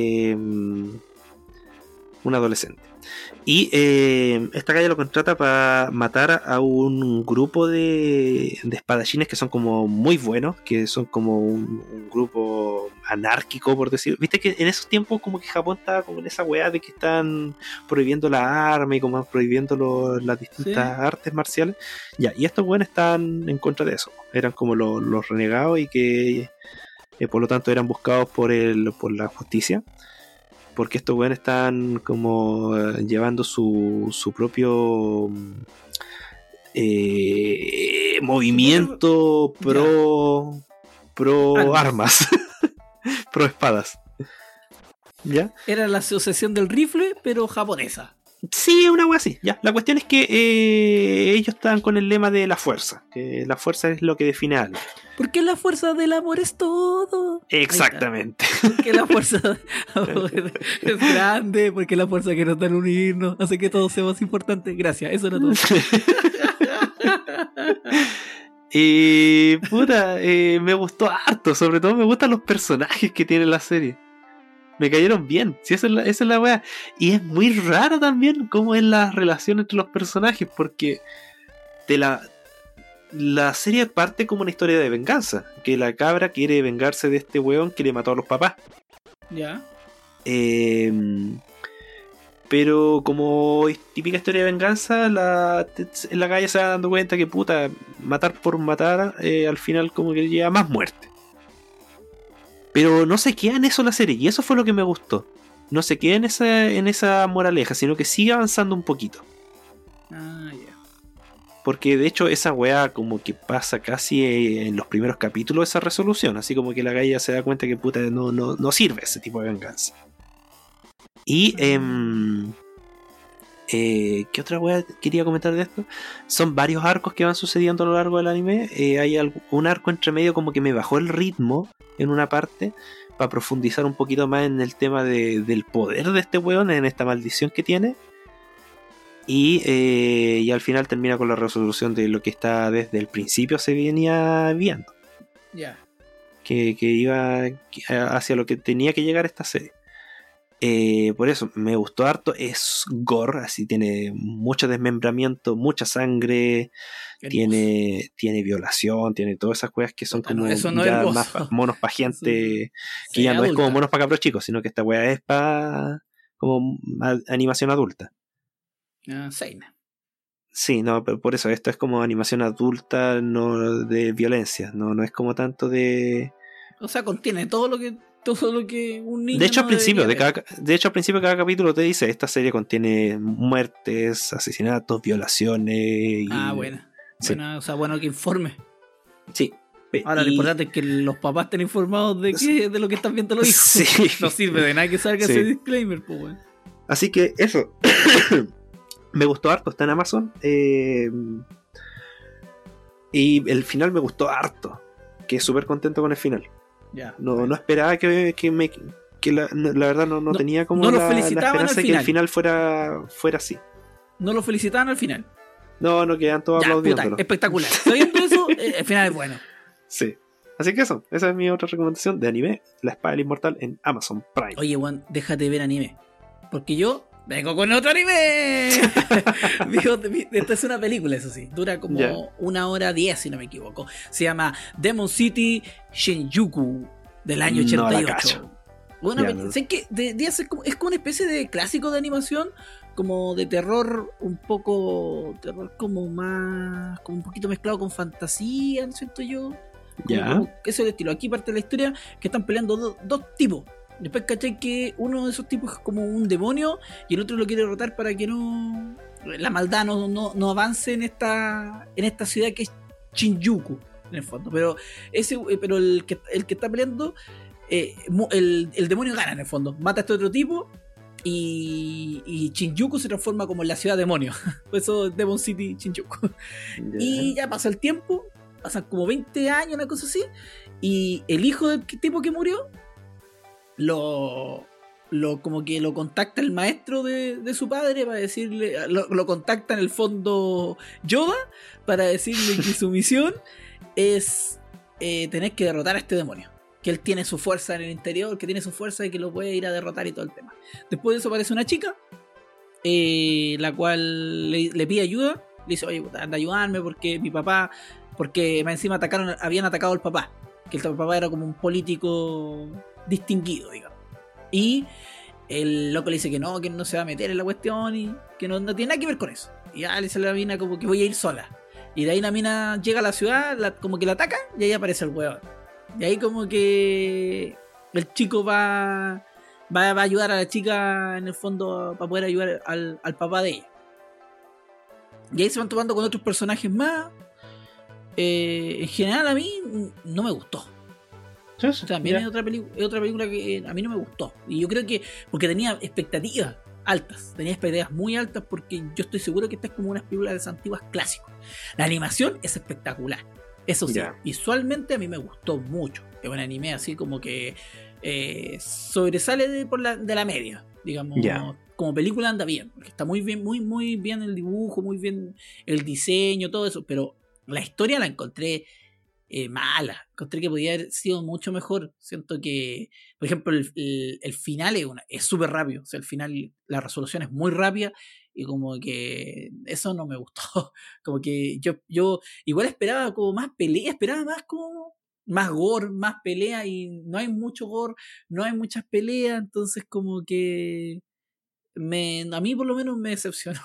Speaker 2: un adolescente. Y esta calle lo contrata para matar a un grupo de espadachines que son como muy buenos, que son como un grupo anárquico, por decir. Viste que en esos tiempos como que Japón estaba como en esa weá de que están prohibiendo la arma y como prohibiendo las distintas artes marciales. Ya, y estos weones están en contra de eso. Eran como los renegados y que por lo tanto eran buscados por la justicia. Porque estos weones están como llevando su propio movimiento pro armas, pro espadas. ¿Ya?
Speaker 1: Era la asociación del rifle, pero japonesa.
Speaker 2: Sí, una wea así. Ya. La cuestión es que ellos están con el lema de la fuerza. Que la fuerza es lo que define a algo.
Speaker 1: Porque la fuerza del amor es todo.
Speaker 2: Exactamente.
Speaker 1: Porque la fuerza del amor es grande. Porque la fuerza que nos da el unirnos hace que todo sea más importante. Gracias, eso era todo.
Speaker 2: Puta, me gustó harto. Sobre todo me gustan los personajes que tiene la serie. Me cayeron bien, sí, esa es la wea. Y es muy raro también cómo es la relación entre los personajes, porque la serie parte como una historia de venganza, que la cabra quiere vengarse de este weón que le mató a los papás.
Speaker 1: Ya.
Speaker 2: Pero como es típica historia de venganza, la calle se va dando cuenta que puta, matar por matar, al final como que lleva más muerte. Pero no se queda en eso la serie, y eso fue lo que me gustó. No se queda en esa moraleja, sino que sigue avanzando un poquito.
Speaker 1: Ah, ya.
Speaker 2: Porque de hecho esa weá como que pasa casi en los primeros capítulos esa resolución. Así como que la galla se da cuenta que puta no sirve ese tipo de venganza. Y ¿qué otra weá quería comentar de esto? Son varios arcos que van sucediendo a lo largo del anime. Hay un arco entre medio como que me bajó el ritmo en una parte para profundizar un poquito más en el tema del poder de este weón, en esta maldición que tiene. Y al final termina con la resolución de lo que está desde el principio se venía viendo.
Speaker 1: Ya.
Speaker 2: Que iba hacia lo que tenía que llegar esta serie. Por eso me gustó harto. Es gore, así tiene mucho desmembramiento, mucha sangre, tiene violación, tiene todas esas cosas que son como
Speaker 1: eso no
Speaker 2: ya
Speaker 1: es
Speaker 2: más monos pa' gente, que
Speaker 1: sí,
Speaker 2: ya no
Speaker 1: adulta.
Speaker 2: es como monos pa' cabros chicos, sino que esta wea es pa' como animación adulta.
Speaker 1: Seinen.
Speaker 2: Sí, no, pero por eso esto es como animación adulta, no de violencia, no es como tanto de...
Speaker 1: O sea, contiene todo lo que un niño.
Speaker 2: De hecho,
Speaker 1: no
Speaker 2: al principio
Speaker 1: debería ver.
Speaker 2: al principio de cada capítulo te dice, esta serie contiene muertes, asesinatos, violaciones y...
Speaker 1: Bueno.
Speaker 2: Sí.
Speaker 1: Bueno, o sea, bueno que informe.
Speaker 2: Sí.
Speaker 1: Ahora lo importante es que los papás estén informados de lo que están viendo los hijos.
Speaker 2: Sí.
Speaker 1: No sirve de nada que salga
Speaker 2: Sí.
Speaker 1: ese disclaimer, pues, bueno.
Speaker 2: Así que eso. Me gustó harto, está en Amazon. Y el final me gustó harto. Quedé súper contento con el final.
Speaker 1: Ya.
Speaker 2: No esperaba que la verdad no tenía como
Speaker 1: no lo
Speaker 2: la
Speaker 1: felicitaban
Speaker 2: esperanza
Speaker 1: al
Speaker 2: que el
Speaker 1: final.
Speaker 2: final fuera así.
Speaker 1: No lo felicitaban al final.
Speaker 2: No quedan todos
Speaker 1: Ya,
Speaker 2: aplaudiéndolo.
Speaker 1: puta, espectacular. Sabiendo eso, el final es bueno.
Speaker 2: Sí. Así que eso, esa es mi otra recomendación de anime, La Espada del Inmortal en Amazon Prime.
Speaker 1: Oye, Juan, déjate ver anime. Porque yo vengo con otro anime. Esta es una película, eso sí. Dura como 1:10, si no me equivoco. Se llama Demon City Shinjuku, del año 88.
Speaker 2: No la cacho.
Speaker 1: Bueno,
Speaker 2: Ya,
Speaker 1: sé que es como una especie de clásico de animación, como de terror, un poco terror como un poquito mezclado con fantasía, ¿no siento yo?
Speaker 2: Ya.
Speaker 1: Ese es el estilo. Aquí parte la historia que están peleando dos tipos. Después caché que uno de esos tipos es como un demonio y el otro lo quiere derrotar para que la maldad no avance en esta ciudad que es Shinjuku, en el fondo. Pero el que está peleando, el demonio gana en el fondo. Mata a este otro tipo y Shinjuku se transforma como en la ciudad demonio. Por eso Demon City Shinjuku.
Speaker 2: Ya.
Speaker 1: Y ya pasa el tiempo pasan como 20 años, una cosa así, y el hijo del tipo que murió, como que lo contacta el maestro de su padre para decirle, lo contacta en el fondo Yoda para decirle que su misión es tener que derrotar a este demonio, que él tiene su fuerza en el interior, que tiene su fuerza y que lo puede ir a derrotar y todo el tema. Después de eso aparece una chica, la cual le pide ayuda, le dice, oye, anda a ayudarme porque mi papá, porque más encima habían atacado al papá, que el papá era como un político distinguido, digamos. Y el loco le dice que no se va a meter en la cuestión y que no tiene nada que ver con eso. Y ya le dice a la mina como que voy a ir sola. Y de ahí la mina llega a la ciudad, como que la ataca y ahí aparece el huevón. Y ahí como que el chico va a ayudar a la chica en el fondo para poder ayudar al papá de ella. Y ahí se van tomando con otros personajes más. En general a mí no me gustó. También es otra película que a mí no me gustó. Y yo creo que porque tenía expectativas altas. Tenía expectativas muy altas porque yo estoy seguro que esta es como unas películas de las antiguas clásicos. La animación es espectacular. Eso sí, visualmente a mí me gustó mucho. Es un anime así como que sobresale de la media. Digamos, como película anda bien. Porque está muy bien, muy bien el dibujo, muy bien el diseño, todo eso. Pero la historia la encontré mala. Encontré que podía haber sido mucho mejor. Siento que, por ejemplo, el final es súper rápido. O sea, el final, la resolución es muy rápida y como que eso no me gustó. Como que yo igual esperaba como más pelea, esperaba más como más gore, más pelea y no hay mucho gore, no hay muchas peleas, entonces como que a mí por lo menos me decepcionó.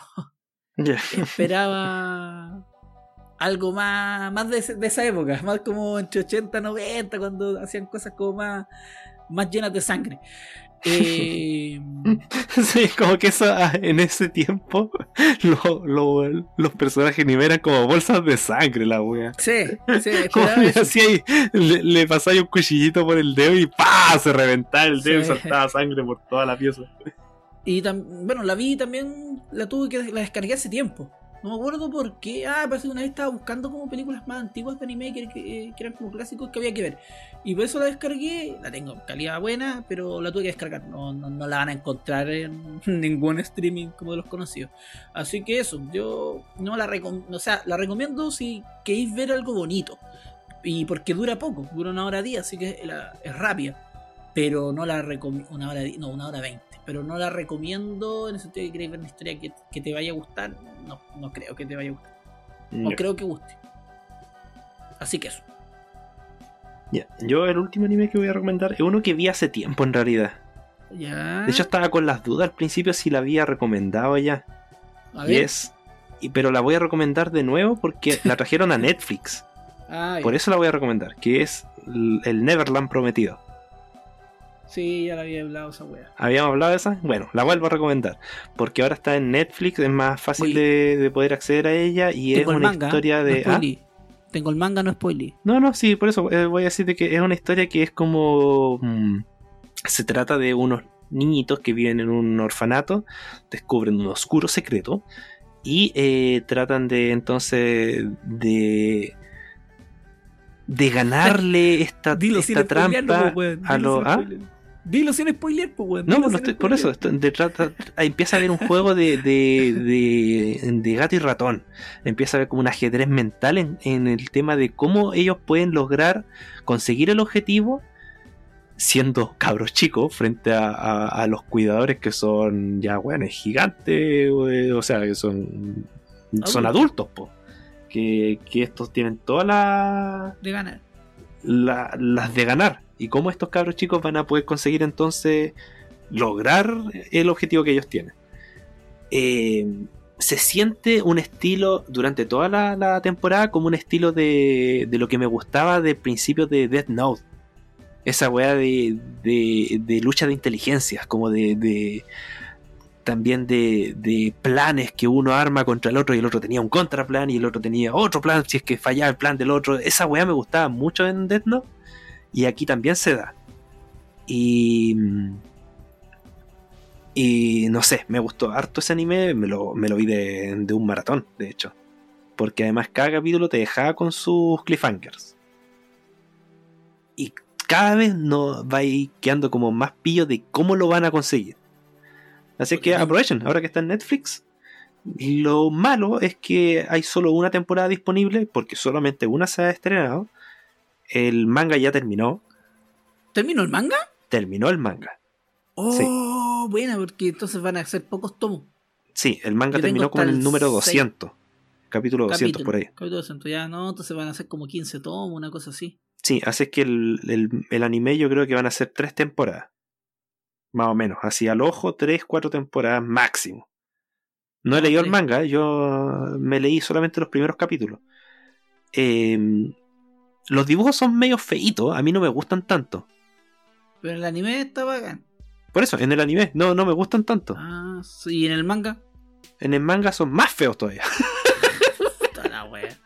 Speaker 1: Esperaba algo más de esa época, más como entre 80 y 90, cuando hacían cosas como más llenas de sangre.
Speaker 2: Sí, como que eso en ese tiempo los personajes anime eran como bolsas de sangre, la wea.
Speaker 1: Sí,
Speaker 2: como le pasaba un cuchillito por el dedo y ¡pah! Se reventaba el dedo y saltaba sangre por toda la pieza.
Speaker 1: Y bueno, la descargué hace tiempo. No me acuerdo por qué. Parece que una vez estaba buscando como películas más antiguas de anime que eran como clásicos que había que ver. Y por eso la descargué. La tengo en calidad buena, pero la tuve que descargar. No la van a encontrar en ningún streaming como de los conocidos. Así que eso, yo no la recomiendo. O sea, la recomiendo si queréis ver algo bonito. Y porque dura poco, dura 1 hora 10, así que es rápida. Pero no la recomiendo. 1 hora 20. Pero no la recomiendo en el sentido de que queréis ver una historia que te vaya a gustar. No creo que te vaya a gustar. No creo que guste. Así que eso.
Speaker 2: Yo el último anime que voy a recomendar es uno que vi hace tiempo en realidad. De hecho estaba con las dudas al principio si la había recomendado ya. Pero la voy a recomendar de nuevo porque la trajeron a Netflix. Por eso la voy a recomendar, que es el Neverland Prometido.
Speaker 1: Sí, ya la había hablado esa wea.
Speaker 2: ¿Habíamos hablado de esa? Bueno, la vuelvo a recomendar. Porque ahora está en Netflix, es más fácil de poder acceder a ella. Y es una historia de.
Speaker 1: Tengo el manga, no spoiler.
Speaker 2: No, sí, por eso voy a decirte que es una historia que es como. Se trata de unos niñitos que viven en un orfanato, descubren un oscuro secreto y tratan de entonces de ganarle esta trampa a los.
Speaker 1: Dilo sin spoiler, pues, weón.
Speaker 2: No, por eso empieza a haber un juego de gato y ratón. Empieza a haber como un ajedrez mental en el tema de cómo ellos pueden lograr conseguir el objetivo siendo cabros chicos frente a los cuidadores que son ya weones gigantes, o sea, que son adultos, po. Que estos tienen todas las
Speaker 1: de ganar.
Speaker 2: Las de ganar. Y cómo estos cabros chicos van a poder conseguir entonces lograr el objetivo que ellos tienen. Se siente un estilo durante toda la temporada como un estilo de lo que me gustaba del principio de Death Note. Esa weá de lucha de inteligencias, como también de planes que uno arma contra el otro y el otro tenía un contraplan y el otro tenía otro plan si es que fallaba el plan del otro. Esa weá me gustaba mucho en Death Note y aquí también se da. Y no sé, me gustó harto ese anime, me lo vi de un maratón, de hecho. porque además cada capítulo te dejaba con sus cliffhangers. Y cada vez nos va a ir quedando como más pillo de cómo lo van a conseguir. Así que aprovechen, ahora que está en Netflix. Lo malo es que hay solo una temporada disponible, porque solamente una se ha estrenado. El manga ya terminó.
Speaker 1: ¿Terminó el manga?
Speaker 2: Terminó el manga.
Speaker 1: Oh,
Speaker 2: sí.
Speaker 1: Buena, porque entonces van a ser pocos tomos.
Speaker 2: Sí, el manga terminó como en el número 200. Capítulo 200 por ahí.
Speaker 1: Capítulo 200, ya no, entonces van a ser como 15 tomos, una cosa así.
Speaker 2: Sí, así que el anime yo creo que van a ser 3 temporadas. Más o menos, así al ojo, 3-4 temporadas máximo. No he leído el manga, yo me leí solamente los primeros capítulos. Los dibujos son medio feitos, a mí no me gustan tanto.
Speaker 1: Pero el anime está bacán.
Speaker 2: Por eso, en el anime no me gustan tanto.
Speaker 1: Ah, sí, ¿y en el manga?
Speaker 2: En el manga son más feos todavía.
Speaker 1: Puta la wea.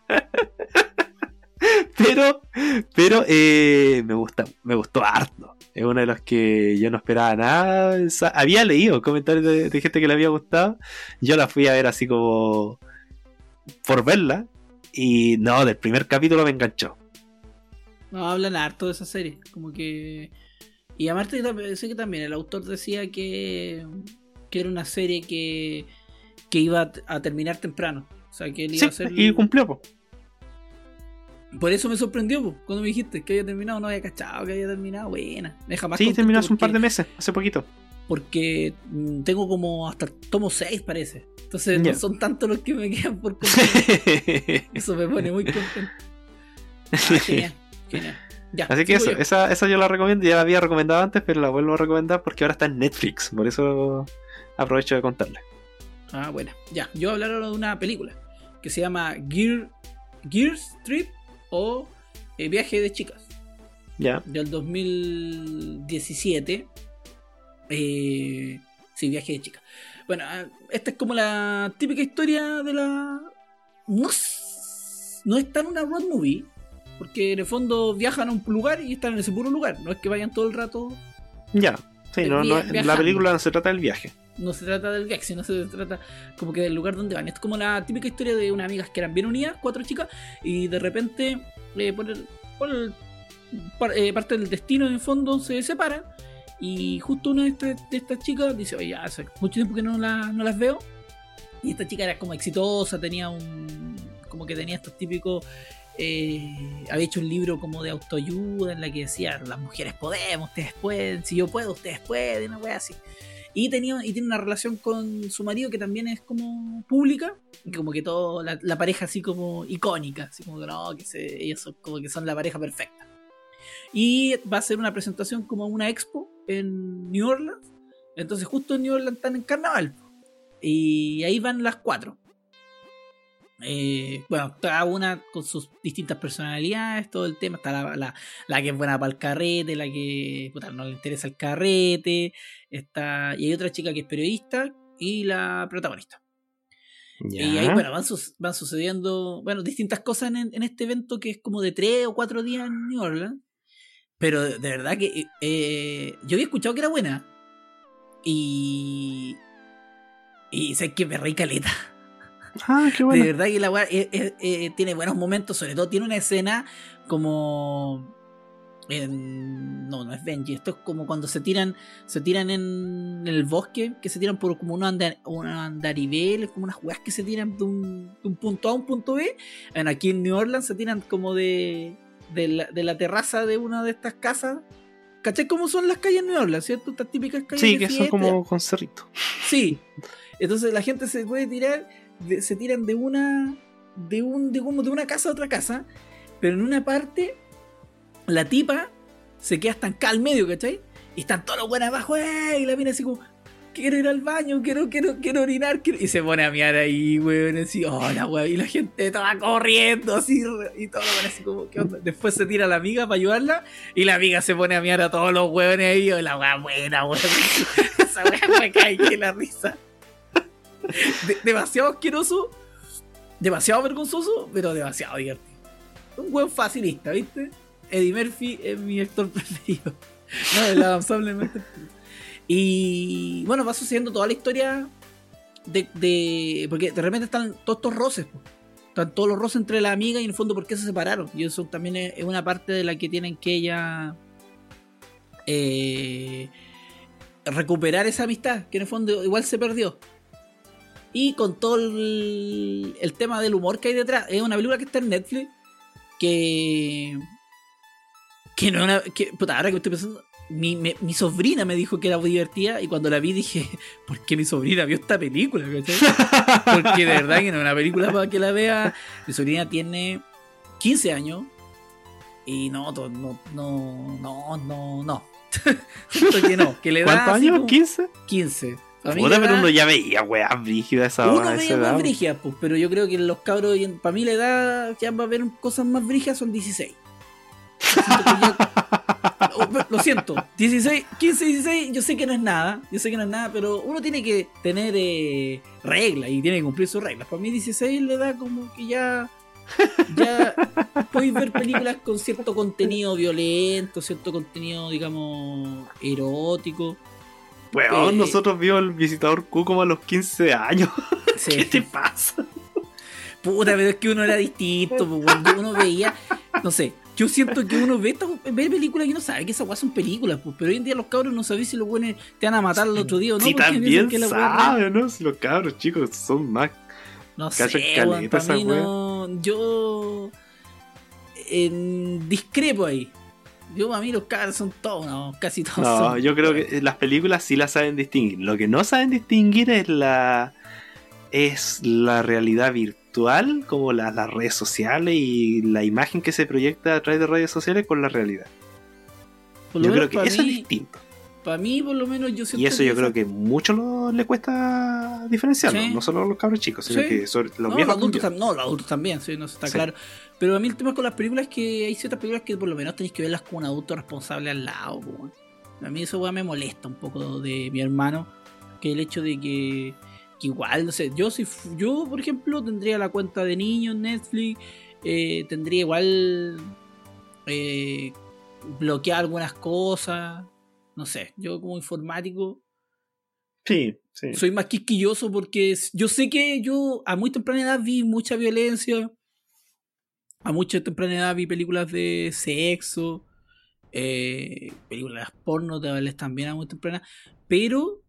Speaker 2: Pero me gustó harto. Es uno de los que yo no esperaba nada. Había leído comentarios de gente que le había gustado. Yo la fui a ver así como por verla. Y no, del primer capítulo me enganchó.
Speaker 1: No, hablan harto de esa serie. Como que... Y aparte sé que también el autor decía que era una serie que iba a terminar temprano. O sea, que él iba a hacer...
Speaker 2: y cumplió, po.
Speaker 1: Por eso me sorprendió, po, cuando me dijiste que había terminado. No había cachado que había terminado. Buena. Me deja más
Speaker 2: sí, terminó hace
Speaker 1: porque,
Speaker 2: un par de meses, hace poquito.
Speaker 1: Porque tengo como hasta tomo 6, parece. Entonces no son tantos los que me quedan por completo. Eso me pone muy contento. Genial. Ya,
Speaker 2: así que eso, esa yo la recomiendo. Ya la había recomendado antes, pero la vuelvo a recomendar porque ahora está en Netflix. Por eso aprovecho de contarle.
Speaker 1: Ah, bueno. Ya, yo voy a hablar ahora de una película que se llama Girls Trip o Viaje de Chicas.
Speaker 2: Ya.
Speaker 1: Del 2017. Sí, Viaje de Chicas. Bueno, esta es como la típica historia de la... No es tan una road movie, porque en el fondo viajan a un lugar y están en ese puro lugar. No es que vayan todo el rato.
Speaker 2: Ya, sí, la película no se trata del viaje.
Speaker 1: No se trata del viaje, sino se trata como que del lugar donde van. Es como la típica historia de unas amigas que eran bien unidas, 4 chicas, y de repente, parte del destino en el fondo, se separan. Y justo una de estas chicas dice: oye, hace mucho tiempo que no las veo. Y esta chica era como exitosa, tenía estos típicos... había hecho un libro como de autoayuda en la que decía: las mujeres podemos, ustedes pueden, si yo puedo, ustedes pueden, una wea así. Y tiene una relación con su marido que también es como pública, y como que toda la pareja así como icónica, así como que no, ellos son como que son la pareja perfecta. Y va a ser una presentación como una expo en New Orleans. Entonces justo en New Orleans están en carnaval. Y ahí van las 4. Bueno, cada una con sus distintas personalidades, todo el tema. Está la que es buena para el carrete, la que no le interesa el carrete. Y hay otra chica que es periodista y la protagonista.
Speaker 2: Ya.
Speaker 1: Y ahí, bueno, van sucediendo, bueno, distintas cosas en este evento que es como de 3 o 4 días en New Orleans. Pero de verdad que yo había escuchado que era buena. Y sé que me reí caleta.
Speaker 2: Ah, qué bueno.
Speaker 1: De verdad que la weá tiene buenos momentos. Sobre todo tiene una escena como no es Benji. Esto es como cuando se tiran en el bosque, que se tiran por como un andarivel, como unas weas que se tiran de un punto A a un punto B. Aquí en New Orleans se tiran como de la terraza de una de estas casas. ¿Cachai cómo son las calles en New Orleans, cierto? Estas típicas calles
Speaker 2: sí,
Speaker 1: de
Speaker 2: que
Speaker 1: fiesta.
Speaker 2: son como con cerrito.
Speaker 1: Sí. Entonces la gente se puede tirar, se tiran de una casa a otra casa, pero en una parte la tipa se queda estancada al medio, ¿cachai? Y están todos los buenos abajo, y la mina así como: quiero ir al baño, quiero orinar, y se pone a miar ahí, weón, así, hola, weón, y la gente estaba corriendo, así, y todo, weón, así como, ¿qué onda? Después se tira la amiga para ayudarla, y la amiga se pone a miar a todos los weones ahí, la weón buena, weón, esa weón me cae que la risa. Demasiado asqueroso, demasiado vergonzoso, pero demasiado divertido. Un weón facilista, ¿viste? Eddie Murphy es mi actor preferido. No, el Adam Sandler me gusta. Y bueno, va sucediendo toda la historia porque de repente están todos estos roces, Están todos los roces entre las amigas y en el fondo por qué se separaron. Y eso también es una parte de la que tienen que ella recuperar esa amistad, que en el fondo igual se perdió. Y con todo el tema del humor que hay detrás. Es una película que está en Netflix que no es una... puta, ahora que estoy pensando, mi sobrina me dijo que era muy divertida y cuando la vi dije, ¿por qué mi sobrina vio esta película? ¿Cachai? Porque de verdad que no es una película para que la vea. Mi sobrina tiene 15 años y no. Siento que no, que le da
Speaker 2: ¿cuántos años?
Speaker 1: como
Speaker 2: ¿15?
Speaker 1: 15.
Speaker 2: Puta, pero uno ya veía weas brígidas esa
Speaker 1: Uno
Speaker 2: esa
Speaker 1: veía
Speaker 2: edad.
Speaker 1: más brígidas, pues, pero yo creo que los cabros, para mí la edad ya va a ver cosas más brígidas son 16. Lo siento, 16, 15, 16, yo sé que no es nada, pero uno tiene que tener reglas y tiene que cumplir sus reglas. Para mí 16 le da como que ya podéis ver películas con cierto contenido violento, cierto contenido, digamos, erótico.
Speaker 2: Weón, nosotros vimos El Visitador Q como a los 15 años.
Speaker 1: Sí.
Speaker 2: ¿Qué te pasa?
Speaker 1: Puta, pero es que uno era distinto, pues, cuando uno veía, no sé, yo siento que uno ve películas y uno sabe que esas weas son películas, pues, pero hoy en día los cabros no saben si los buenos te van a matar el otro día o no.
Speaker 2: Sí, también
Speaker 1: que
Speaker 2: saben, ¿no? Si los cabros chicos son más...
Speaker 1: No sé, weón, para mí no... Yo... discrepo ahí. Yo, a mí los cabros son todos, no, casi todos.
Speaker 2: No,
Speaker 1: son...
Speaker 2: yo creo que las películas sí las saben distinguir. Lo que no saben distinguir es la realidad virtual, como las redes sociales y la imagen que se proyecta a través de redes sociales con la realidad. Yo creo que eso es distinto.
Speaker 1: Para mí, por lo menos, yo siento.
Speaker 2: Y eso yo creo que mucho le cuesta diferenciarlo,
Speaker 1: sí.
Speaker 2: No solo a los cabros chicos, sino
Speaker 1: sí.
Speaker 2: Que sobre los
Speaker 1: viejos. Los adultos también, sí, no está
Speaker 2: sí.
Speaker 1: Claro. Pero a mí el tema con las películas es que hay ciertas películas que por lo menos tenéis que verlas con un adulto responsable al lado. Po. A mí eso me molesta un poco de mi hermano, que el hecho de que igual, no sé, yo por ejemplo tendría la cuenta de niño en Netflix, tendría igual bloquear algunas cosas, no sé, yo como informático
Speaker 2: sí.
Speaker 1: soy más quisquilloso porque yo sé que yo a muy temprana edad vi mucha violencia, a mucha temprana edad vi películas de sexo, películas porno también a muy temprana, pero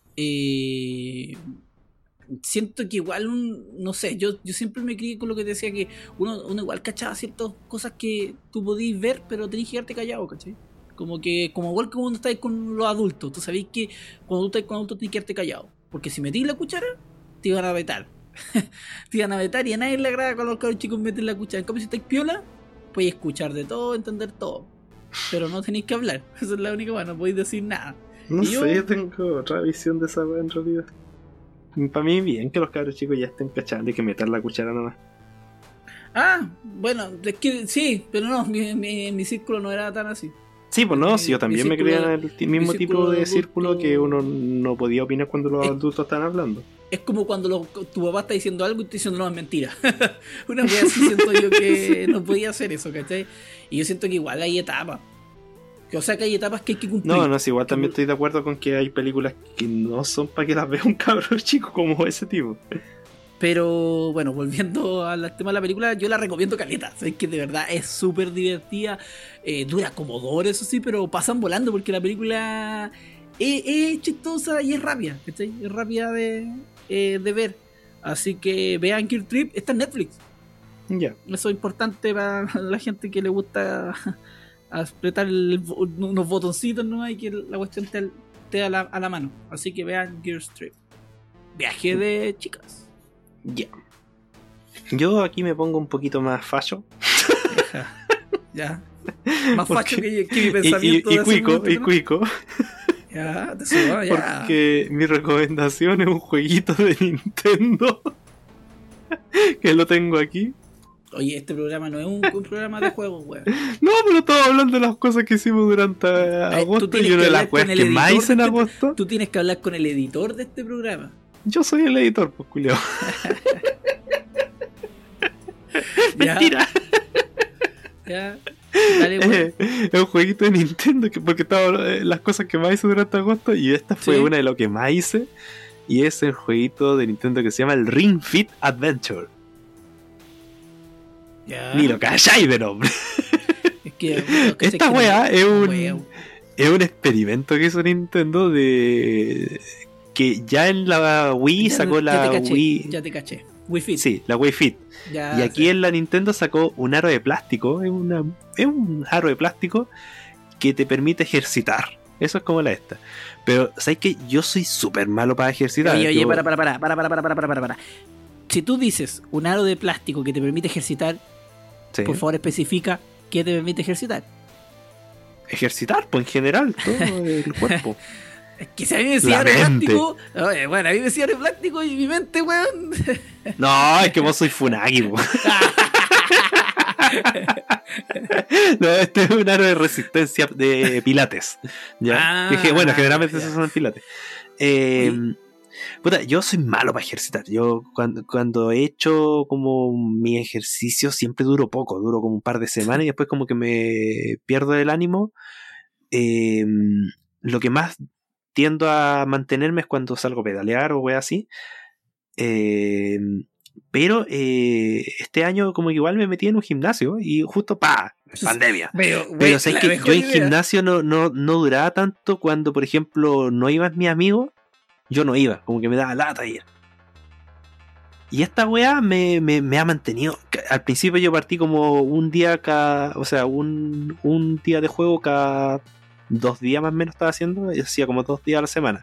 Speaker 1: siento que igual no sé, yo siempre me crié con lo que te decía, que uno igual cachaba ciertas cosas que tú podías ver, pero tenías que quedarte callado, ¿cachai? Como igual que cuando estáis con los adultos, tú sabéis que cuando tú estás con adultos tienes que quedarte callado, porque si metís la cuchara te iban a vetar. Te iban a vetar y a nadie le agrada cuando los cabros chicos meten la cuchara. En cambio, si estáis piola, podéis escuchar de todo, entender todo, pero no tenéis que hablar. Esa es la única cosa, no podéis decir nada.
Speaker 2: No sé, yo tengo otra visión de esa wea en realidad. Para mí bien que los cabros chicos ya estén cachando y que meter la cuchara nomás.
Speaker 1: Ah, bueno, es que sí, pero no, mi círculo no era tan así.
Speaker 2: Sí, pues no, si yo también me creía en el mismo tipo de círculo
Speaker 1: adulto,
Speaker 2: que uno no podía opinar cuando los adultos están hablando.
Speaker 1: Es como cuando tu papá está diciendo algo y tú diciendo no, es mentira. Una vez así siento yo que no podía hacer eso, ¿cachai? Y yo siento que igual hay etapas. O sea que hay etapas que hay que cumplir.
Speaker 2: No, sí, igual también estoy de acuerdo con que hay películas que no son para que las vea un cabrón chico como ese tipo.
Speaker 1: Pero bueno, volviendo al tema de la película, yo la recomiendo caleta. Sabes que de verdad es súper divertida. Dura como 2 horas, eso sí, pero pasan volando porque la película es chistosa y es rápida, ¿cachai? Es rápida de ver. Así que vean Kill Trip, está en Netflix.
Speaker 2: Ya.
Speaker 1: Eso es importante para la gente que le gusta apretar unos botoncitos, ¿no? Y que la cuestión te a la mano. Así que vean Gear Trip. Viaje de chicas.
Speaker 2: Ya. Yo aquí me pongo un poquito más facho.
Speaker 1: Ya. Más facho que mi pensamiento.
Speaker 2: Y cuico.
Speaker 1: Ya, te subo, ya.
Speaker 2: Porque mi recomendación es un jueguito de Nintendo. Que lo tengo aquí.
Speaker 1: Oye, este programa no es un programa de juegos, weón.
Speaker 2: No, pero estamos hablando de las cosas que hicimos durante agosto. Y una de las cosas que más hice en agosto.
Speaker 1: Tú tienes que hablar con el editor de este programa.
Speaker 2: Yo soy el editor, pues, culiao. Mentira.
Speaker 1: Ya. Dale, bueno.
Speaker 2: Es un jueguito de Nintendo porque estaba las cosas que más hice durante agosto. Y esta fue una de lo que más hice. Y es el jueguito de Nintendo que se llama el Ring Fit Adventure.
Speaker 1: Ya.
Speaker 2: Ni lo calláis de nombre.
Speaker 1: Es que, bueno, que
Speaker 2: Esta
Speaker 1: sé que
Speaker 2: weá es
Speaker 1: wea.
Speaker 2: es un experimento que hizo Nintendo de que ya en la Wii sacó la Wii.
Speaker 1: Ya te caché. Wii Fit.
Speaker 2: Sí, la Wii Fit.
Speaker 1: Ya,
Speaker 2: Y aquí
Speaker 1: sí.
Speaker 2: en la Nintendo sacó un aro de plástico. Es un aro de plástico que te permite ejercitar. Eso es como la esta. Pero, ¿sabes qué? Yo soy súper malo para ejercitar.
Speaker 1: Oye,
Speaker 2: Yo-
Speaker 1: para. Si tú dices un aro de plástico que te permite ejercitar,
Speaker 2: Sí.
Speaker 1: por favor especifica qué te permite ejercitar.
Speaker 2: Ejercitar, pues en general, todo el cuerpo.
Speaker 1: Es que si a mí me decía
Speaker 2: La
Speaker 1: aro de
Speaker 2: mente.
Speaker 1: plástico, oye, bueno, a mí me decía aro de plástico y mi mente, weón.
Speaker 2: No, es que vos soy Funagi, po. No, este es un aro de resistencia de pilates. ¿Ya?
Speaker 1: Ah,
Speaker 2: Que, bueno, generalmente
Speaker 1: ya.
Speaker 2: se usan en pilates. Puta, yo soy malo para ejercitar. Yo cuando he hecho como mi ejercicio siempre duro poco, duro como un par de semanas y después como que me pierdo el ánimo. Lo que más tiendo a mantenerme es cuando salgo a pedalear o wey así. Pero este año como que igual me metí en un gimnasio y justo pandemia. Pero sabes que yo en gimnasio no duraba tanto cuando, por ejemplo, no iban mis amigos, yo no iba, como que me daba lata ir. Y esta weá me ha mantenido. Al principio yo partí como un día cada, o sea, un día de juego cada 2 días más o menos estaba haciendo, y hacía como 2 días a la semana.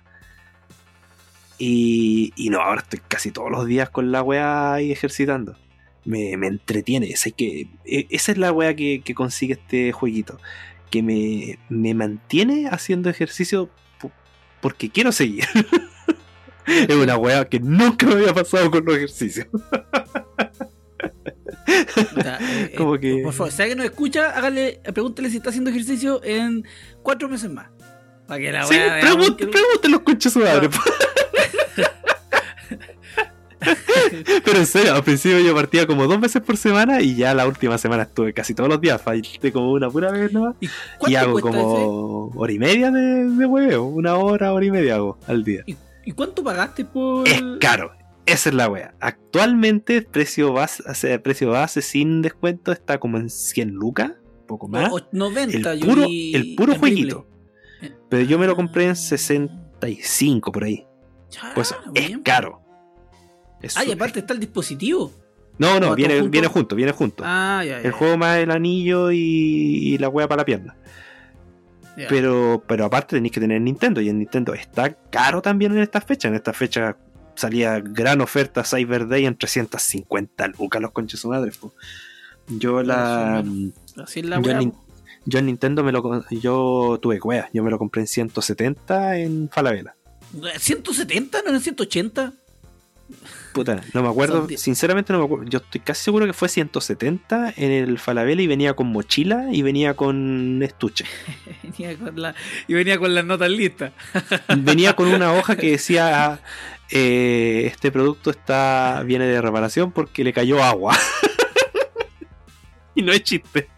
Speaker 2: Y no, ahora estoy casi todos los días con la weá ahí ejercitando. Me entretiene. Es que esa es la weá que consigue este jueguito. Que me mantiene haciendo ejercicio porque quiero seguir. Es una weá que nunca me había pasado con los ejercicios. Como que...
Speaker 1: Por favor, si alguien nos escucha, pregúntale si está haciendo ejercicio en 4 meses más. Para que la
Speaker 2: Sí,
Speaker 1: weá
Speaker 2: pregúntenle los conches su madre. Pero en serio, al principio yo partía como 2 veces por semana y ya la última semana estuve casi todos los días. Falté como una pura vez nomás. Y hago como hora y media de hueveo. 1 hora, hora y media hago al día.
Speaker 1: ¿Y cuánto pagaste por...?
Speaker 2: Es caro. Esa es la wea. Actualmente precio base sin descuento está como en 100 lucas. Poco más.
Speaker 1: 90,
Speaker 2: el puro jueguito. Pero yo me lo compré en 65 por ahí. Pues es caro.
Speaker 1: Y aparte está el dispositivo.
Speaker 2: No, viene junto.
Speaker 1: Ya.
Speaker 2: El juego más el anillo y la wea para la pierna.
Speaker 1: Ya.
Speaker 2: Pero aparte tenéis que tener Nintendo. Y el Nintendo está caro también en estas fechas. En estas fechas salía gran oferta Cyber Day en 350 lucas los conches su madre. Yo
Speaker 1: Así es la wea.
Speaker 2: Yo en Nintendo yo tuve wea. Yo me lo compré en 170 en Falabella.
Speaker 1: ¿170? ¿No en 180?
Speaker 2: Puta, no me acuerdo, sinceramente no me acuerdo. Yo estoy casi seguro que fue 170 en el Falabella y venía con mochila y venía con estuche.
Speaker 1: venía con las notas listas.
Speaker 2: Venía con una hoja que decía este producto viene de reparación porque le cayó agua. Y no es chiste.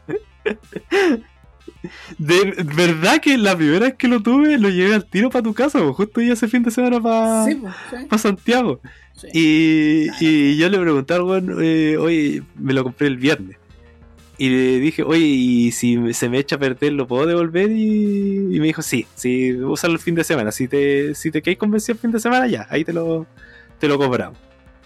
Speaker 2: De verdad que la primera vez que lo tuve lo llevé al tiro para tu casa, justo ya ese fin de semana para Santiago. Sí. Y yo le pregunté al weón, oye, me lo compré el viernes. Y le dije, oye, y si se me echa a perder, ¿lo puedo devolver? Y me dijo, sí, úsalo el fin de semana. Si te quedáis convencido el fin de semana, ya, ahí te lo cobramos.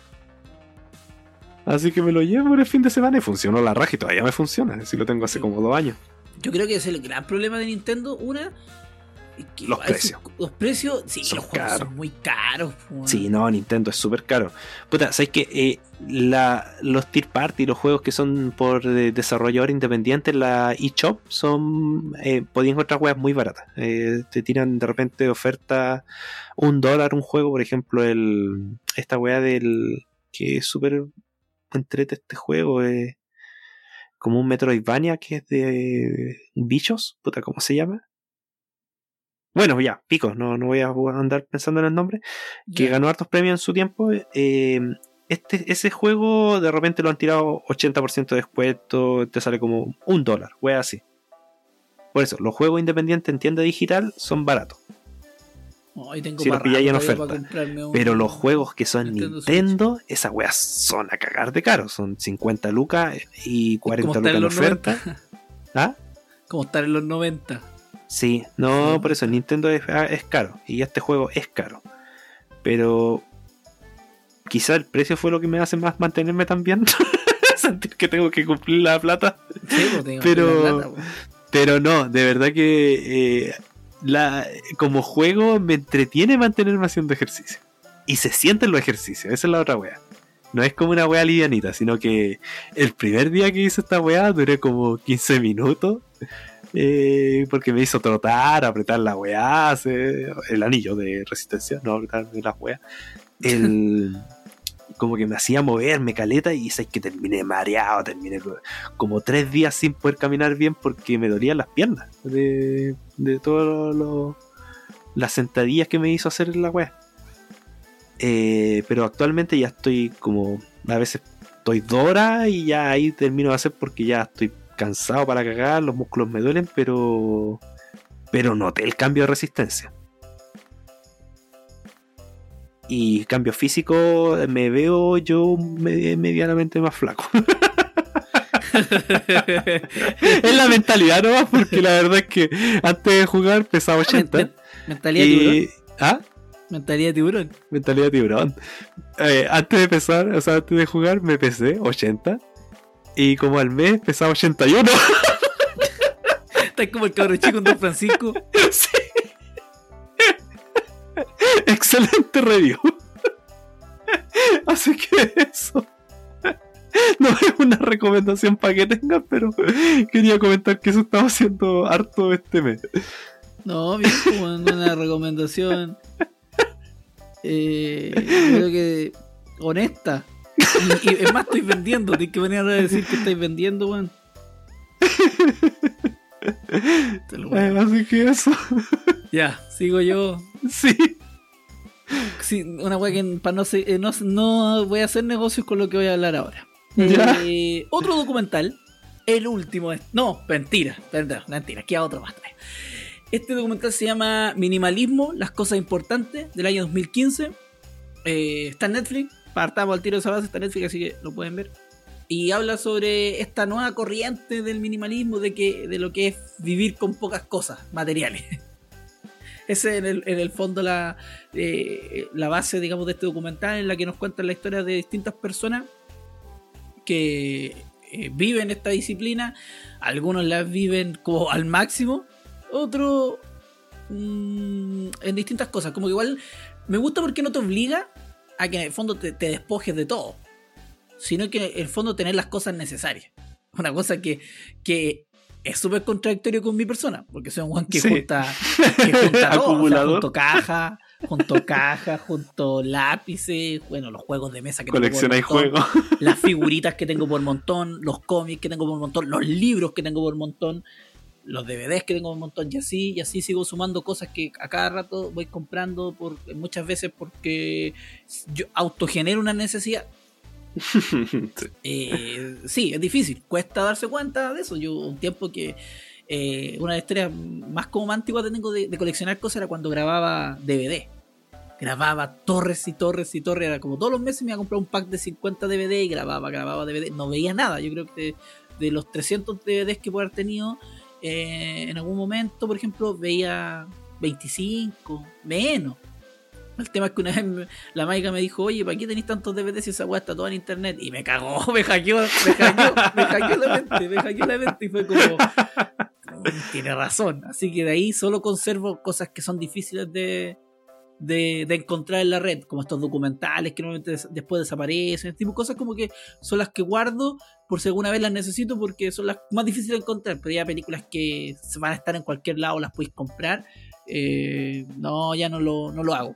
Speaker 2: Así que me lo llevo por el fin de semana y funcionó la raja y todavía me funciona. Así lo tengo hace como 2 años.
Speaker 1: Yo creo que ese es el gran problema de Nintendo. Que
Speaker 2: los precios.
Speaker 1: Los precios, sí,
Speaker 2: son
Speaker 1: los juegos
Speaker 2: caros.
Speaker 1: son muy caros. Bueno.
Speaker 2: Sí, no, Nintendo es súper caro. Puta, ¿sabes qué? Los Tier Party, los juegos que son por desarrollador independiente, la eShop, podías encontrar juegos muy baratas. Te tiran de repente oferta $1 un juego, por ejemplo, esta wea que es súper entrete este juego, como un Metroidvania que es de bichos, puta, ¿cómo se llama? Bueno, ya, pico, no voy a andar pensando en el nombre, que ganó hartos premios en su tiempo. Ese juego de repente lo han tirado 80% de descuento, te sale como $1, wea así. Por eso, los juegos independientes en tienda digital son baratos.
Speaker 1: No, y tengo
Speaker 2: si los
Speaker 1: para
Speaker 2: pilláis en
Speaker 1: rato todavía para
Speaker 2: oferta.
Speaker 1: comprarme un
Speaker 2: Pero los juegos que son
Speaker 1: Nintendo
Speaker 2: Nintendo, esas weas son a cagar de caro. Son 50 lucas y 40
Speaker 1: Como estar
Speaker 2: lucas en
Speaker 1: en los
Speaker 2: oferta.
Speaker 1: 90.
Speaker 2: ¿Ah?
Speaker 1: Como estar en los 90.
Speaker 2: Sí, no,
Speaker 1: Sí.
Speaker 2: por eso Nintendo es caro. Y este juego es caro. Pero quizá el precio fue lo que me hace más mantenerme tan bien. Sentir que tengo que cumplir la plata.
Speaker 1: Sí, pues tengo
Speaker 2: Pero-
Speaker 1: la plata, pues.
Speaker 2: Pero no, de verdad que como juego me entretiene mantenerme haciendo ejercicio. Y se sienten los ejercicios, esa es la otra wea. No es como una wea livianita, sino que el primer día que hice esta wea duré como 15 minutos. Porque me hizo trotar, apretar la wea, hacer el anillo de resistencia, no apretar las weas. Como que me hacía moverme caleta y sabes que terminé mareado, terminé como 3 días sin poder caminar bien porque me dolían las piernas de todas las sentadillas que me hizo hacer en la wea. Pero actualmente ya estoy como, a veces estoy 2 horas y ya ahí termino de hacer porque ya estoy cansado para cagar, los músculos me duelen, pero noté el cambio de resistencia. Y cambio físico, me veo yo medianamente más flaco. Es la mentalidad nomás, porque la verdad es que antes de jugar pesaba 80.
Speaker 1: Mentalidad de tiburón.
Speaker 2: ¿Ah?
Speaker 1: Mentalidad de tiburón.
Speaker 2: Mentalidad tiburón. Antes de empezar, o sea, antes de jugar me pesé 80. Y como al mes pesaba 81.
Speaker 1: Estás como el cabro chico en Don Francisco.
Speaker 2: Sí. Excelente review. Así que eso. No es una recomendación para que tengan, pero quería comentar que eso estaba haciendo harto este mes.
Speaker 1: No, bien, como en una recomendación. Creo que honesta. Y es más, estoy vendiendo. Tienes que venir a decir que estáis vendiendo, weón.
Speaker 2: Así que eso.
Speaker 1: Ya, sigo yo.
Speaker 2: Sí.
Speaker 1: Sí, una weá que para no voy a hacer negocios con lo que voy a hablar ahora.
Speaker 2: Ya.
Speaker 1: Otro documental, el último. No, mentira, queda otro más todavía. Este documental se llama Minimalismo, las cosas importantes, del año 2015. Está en Netflix, partamos al tiro de esa base, está en Netflix, así que lo pueden ver. Y habla sobre esta nueva corriente del minimalismo, de lo que es vivir con pocas cosas materiales. Ese es en el fondo la base, digamos, de este documental, en la que nos cuentan la historia de distintas personas que viven esta disciplina. Algunos la viven como al máximo, otros en distintas cosas. Como que igual me gusta porque no te obliga a que en el fondo te despojes de todo, sino que en el fondo tener las cosas necesarias. Una cosa que es súper contradictorio con mi persona, porque soy un guan que junta todo, o sea, junto caja, junto lápices, bueno, los juegos de mesa que
Speaker 2: colecciona y juego,
Speaker 1: las figuritas que tengo por montón, los cómics que tengo por montón, los libros que tengo por montón, los DVDs que tengo por montón, y así sigo sumando cosas que a cada rato voy comprando muchas veces porque yo autogenero una necesidad. Sí, es difícil, cuesta darse cuenta de eso. Yo un tiempo que una de las historias más como más antiguas que tengo de coleccionar cosas era cuando grababa DVD. Grababa torres y torres y torres, era como todos los meses me iba a comprar un pack de 50 DVD y grababa DVD, no veía nada. Yo creo que de los 300 DVDs que puedo haber tenido en algún momento, por ejemplo, veía 25, menos. El tema es que una vez la Maica me dijo, oye, ¿para qué tenéis tantos DVDs si esa weá está toda en internet? Y me cagó, me hackeó la mente y fue como, tiene razón. Así que de ahí solo conservo cosas que son difíciles de encontrar en la red, como estos documentales que normalmente después desaparecen, este tipo de cosas como que son las que guardo por si alguna vez las necesito, porque son las más difíciles de encontrar. Pero ya películas que van a estar en cualquier lado, las podéis comprar, no, ya no lo hago.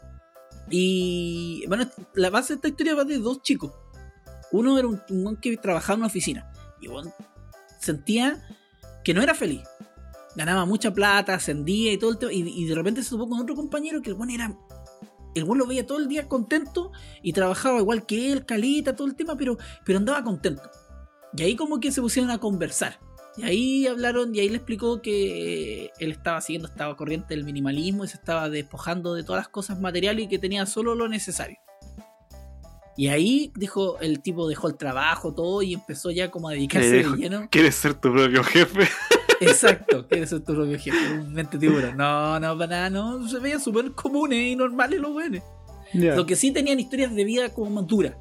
Speaker 1: Y bueno, la base de esta historia va de 2 chicos. Uno era un que trabajaba en una oficina y bueno, sentía que no era feliz, ganaba mucha plata, ascendía y todo el tema, y de repente se topó con otro compañero que el bueno lo veía todo el día contento y trabajaba igual que él, calita, todo el tema, pero andaba contento. Y ahí como que se pusieron a conversar Y ahí hablaron, y ahí le explicó que él estaba corriente del minimalismo y se estaba despojando de todas las cosas materiales y que tenía solo lo necesario. Y ahí el tipo dejó el trabajo, todo, y empezó ya como a dedicarse de lleno.
Speaker 2: ¿Quieres ser tu propio jefe?
Speaker 1: Exacto, quieres ser tu propio jefe, un mente tiburón. No, para nada, no, se veían súper comunes y normales los buenos. Yeah. Lo que sí tenían historias de vida como más duras.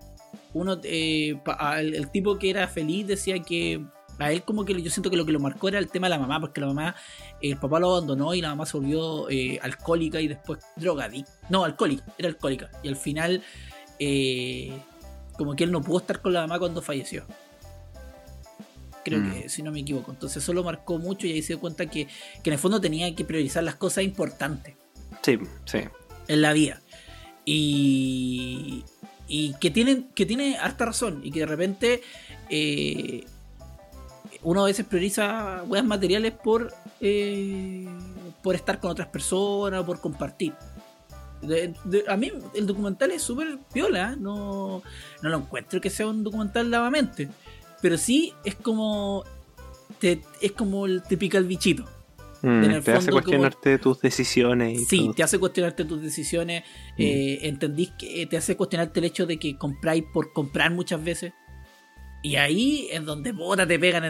Speaker 1: El tipo que era feliz decía que a él como que yo siento que lo que lo marcó era el tema de la mamá, porque la mamá, el papá lo abandonó y la mamá se volvió alcohólica y después drogadicta. No, era alcohólica. Y al final como que él no pudo estar con la mamá cuando falleció. Creo que, si no me equivoco. Entonces eso lo marcó mucho y ahí se dio cuenta que en el fondo tenía que priorizar las cosas importantes.
Speaker 2: Sí.
Speaker 1: En la vida. Y que tiene harta razón. Y que de repente uno a veces prioriza weas materiales por estar con otras personas, por compartir. A mí el documental es súper piola. No lo encuentro que sea un documental lavamente. Pero sí es como el típico bichito.
Speaker 2: Te hace cuestionarte tus decisiones.
Speaker 1: Sí, todo. Te hace cuestionarte tus decisiones. Entendís que te hace cuestionarte el hecho de que compráis por comprar muchas veces. Y ahí es donde te pegan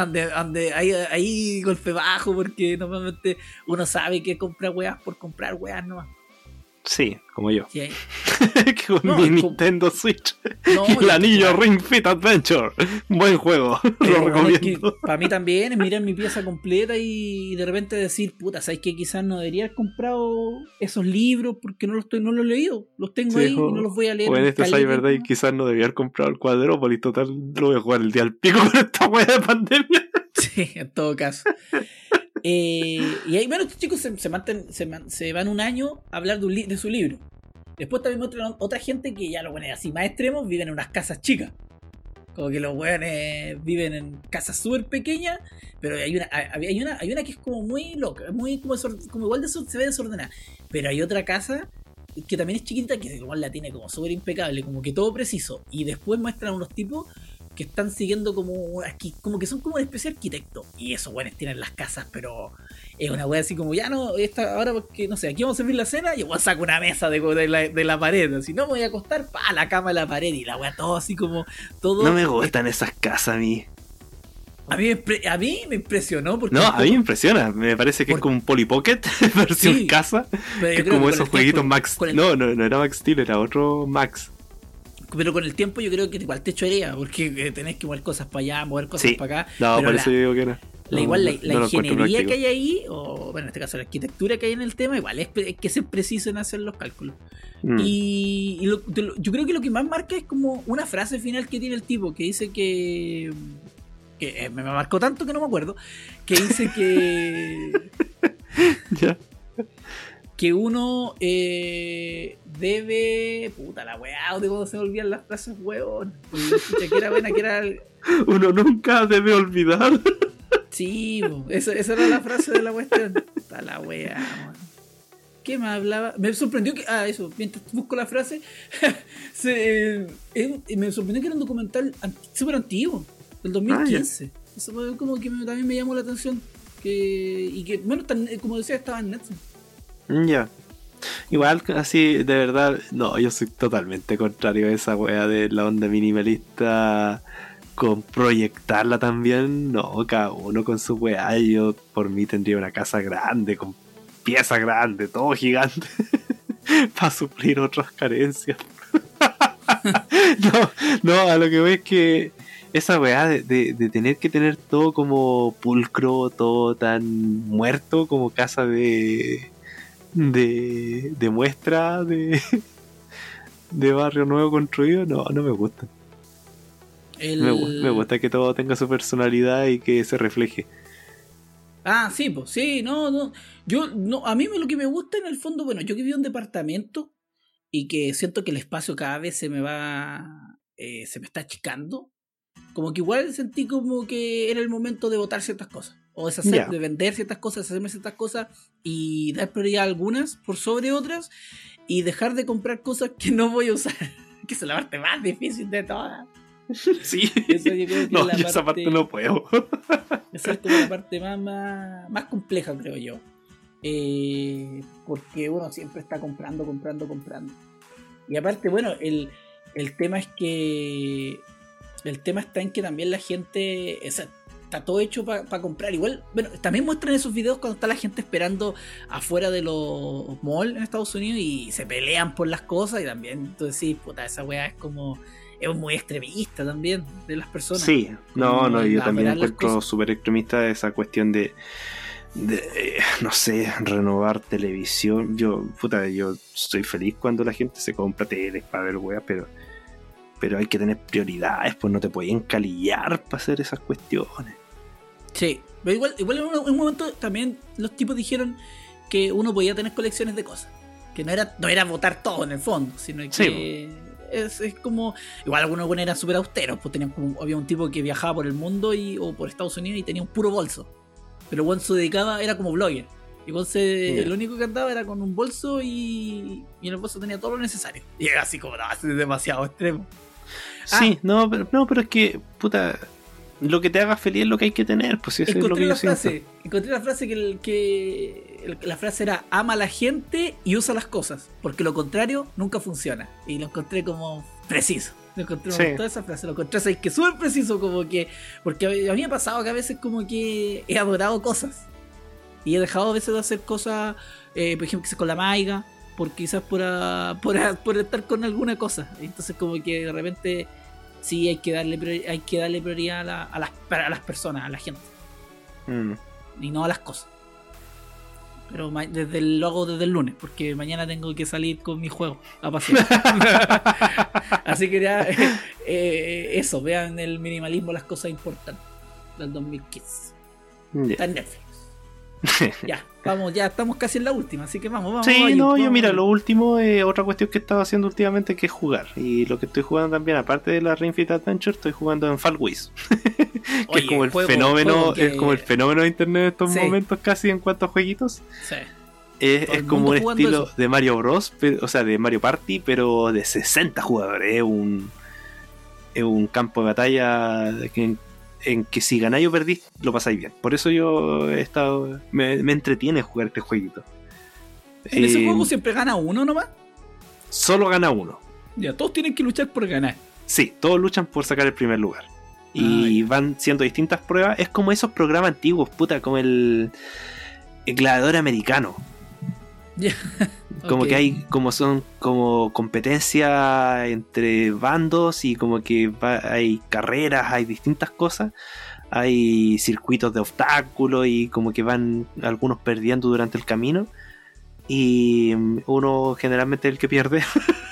Speaker 1: ahí golpe bajo, porque normalmente uno sabe que compra weas por comprar weas nomás.
Speaker 2: Sí, como yo.
Speaker 1: Sí,
Speaker 2: con mi Nintendo Switch. Y el anillo Ring Fit Adventure. Buen juego. Lo recomiendo.
Speaker 1: Para mí también es mirar mi pieza completa y de repente decir, puta, ¿sabes qué? Quizás no debería haber comprado esos libros porque no los he leído. Los tengo ahí y no los voy a leer.
Speaker 2: O en este Cyber y quizás no debía haber comprado el Quadrópolis. Total, lo voy a jugar el día al pico con esta wea de pandemia.
Speaker 1: Sí, en todo caso. Y ahí, bueno, estos chicos se van un año a hablar de su libro. Después también muestran otra gente que ya los buenos así más extremos viven en unas casas chicas. Como que los buenos viven en casas súper pequeñas, pero hay una que es como muy loca, muy como igual se ve desordenada. Pero hay otra casa que también es chiquita, que igual la tiene como súper impecable, como que todo preciso. Y después muestran unos tipos que están siguiendo como que son como una especie de arquitecto. Y esos buenos tienen las casas, pero es una wea así como, ya no, ahora porque, no sé, aquí vamos a servir la cena, y yo saco una mesa de la pared, así, no me voy a acostar, la cama de la pared, y la wea todo así como, todo.
Speaker 2: No me gustan esas casas a mí.
Speaker 1: A mí me impresionó porque...
Speaker 2: No, a mí me impresiona. Me parece que es como un Polly Pocket versión casa. Que es como esos jueguitos Max... No era Max Steel, era otro Max.
Speaker 1: Pero con el tiempo yo creo que igual te chorea, porque tenés que mover cosas para allá, mover cosas para acá.
Speaker 2: No,
Speaker 1: pero
Speaker 2: por eso yo digo que no.
Speaker 1: La ingeniería que hay ahí, o bueno, en este caso la arquitectura que hay en el tema, igual es que ser preciso en hacer los cálculos. Y yo creo que lo que más marca es como una frase final que tiene el tipo, que dice que me marcó tanto que no me acuerdo, que dice que
Speaker 2: ya.
Speaker 1: Que uno debe... Puta la weá, de cuando se me olvidan las frases, weón. Que era buena, que era...
Speaker 2: Uno nunca debe olvidar.
Speaker 1: Sí, esa era la frase de la cuestión. Puta la weá, man. ¿Qué me hablaba? Me sorprendió que... eso, mientras busco la frase, me sorprendió que era un documental súper antiguo, del 2015. Eso fue como que también me llamó la atención. Y que, bueno, como decía, estaba en Netflix.
Speaker 2: Ya. Igual, así, de verdad, no, yo soy totalmente contrario a esa wea de la onda minimalista con proyectarla también. No, cada uno con su wea. Yo por mí tendría una casa grande, con pieza grande, todo gigante, para suplir otras carencias. No, a lo que voy es que esa weá de tener que tener todo como pulcro, todo tan muerto como casa de muestra de barrio nuevo construido, no me gusta. Me gusta que todo tenga su personalidad y que se refleje.
Speaker 1: Sí, pues sí, no. Yo no, a mí lo que me gusta en el fondo, bueno, yo que vivo en un departamento y que siento que el espacio cada vez se me está achicando. Como que igual sentí como que era el momento de botar ciertas cosas. O de vender ciertas cosas, hacerme ciertas cosas y dar prioridad a algunas por sobre otras y dejar de comprar cosas que no voy a usar. Que es la parte más difícil de todas.
Speaker 2: Sí.
Speaker 1: Eso yo creo que
Speaker 2: No,
Speaker 1: es
Speaker 2: yo esa parte no puedo.
Speaker 1: esa es como la parte más compleja, creo yo. Porque uno siempre está comprando. Y aparte, bueno, el tema es que el tema está en que también la gente, o sea, está todo hecho para comprar. Igual, bueno, también muestran esos videos cuando está la gente esperando afuera de los malls en Estados Unidos y se pelean por las cosas y también, entonces sí, puta, esa weá es muy extremista también de las personas.
Speaker 2: Sí, no, yo también
Speaker 1: las
Speaker 2: encuentro
Speaker 1: cosas.
Speaker 2: súper extremista esa cuestión de no sé, renovar televisión. Yo estoy feliz cuando la gente se compra teles para ver weas, pero hay que tener prioridades, pues no te puedes encalillar para hacer esas cuestiones.
Speaker 1: Sí, pero igual en un momento también los tipos dijeron que uno podía tener colecciones de cosas, que no era votar todo en el fondo, sino que
Speaker 2: Sí.
Speaker 1: es como, igual algunos buenos eran súper austeros, pues tenían había un tipo que viajaba por el mundo o por Estados Unidos y tenía un puro bolso, pero Juan se dedicaba, era como blogger, y Juan lo único que andaba era con un bolso y en el bolso tenía todo lo necesario, y era así como, no, es demasiado extremo.
Speaker 2: Sí, no, pero es que, puta, lo que te haga feliz es lo que hay que tener, pues eso es lo que yo siento.
Speaker 1: Encontré la frase la frase era: ama a la gente y usa las cosas, porque lo contrario nunca funciona. Y lo encontré como preciso. Lo encontré
Speaker 2: Sí.
Speaker 1: toda esa frase, lo encontré así que súper preciso, como que. Porque a mí me ha pasado que a veces como que he adorado cosas. Y he dejado a veces de hacer cosas, por ejemplo, quizás con la maiga, porque quizás por estar con alguna cosa. Entonces como que de repente sí hay que darle prioridad a las personas, a la gente, y no a las cosas. Pero lo hago desde el lunes, porque mañana tengo que salir con mi juego a pasear. Así que ya, eso, vean el minimalismo, las cosas importantes del 2015. Está en Netflix. Ya, vamos, ya estamos casi en la última, así que vamos.
Speaker 2: Sí,
Speaker 1: vamos.
Speaker 2: yo mira, lo último, otra cuestión que he estado haciendo últimamente que es jugar. Y lo que estoy jugando también, aparte de la Ring Fit Adventure, estoy jugando en Fall Guys. Que es como el fenómeno, es como el fenómeno de internet en estos momentos casi en cuanto a jueguitos.
Speaker 1: Sí.
Speaker 2: Es como un estilo
Speaker 1: eso.
Speaker 2: de Mario Bros, o sea, de Mario Party, pero de 60 jugadores. Es un campo de batalla en que si ganáis o perdís, lo pasáis bien. Por eso yo he estado. Me entretiene jugar este jueguito.
Speaker 1: En ese juego siempre gana uno nomás.
Speaker 2: Solo gana uno.
Speaker 1: Ya, todos tienen que luchar por ganar.
Speaker 2: Sí, todos luchan por sacar el primer lugar. Y van siendo distintas pruebas. Es como esos programas antiguos, puta, como el gladiador americano.
Speaker 1: Yeah.
Speaker 2: Como que hay, como son como competencia entre bandos y como que hay carreras, hay distintas cosas, hay circuitos de obstáculos y como que van algunos perdiendo durante el camino y uno generalmente es el que pierde.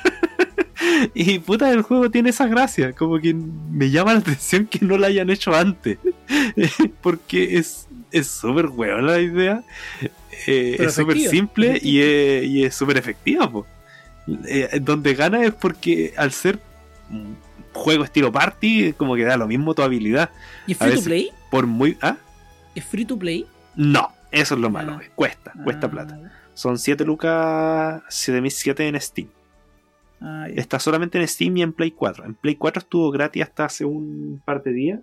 Speaker 2: Y puta, el juego tiene esa gracia, como que me llama la atención que no la hayan hecho antes. Porque es súper hueón la idea. Es súper simple y es súper efectiva, po. Donde gana es porque al ser un juego estilo party, como que da lo mismo tu habilidad.
Speaker 1: ¿Y es free to play?
Speaker 2: Por muy,
Speaker 1: ¿Es free to play?
Speaker 2: No, eso es lo malo, cuesta plata. Son 7 lucas, 7.007 en Steam. Está solamente en Steam y en Play 4. En Play 4 estuvo gratis hasta hace un par de días.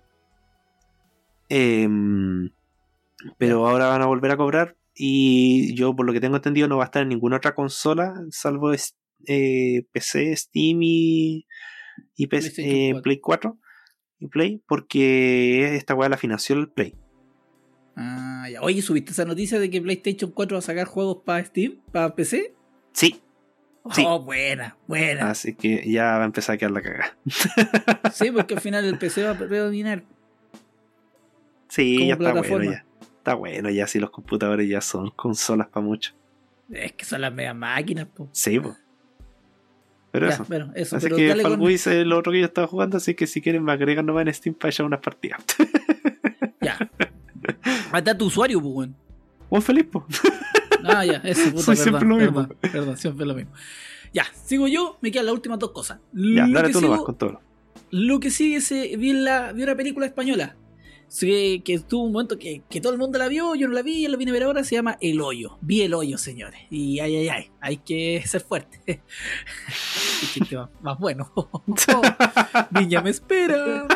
Speaker 2: Pero ahora van a volver a cobrar. Y yo, por lo que tengo entendido, no va a estar en ninguna otra consola, salvo PC, Steam y PC, Play 4 y Play, porque esta weá la financió el Play.
Speaker 1: Ya. Oye, ¿subiste esa noticia de que PlayStation 4 va a sacar juegos para Steam, para PC?
Speaker 2: Sí. Sí.
Speaker 1: Buena.
Speaker 2: Así que ya va a empezar a quedar la cagada.
Speaker 1: Sí, porque al final el PC va a predominar.
Speaker 2: Sí, ya está bueno ya. Está bueno ya si los computadores ya son consolas para mucho.
Speaker 1: Es que son las medias máquinas, po.
Speaker 2: Sí, po. Pero
Speaker 1: ya, eso.
Speaker 2: Así
Speaker 1: pero
Speaker 2: que Fall Guys es lo otro que yo estaba jugando, así que si quieren me agregan nomás en Steam para echar unas partidas.
Speaker 1: Ya. Mata tu usuario, pues, weón.
Speaker 2: Buen feliz, po.
Speaker 1: Ya, eso, puta.
Speaker 2: Soy siempre lo mismo.
Speaker 1: Perdón, siempre lo mismo. Ya, sigo yo, me quedan las últimas 2 cosas.
Speaker 2: Ya, dale tú nomás con todo.
Speaker 1: Lo que sigue vi una película española Sí, que tuvo un momento que todo el mundo la vio, yo no la vi, la vine a ver ahora, se llama El Hoyo. Vi El Hoyo, señores. Y ay, hay que ser fuerte. Qué chiste más bueno. Niña me espera.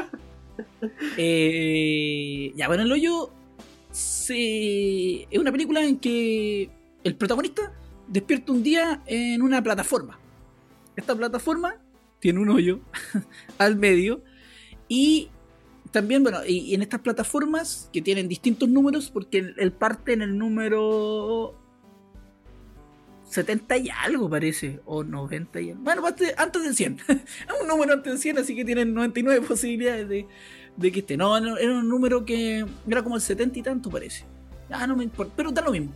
Speaker 1: Ya, bueno, El Hoyo es una película en que el protagonista despierta un día en una plataforma. Esta plataforma tiene un hoyo al medio y también, bueno, y en estas plataformas que tienen distintos números, porque él parte en el número 70 y algo parece, o 90 y algo. Bueno, antes del 100. Es un número antes del 100, así que tienen 99 posibilidades de que esté. No, era un número que era como el 70 y tanto parece. Ah, no me importa, pero da lo mismo.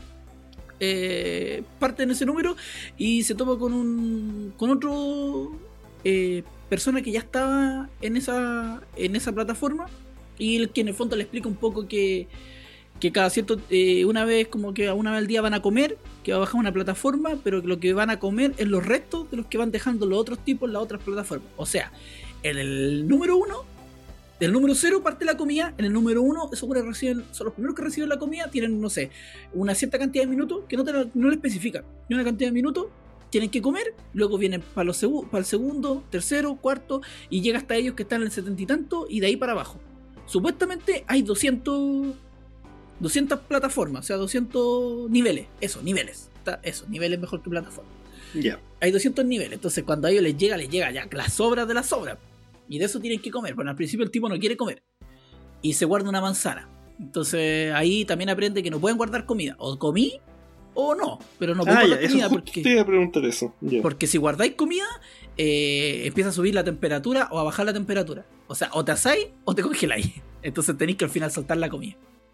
Speaker 1: Parte en ese número y se topa con otro persona que ya estaba en esa plataforma, y el que en el fondo le explica un poco que cada cierto una vez al día van a comer, que va a bajar una plataforma, pero que lo que van a comer es los restos de los que van dejando los otros tipos en las otras plataformas. O sea, en el número 1, del número 0 parte la comida, en el número 1 esos son los primeros que reciben la comida, tienen, no sé, una cierta cantidad de minutos que no le especifican, ni una cantidad de minutos, tienen que comer, luego vienen para el segundo, tercero, cuarto, y llega hasta ellos que están en el 70 y tanto, y de ahí para abajo. Supuestamente hay 200 plataformas, o sea, 200 niveles, niveles mejor que plataforma.
Speaker 2: Yeah.
Speaker 1: Hay 200 niveles, entonces cuando a ellos les llega ya las sobras de las sobras. Y de eso tienen que comer. Bueno, al principio el tipo no quiere comer y se guarda una manzana. Entonces ahí también aprende que no pueden guardar comida. O comí o no, pero no pueden guardar comida
Speaker 3: porque te iba a preguntar eso. Yeah.
Speaker 1: Porque si guardáis comida, empieza a subir la temperatura o a bajar la temperatura. O sea, o te asáis o te congeláis. Entonces tenéis que al final soltar la comida.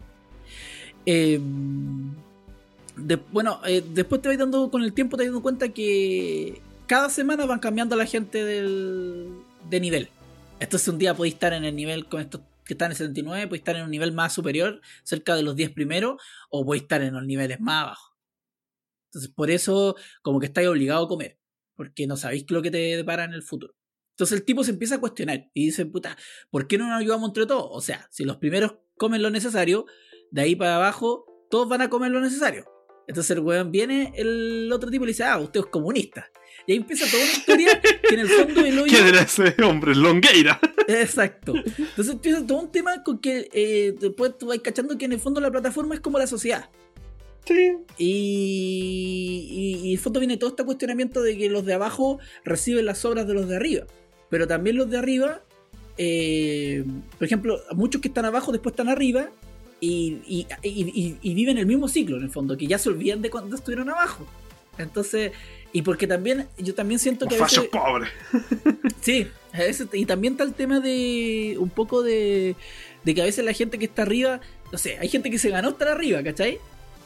Speaker 1: Después te vais dando, con el tiempo te vas dando cuenta que cada semana van cambiando a la gente de nivel. Entonces un día podéis estar en el nivel con estos que están en 79, podéis estar en un nivel más superior, cerca de los 10 primeros, o podéis estar en los niveles más abajo. Entonces por eso como que estáis obligados a comer, porque no sabéis lo que te depara en el futuro. Entonces el tipo se empieza a cuestionar y dice, puta, ¿por qué no nos ayudamos entre todos? O sea, si los primeros comen lo necesario, de ahí para abajo todos van a comer lo necesario. Entonces el weón viene, el otro tipo le dice, usted es comunista. Y ahí empieza toda una historia que en el fondo El Hoyo...
Speaker 3: ¿Quién era ese hombre? Longueira.
Speaker 1: Exacto. Entonces empieza todo un tema con que después tú vas cachando que en el fondo la plataforma es como la sociedad.
Speaker 3: Sí.
Speaker 1: Y en el fondo viene todo este cuestionamiento de que los de abajo reciben las obras de los de arriba. Pero también los de arriba, por ejemplo, muchos que están abajo después están arriba y viven el mismo ciclo en el fondo, que ya se olvidan de cuando estuvieron abajo. Entonces... Y porque también, yo también siento que a veces...
Speaker 3: pobre.
Speaker 1: Sí, a veces, y también está el tema de un poco de que a veces la gente que está arriba, no sé, hay gente que se ganó estar arriba, ¿cachai?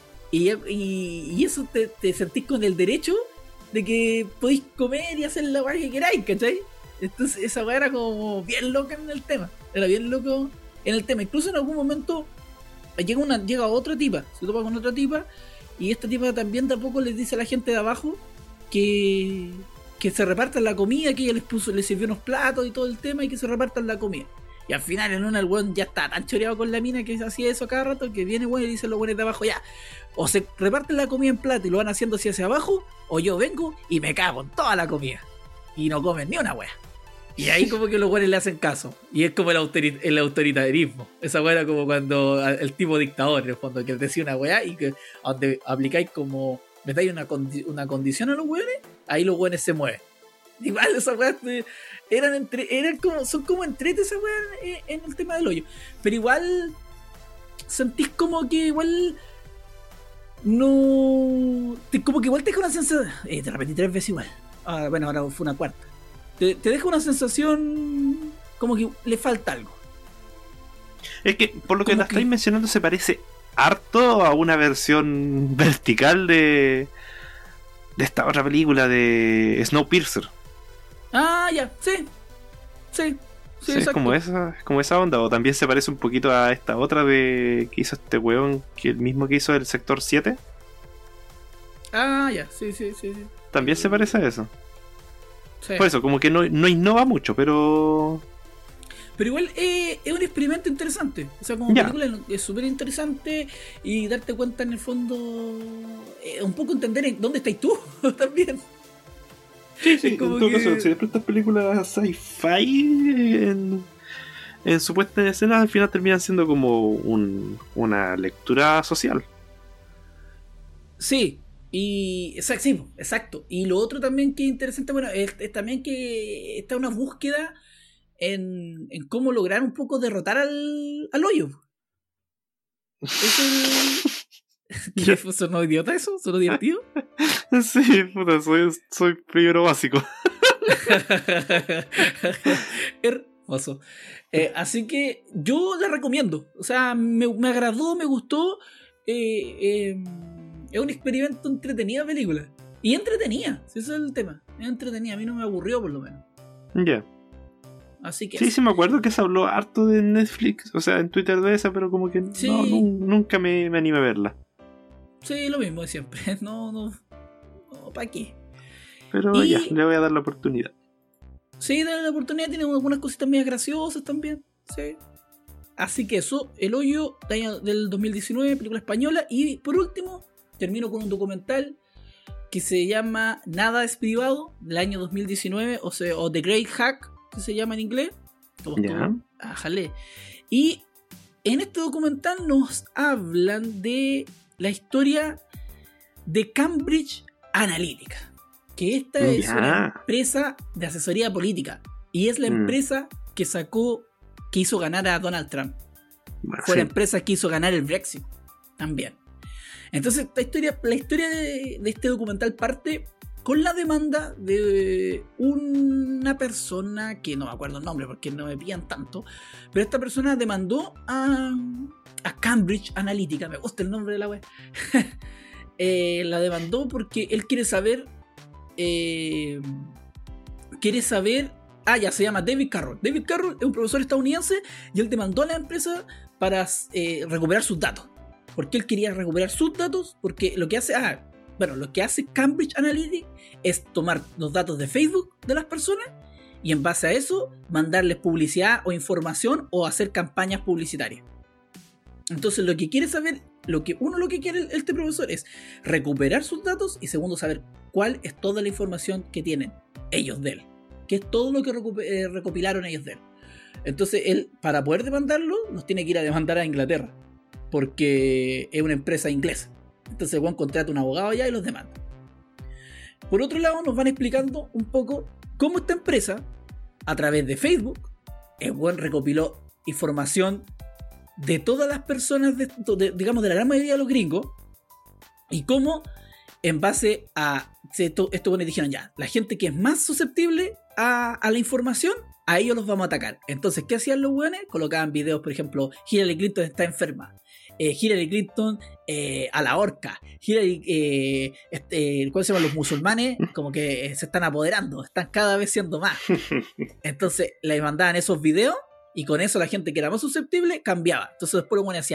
Speaker 1: Y eso te sentís con el derecho de que podéis comer y hacer la weá que queráis, ¿cachai? Entonces esa weá era como bien loca en el tema. Era bien loco en el tema. Incluso en algún momento llega otra tipa, se topa con otra tipa, y esta tipa también tampoco les dice a la gente de abajo que se repartan la comida, que ella les sirvió unos platos y todo el tema, y que se repartan la comida. Y al final en una el weón ya está tan choreado con la mina que hacía eso cada rato, que viene weón y dice los weones de abajo, ya, o se reparten la comida en plato y lo van haciendo hacia abajo, o yo vengo y me cago en toda la comida y no comen ni una wea. Y ahí como que los weones le hacen caso. Y es como el autoritarismo. Esa wea era como cuando el tipo dictador, en el fondo, que decía una wea y que donde aplicáis como metáis una condición a los weones, ahí los weones se mueven. Igual esas weas son como entretes esas weas en el tema del hoyo. Pero igual sentís como que igual no... como que igual te deja una sensación... te repetí 3 veces igual. Bueno, ahora fue una cuarta. Te deja una sensación como que le falta algo.
Speaker 2: Es que por lo que la estáis mencionando se parece harto a una versión vertical de esta otra película de Snowpiercer.
Speaker 1: Ya, sí,
Speaker 2: es como esa onda. O también se parece un poquito a esta otra que hizo este weón, que el mismo que hizo el Sector 7.
Speaker 1: Ya, sí.
Speaker 2: También se parece a eso.
Speaker 1: Sí.
Speaker 2: Por eso, como que no innova mucho, pero
Speaker 1: Pero igual es un experimento interesante. O sea, como película es súper interesante y darte cuenta en el fondo, un poco entender en dónde estás tú también.
Speaker 2: Sí, en todo caso, si después estas películas sci-fi en su puesta en escena, al final terminan siendo como una lectura social.
Speaker 1: Sí, y exacto. Y lo otro también que es interesante, bueno, es también que está una búsqueda en cómo lograr un poco derrotar al hoyo. ¿Qué? ¿Sonó idiota eso? ¿Sonó divertido?
Speaker 2: Sí, puta, soy primero básico.
Speaker 1: Hermoso. Así que yo la recomiendo. O sea, me agradó, me gustó. Es un experimento entretenido película. Y entretenida, si ese es el tema. Es entretenida, a mí no me aburrió por lo menos.
Speaker 2: Ya.
Speaker 1: Así que
Speaker 2: sí, me acuerdo que se habló harto de Netflix, o sea, en Twitter de esa, pero como que
Speaker 1: sí.
Speaker 2: nunca me animé a verla.
Speaker 1: Sí, lo mismo de siempre. No, ¿para qué?
Speaker 2: Pero ya, le voy a dar la oportunidad.
Speaker 1: Sí, dale la oportunidad, tiene algunas cositas más graciosas también. Sí. Así que eso, El Hoyo del 2019, película española. Y por último, termino con un documental que se llama Nada es Privado, del año 2019, o The Great Hack, que se llama en inglés. Jale. Y en este documental nos hablan de la historia de Cambridge Analytica, que esta es una empresa de asesoría política y es la empresa que hizo ganar a Donald Trump. Fue la empresa que hizo ganar el Brexit también. Entonces la historia de este documental parte con la demanda de una persona que no me acuerdo el nombre porque no me pillan tanto, pero esta persona demandó a Cambridge Analytica, me gusta el nombre de la web. La demandó porque él quiere saber se llama David Carroll. David Carroll es un profesor estadounidense y él demandó a la empresa para recuperar sus datos. Porque él quería recuperar sus datos, porque lo que hace Cambridge Analytica es tomar los datos de Facebook de las personas y en base a eso mandarles publicidad o información o hacer campañas publicitarias. Entonces lo que quiere este profesor es recuperar sus datos y segundo saber cuál es toda la información que tienen ellos de él, que es todo lo que recopilaron ellos de él. Entonces él, para poder demandarlo, los tiene que ir a demandar a Inglaterra porque es una empresa inglesa. Entonces Juan contrata un abogado allá y los demanda. Por otro lado, nos van explicando un poco cómo esta empresa, a través de Facebook, Juan recopiló información de todas las personas, digamos de la gran mayoría de los gringos, y cómo en base a esto bueno, dijeron ya, la gente que es más susceptible a la información, a ellos los vamos a atacar. Entonces, ¿qué hacían los buenos? Colocaban videos, por ejemplo, Hillary Clinton está enferma, Hillary Clinton a la horca, Hillary, ¿cuáles se llaman? Los musulmanes como que se están apoderando, están cada vez siendo más. Entonces le mandaban esos videos y con eso la gente que era más susceptible cambiaba. Entonces después los buenos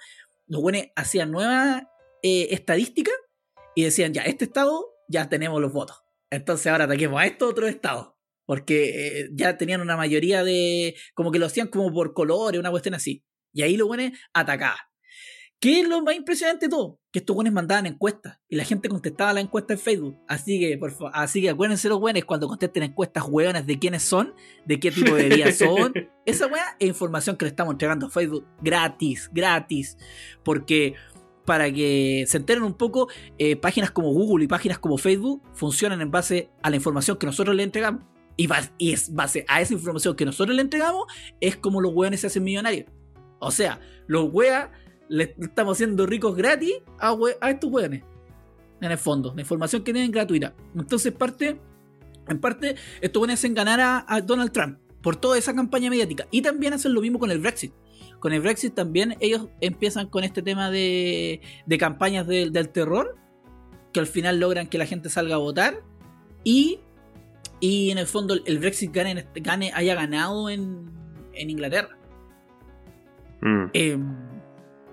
Speaker 1: hacían nuevas estadísticas y decían ya, este estado ya tenemos los votos, entonces ahora ataquemos a estos otros estados porque ya tenían una mayoría de, como que lo hacían como por colores, una cuestión así, y ahí los buenos atacaban. ¿Qué es lo más impresionante de todo? Que estos buenos mandaban encuestas y la gente contestaba la encuesta en Facebook. Así que acuérdense los buenos cuando contesten encuestas hueonas de quiénes son, de qué tipo de día son. Esa hueá es información que le estamos entregando a Facebook gratis. Porque para que se enteren un poco, páginas como Google y páginas como Facebook funcionan en base a la información que nosotros le entregamos. Y es base a esa información que nosotros le entregamos, es como los hueones se hacen millonarios. O sea, los hueas le estamos haciendo ricos gratis a estos hueones. En el fondo, la información que tienen gratuita. Entonces, en parte, estos hueones hacen ganar a Donald Trump por toda esa campaña mediática. Y también hacen lo mismo con el Brexit. Con el Brexit también ellos empiezan con este tema de campañas del terror, que al final logran que la gente salga a votar. Y en el fondo el Brexit haya ganado en Inglaterra.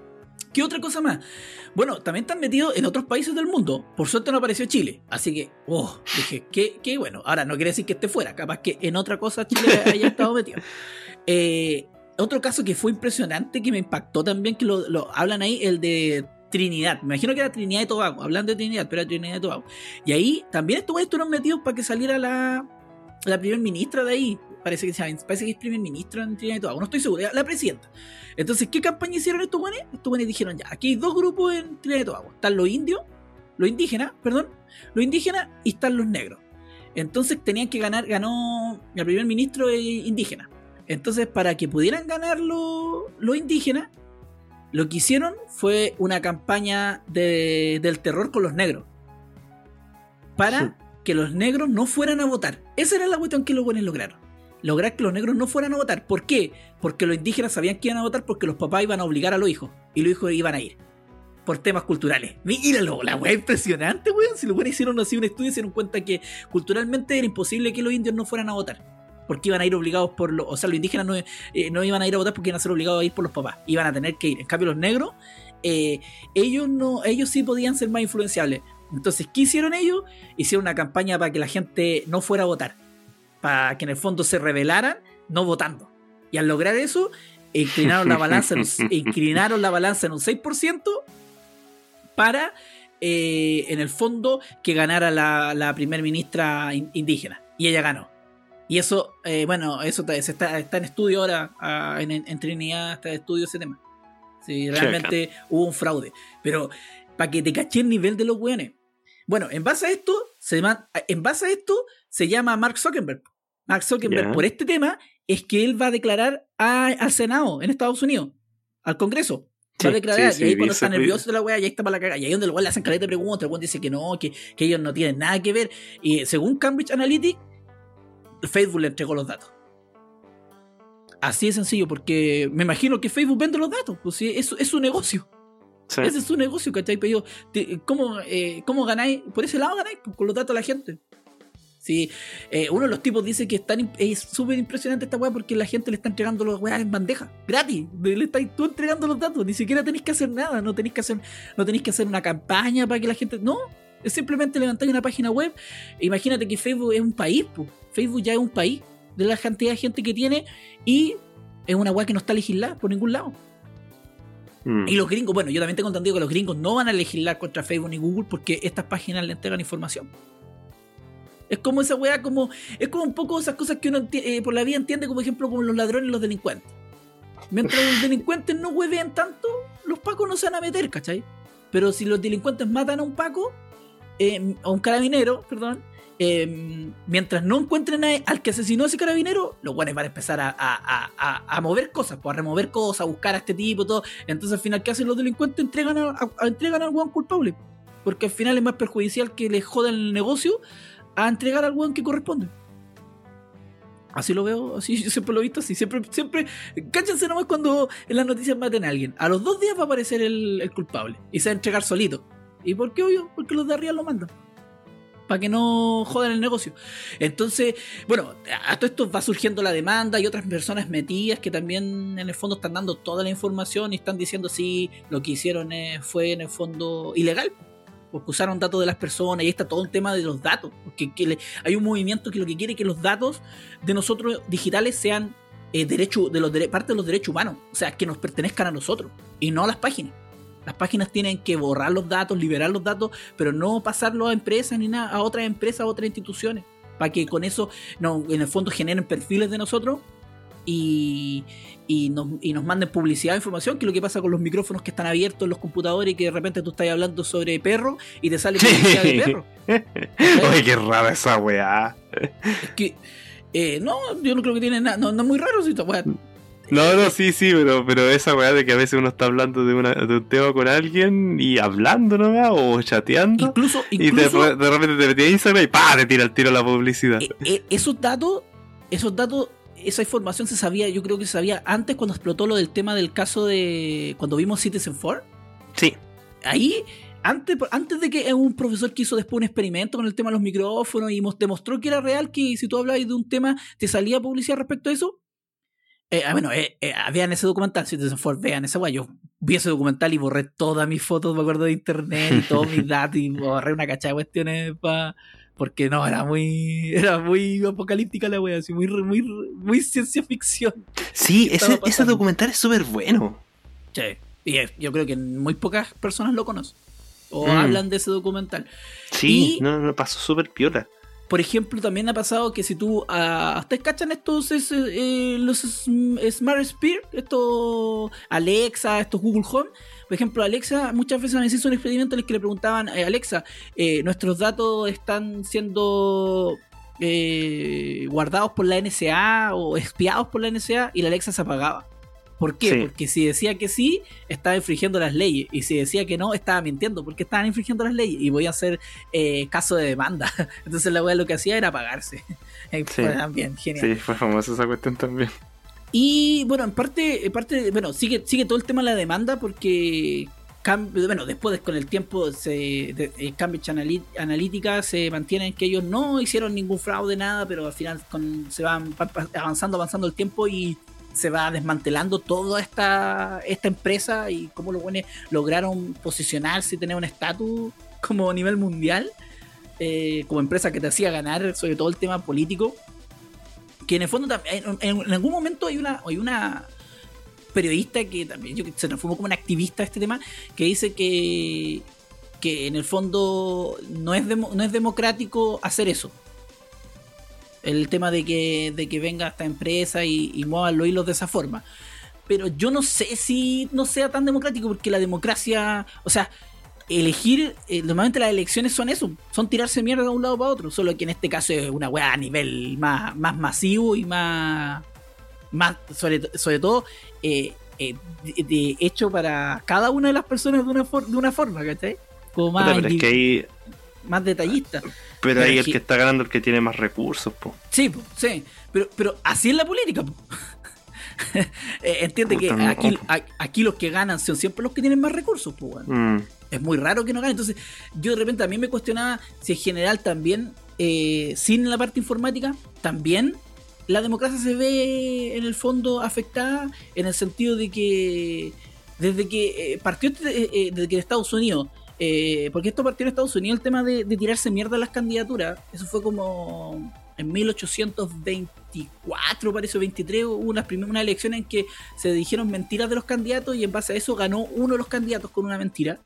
Speaker 1: ¿Qué otra cosa más? Bueno, también están metidos en otros países del mundo. Por suerte no apareció Chile. Así que, dije, qué bueno. Ahora, no quiere decir que esté fuera. Capaz que en otra cosa Chile haya estado metido. Otro caso que fue impresionante, que me impactó también, que lo hablan ahí, el de Trinidad. Me imagino que era Trinidad y Tobago. Hablando de Trinidad, pero era Trinidad y Tobago. Y ahí también estos estuvieron metidos para que saliera la primer ministra de ahí. Parece que es primer ministro en Trinidad y Tobago. No estoy seguro. La presidenta. Entonces, ¿qué campaña hicieron estos güeyes? Estos güeyes dijeron, ya, aquí hay dos grupos en Trinidad y Tobago. Están los indígenas, y están los negros. Entonces tenían que ganó el primer ministro indígena. Entonces, para que pudieran ganar los indígenas, lo que hicieron fue una campaña del terror con los negros. Para que los negros no fueran a votar. Esa era la cuestión que los buenos lograron. Lograr que los negros no fueran a votar. ¿Por qué? Porque los indígenas sabían que iban a votar porque los papás iban a obligar a los hijos. Y los hijos iban a ir. Por temas culturales. Míralo, la weá impresionante, weón. Si los buenos hicieron así un estudio y se dieron cuenta que culturalmente era imposible que los indios no fueran a votar. Porque iban a ir obligados por los... O sea, los indígenas no iban a ir a votar porque iban a ser obligados a ir por los papás. Iban a tener que ir. En cambio, los negros, ellos sí podían ser más influenciables. Entonces, ¿qué hicieron ellos? Hicieron una campaña para que la gente no fuera a votar. Para que en el fondo se rebelaran no votando. Y al lograr eso, inclinaron la balanza en un 6% para, en el fondo, que ganara la primer ministra indígena. Y ella ganó. Y eso, eso está en estudio ahora, en Trinidad está en estudio ese tema. Sí, realmente hubo un fraude. Pero, para que te caché el nivel de los weones. Bueno, en base a esto, se llama Mark Zuckerberg. Mark Zuckerberg, por este tema, es que él va a declarar al Senado en Estados Unidos, al Congreso. Va a declarar, y ahí cuando está nervioso de la weá, ya está para la cagada. Y ahí donde el weón le hacen caleta de preguntas, el weón dice que no, que ellos no tienen nada que ver. Y según Cambridge Analytica, Facebook le entregó los datos. Así de sencillo, porque me imagino que Facebook vende los datos. Pues sí, eso es su negocio. Sí. Ese es su negocio, ¿cachai? Pero ¿cómo ganáis? Por ese lado ganáis, pues, con los datos de la gente. Sí, uno de los tipos dice que es súper impresionante esta weá porque la gente le está entregando los weas en bandeja, gratis. Le estáis tú entregando los datos, ni siquiera tenéis que hacer nada, no tenéis que hacer una campaña para que la gente. No, es simplemente levantar una página web. Imagínate que Facebook es un país, pues. Facebook ya es un país de la cantidad de gente que tiene y es una weá que no está legislada por ningún lado. Y los gringos, bueno, yo también tengo entendido que los gringos no van a legislar contra Facebook ni Google porque estas páginas le entregan información. Es como esa weá, es como un poco esas cosas que uno por la vida entiende, como ejemplo, como los ladrones y los delincuentes. Mientras los delincuentes no huevean tanto, los pacos no se van a meter, ¿cachai? Pero si los delincuentes matan a un paco, a un carabinero, perdón, mientras no encuentren al que asesinó a ese carabinero, los guanes van a empezar a mover cosas, pues, a remover cosas, a buscar a este tipo, todo. Entonces al final, ¿qué hacen los delincuentes? Entregan al guan culpable, porque al final es más perjudicial que les jodan el negocio a entregar al weón que corresponde. Así lo veo, así yo siempre lo he visto así. Siempre, cáchense nomás cuando en las noticias maten a alguien. A los 2 días va a aparecer el culpable y se va a entregar solito. ¿Y por qué, obvio? Porque los de arriba lo mandan. Para que no jodan el negocio. Entonces, bueno, a todo esto va surgiendo la demanda y otras personas metidas que también en el fondo están dando toda la información y están diciendo sí, lo que hicieron fue en el fondo ilegal. Porque usaron datos de las personas y ahí está todo el tema de los datos. Porque hay un movimiento que lo que quiere es que los datos de nosotros digitales sean parte de los derechos humanos. O sea, que nos pertenezcan a nosotros y no a las páginas. Las páginas tienen que borrar los datos, liberar los datos, pero no pasarlos a empresas ni nada, a otras empresas, a otras instituciones. Para que con eso en el fondo generen perfiles de nosotros y nos manden publicidad de información, que es lo que pasa con los micrófonos que están abiertos en los computadores y que de repente tú estás hablando sobre perro y te sale publicidad de perro.
Speaker 2: Oye, qué rara esa weá.
Speaker 1: Es que no, yo no creo que tiene nada, no es muy raro si esta weá.
Speaker 2: No, sí, pero esa weá de que a veces uno está hablando de un tema con alguien y hablando nomás o chateando
Speaker 1: incluso
Speaker 2: y de repente te metías a Instagram y ¡pah! Te tira el tiro la publicidad.
Speaker 1: Esos datos, esa información se sabía, yo creo que se sabía antes cuando explotó lo del tema del caso de cuando vimos Citizen4.
Speaker 2: Sí.
Speaker 1: Ahí, antes de que un profesor que hizo después un experimento con el tema de los micrófonos y demostró que era real, que si tú hablabas de un tema te salía publicidad respecto a eso. Bueno, vean ese documental, si ustedes por vean esa weá. Yo vi ese documental y borré todas mis fotos, me acuerdo, de internet y todos mis datos y borré una cachada de cuestiones porque no, era muy apocalíptica la wea, así muy ciencia ficción.
Speaker 2: Sí,
Speaker 1: ¿Qué estaba
Speaker 2: ese
Speaker 1: pasando?
Speaker 2: documental es súper bueno.
Speaker 1: Sí. Y yo creo que muy pocas personas lo conocen o
Speaker 2: Mm.
Speaker 1: hablan de ese documental.
Speaker 2: Sí,
Speaker 1: Y-
Speaker 2: no, pasó súper piola.
Speaker 1: Por ejemplo, también ha pasado que si tú... ¿ustedes cachan estos los Smart Spear? Estos Alexa, estos Google Home. Por ejemplo, Alexa, muchas veces han hecho un experimento en el que le preguntaban, Alexa, nuestros datos están siendo guardados por la NSA o espiados por la NSA, y la Alexa se apagaba. ¿Por qué?
Speaker 2: Sí.
Speaker 1: Porque si decía que sí, estaba infringiendo las leyes. Y si decía que no, estaba mintiendo, porque estaban infringiendo las leyes. Y voy a hacer caso de demanda. Entonces la weá lo que hacía era apagarse. Fue también genial.
Speaker 2: Sí, fue famosa esa cuestión también.
Speaker 1: Y bueno, en parte bueno, sigue todo el tema de la demanda, porque bueno, después con el tiempo Cambridge Analytica se mantienen que ellos no hicieron ningún fraude, nada, pero al final se van avanzando el tiempo y se va desmantelando toda esta empresa, y cómo los buenos lograron posicionarse y tener un estatus como a nivel mundial, como empresa que te hacía ganar, sobre todo el tema político, que en el fondo en algún momento hay una periodista que también se transformó como una activista de este tema, que dice que en el fondo no es democrático hacer eso. El tema de que venga esta empresa y muevan los hilos de esa forma. Pero yo no sé si no sea tan democrático, porque la democracia, o sea, elegir, normalmente las elecciones son eso, son tirarse mierda de un lado para otro, solo que en este caso es una weá a nivel más masivo y más sobre todo hecho para cada una de las personas de una forma, ¿cachai? Como más,
Speaker 2: Puta, pero es que ahí,
Speaker 1: más detallista.
Speaker 2: pero ahí
Speaker 1: Pero
Speaker 2: el que está ganando el que tiene más recursos, po.
Speaker 1: Sí, sí, pero así es la política. Entiende
Speaker 2: Puta,
Speaker 1: que
Speaker 2: no.
Speaker 1: aquí los que ganan son siempre los que tienen más recursos, pues, bueno. Es muy raro que no ganen. Entonces yo de repente también me cuestionaba si en general también, sin la parte informática, también la democracia se ve en el fondo afectada, en el sentido de que desde que partió desde que en Estados Unidos, porque esto partió en Estados Unidos, el tema de tirarse mierda a las candidaturas, eso fue como en 1824, parece, 23, hubo unas elecciones en que se dijeron mentiras de los candidatos, y en base a eso ganó uno de los candidatos con una mentira.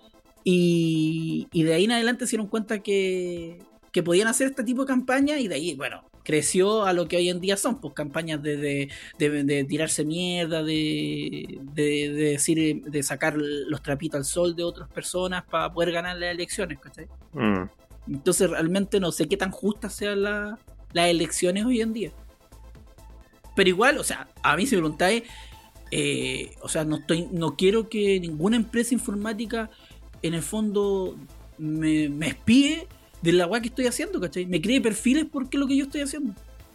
Speaker 1: Y de ahí en adelante se dieron cuenta que podían hacer este tipo de campañas, y de ahí, bueno, creció a lo que hoy en día son, pues, campañas de tirarse mierda, de decir, de sacar los trapitos al sol de otras personas para poder ganar las elecciones, ¿cachai? Entonces realmente no sé qué tan justas sean las elecciones hoy en día. Pero igual, o sea, a mí si me preguntáis, o sea, no quiero que ninguna empresa informática en el fondo me espíe de la weá que estoy haciendo, ¿cachai? Me cree perfiles porque es lo que yo estoy haciendo.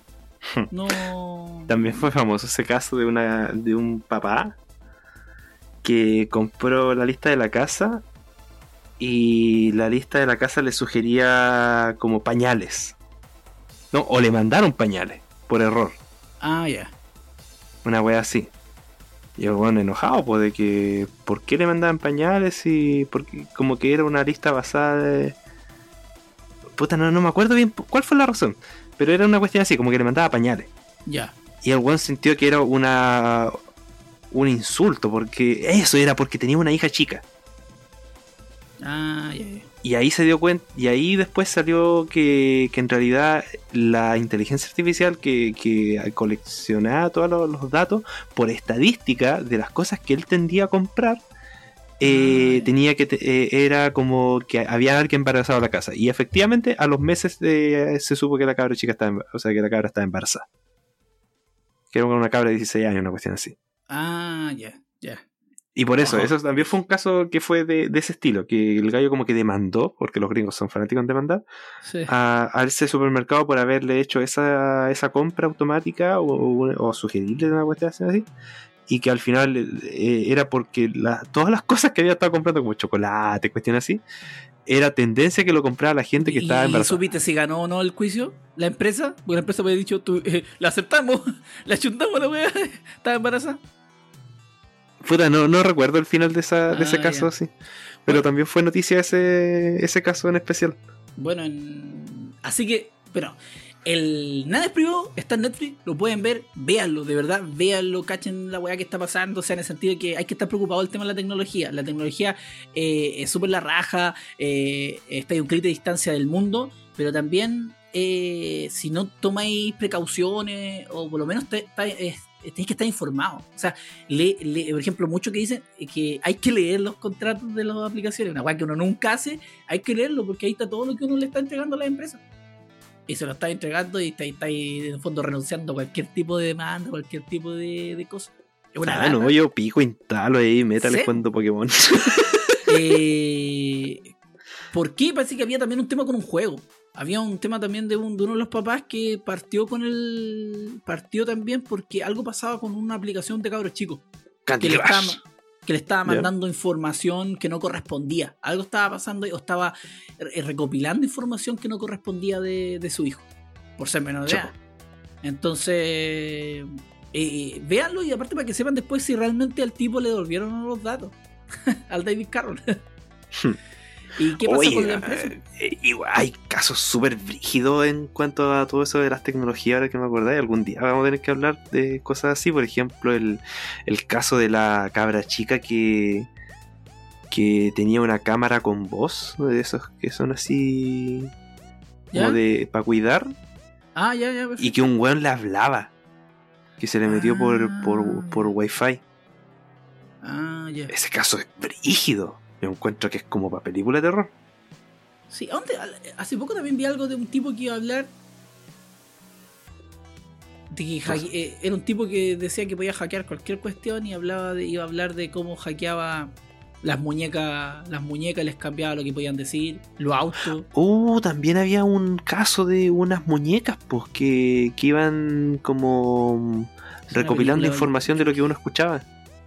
Speaker 1: No.
Speaker 2: También fue famoso ese caso de un papá que compró la lista de la casa, y la lista de la casa le sugería como pañales. No, o le mandaron pañales por error.
Speaker 1: Ah, ya.
Speaker 2: Una wea así. Y el weón enojado, pues, de que ¿por qué le mandaban pañales? Y porque como que era una lista basada de... Puta, no me acuerdo bien cuál fue la razón, pero era una cuestión así, como que le mandaba pañales.
Speaker 1: Ya.
Speaker 2: Y el weón sintió que era un insulto, porque eso era porque tenía una hija chica.
Speaker 1: Ah, ya.
Speaker 2: Y ahí se dio cuenta, y ahí después salió que en realidad la inteligencia artificial que coleccionaba todos los datos por estadística de las cosas que él tendía a comprar, tenía que era como que había alguien embarazado en la casa. Y efectivamente a los meses se supo que la cabra chica estaba, o sea, que la cabra estaba embarazada. Que era una cabra de 16 años, una cuestión así.
Speaker 1: Ah, ya.
Speaker 2: Y por eso,
Speaker 1: Ajá.
Speaker 2: eso también fue un caso que fue de ese estilo, que el gallo como que demandó, porque los gringos son fanáticos en demandar,
Speaker 1: Sí.
Speaker 2: a ese supermercado por haberle hecho esa compra automática o sugerirle una cuestión así. y que al final era porque todas las cosas que había estado comprando, como chocolate, cuestiones así, era tendencia que lo compraba la gente que estaba embarazada.
Speaker 1: ¿Y supiste si ganó o no el juicio la empresa? Porque la empresa me había dicho, la aceptamos, la chuntamos la weá, estaba embarazada.
Speaker 2: Puta, no recuerdo el final de ese caso,
Speaker 1: ya.
Speaker 2: sí. Pero
Speaker 1: Bueno.
Speaker 2: también fue noticia ese caso en especial.
Speaker 1: Bueno, así que, pero el Nada es privado está en Netflix, lo pueden ver, véanlo, de verdad, véanlo, cachen la weá que está pasando, o sea, en el sentido de que hay que estar preocupado del tema de la tecnología. La tecnología es súper la raja, está a un clic de distancia del mundo, pero también si no tomáis precauciones, o por lo menos tenéis que estar informados. O sea, por ejemplo, muchos que dicen que hay que leer los contratos de las aplicaciones, una weá que uno nunca hace, hay que leerlo porque ahí está todo lo que uno le está entregando a las empresas. Y se lo está entregando y está en el fondo renunciando a cualquier tipo de demanda, cualquier tipo de cosa. Es una lata.
Speaker 2: No, yo pico, instalo ahí, métale
Speaker 1: ¿Sí?
Speaker 2: cuando Pokémon.
Speaker 1: ¿Por qué? Parece que había también un tema con un juego. Había un tema también de uno de los papás que partió también porque algo pasaba con una aplicación de cabros chicos.
Speaker 2: Candy
Speaker 1: Que
Speaker 2: Crush.
Speaker 1: le estaba mandando información que no correspondía. Algo estaba pasando o estaba recopilando información que no correspondía de su hijo. Por ser menor de edad. Entonces, véanlo y aparte para que sepan después si realmente al tipo le devolvieron o no los datos. Al David Carroll. ¿Y qué pasa con la empresa?
Speaker 2: Igual hay casos súper brígidos en cuanto a todo eso de las tecnologías, ahora que me acordáis. Algún día vamos a tener que hablar de cosas así. Por ejemplo, el caso de la cabra chica que tenía una cámara con voz, de esos que son así
Speaker 1: ¿Ya?
Speaker 2: como de para cuidar,
Speaker 1: Ah, ya, perfecto.
Speaker 2: y que un weón le hablaba, que se le metió por wifi.
Speaker 1: Ah, ya.
Speaker 2: Ese caso es brígido. Yo encuentro que es como para película de terror.
Speaker 1: Sí, hace poco también vi algo de un tipo que iba a hablar de que era un tipo que decía que podía hackear cualquier cuestión y iba a hablar de cómo hackeaba las muñecas les cambiaba lo que podían decir, los autos.
Speaker 2: También había un caso de unas muñecas pues que iban como recopilando información de lo que uno escuchaba.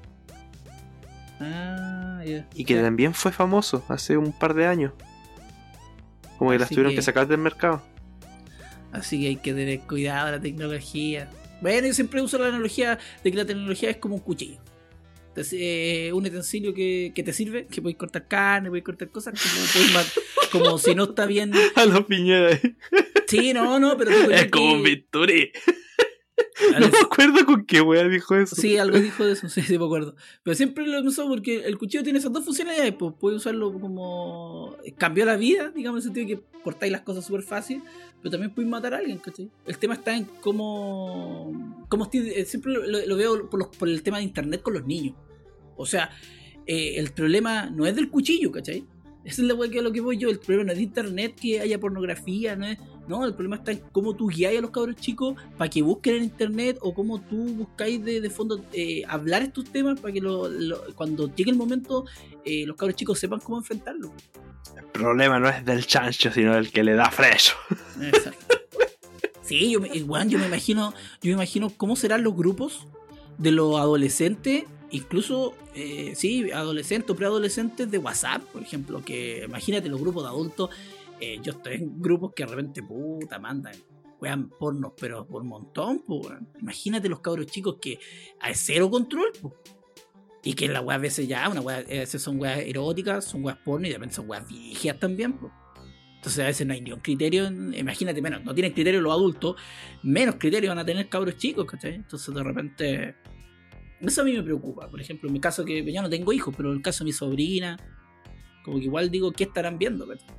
Speaker 1: Ah, ya.
Speaker 2: Y que también fue famoso hace un par de años. Como que las tuvieron que sacar del mercado.
Speaker 1: Así que hay que tener cuidado de la tecnología. Bueno, yo siempre uso la analogía de que la tecnología es como un cuchillo. Entonces, un utensilio que te sirve, que podéis cortar carne, podéis cortar cosas, como si no está bien.
Speaker 2: A los Piñera.
Speaker 1: Sí, no, pero digo
Speaker 2: es
Speaker 1: yo
Speaker 2: como
Speaker 1: que...
Speaker 2: un Victory. No me acuerdo con qué wea dijo eso.
Speaker 1: Sí, algo dijo de eso, sí, me acuerdo. Pero siempre lo usó porque el cuchillo tiene esas dos funcionalidades, pues puedes usarlo como... Cambió la vida, digamos, en el sentido de que cortáis las cosas súper fácil, pero también podéis matar a alguien, ¿cachai? El tema está en cómo siempre lo veo por el tema de internet con los niños. O sea, el problema no es del cuchillo, ¿cachai? Esa es la wea que a lo que voy yo. El problema no es de internet, que haya pornografía, no, el problema está en cómo tú guías a los cabros chicos para que busquen en internet, o cómo tú buscáis de fondo hablar estos temas para que cuando llegue el momento los cabros chicos sepan cómo enfrentarlo.
Speaker 2: El problema no es del chancho, sino del que le da freso.
Speaker 1: Exacto. Sí, yo me imagino cómo serán los grupos de los adolescentes, incluso adolescentes o preadolescentes de WhatsApp, por ejemplo, que imagínate los grupos de adultos. Yo estoy en grupos que de repente mandan wean pornos, pero por un montón, pues. Imagínate los cabros chicos que hay cero control, pues. Y que la wea a veces a veces son weas eróticas, son weas porno, y de repente son weas viejas también, pues. Entonces a veces no hay ni un criterio, imagínate, menos, no tienen criterio los adultos, menos criterio van a tener cabros chicos, ¿cachai? Entonces de repente, eso a mí me preocupa. Por ejemplo, en mi caso, que yo no tengo hijos, pero en el caso de mi sobrina, como que igual digo, ¿qué estarán viendo, ¿cachai?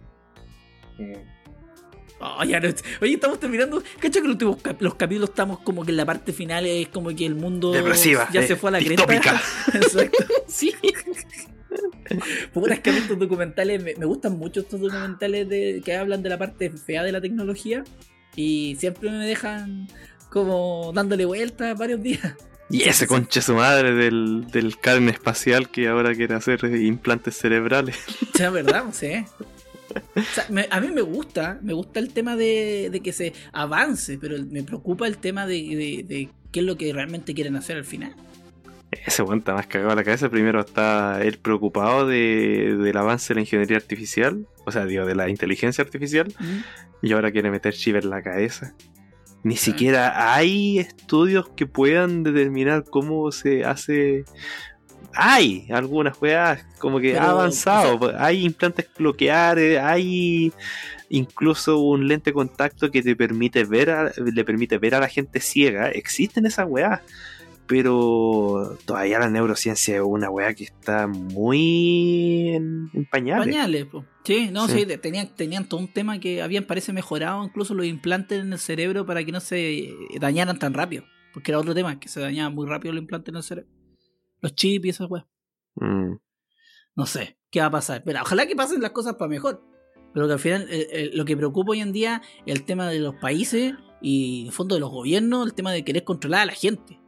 Speaker 1: Oye, estamos terminando. ¿Cachai que los capítulos estamos como que en la parte final es como que el mundo
Speaker 2: depresiva,
Speaker 1: ya se fue a la
Speaker 2: distópica.
Speaker 1: cresta? Exacto. Sí. Puta, es que a mí estos documentales me gustan mucho, estos documentales que hablan de la parte fea de la tecnología, y siempre me dejan como dándole vueltas varios días.
Speaker 2: Y ese conche su madre del carne espacial que ahora quiere hacer implantes cerebrales.
Speaker 1: Ya, ¿verdad? No sé. O sea, a mí me gusta el tema de que se avance, pero me preocupa el tema de qué es lo que realmente quieren hacer al final.
Speaker 2: Ese weón está más cagado a la cabeza. Primero está él preocupado del avance de la ingeniería artificial. O sea, digo, de la inteligencia artificial. Y ahora quiere meter chip en la cabeza. Ni siquiera hay estudios que puedan determinar cómo se hace. Hay algunas weas como que ha avanzado. O sea, hay implantes cloqueares, hay incluso un lente de contacto que le permite ver a la gente ciega. Existen esas weas. Pero todavía la neurociencia es una weá que está muy en pañales.
Speaker 1: Pañales, po. Sí, no, sí, tenían todo un tema que habían, parece, mejorado incluso los implantes en el cerebro para que no se dañaran tan rápido. Porque era otro tema, que se dañaban muy rápido los implantes en el cerebro. Los chips y esas weas. No sé, ¿qué va a pasar? Pero ojalá que pasen las cosas para mejor. Pero que al final, lo que preocupa hoy en día es el tema de los países y, en el fondo, de los gobiernos, el tema de querer controlar a la gente.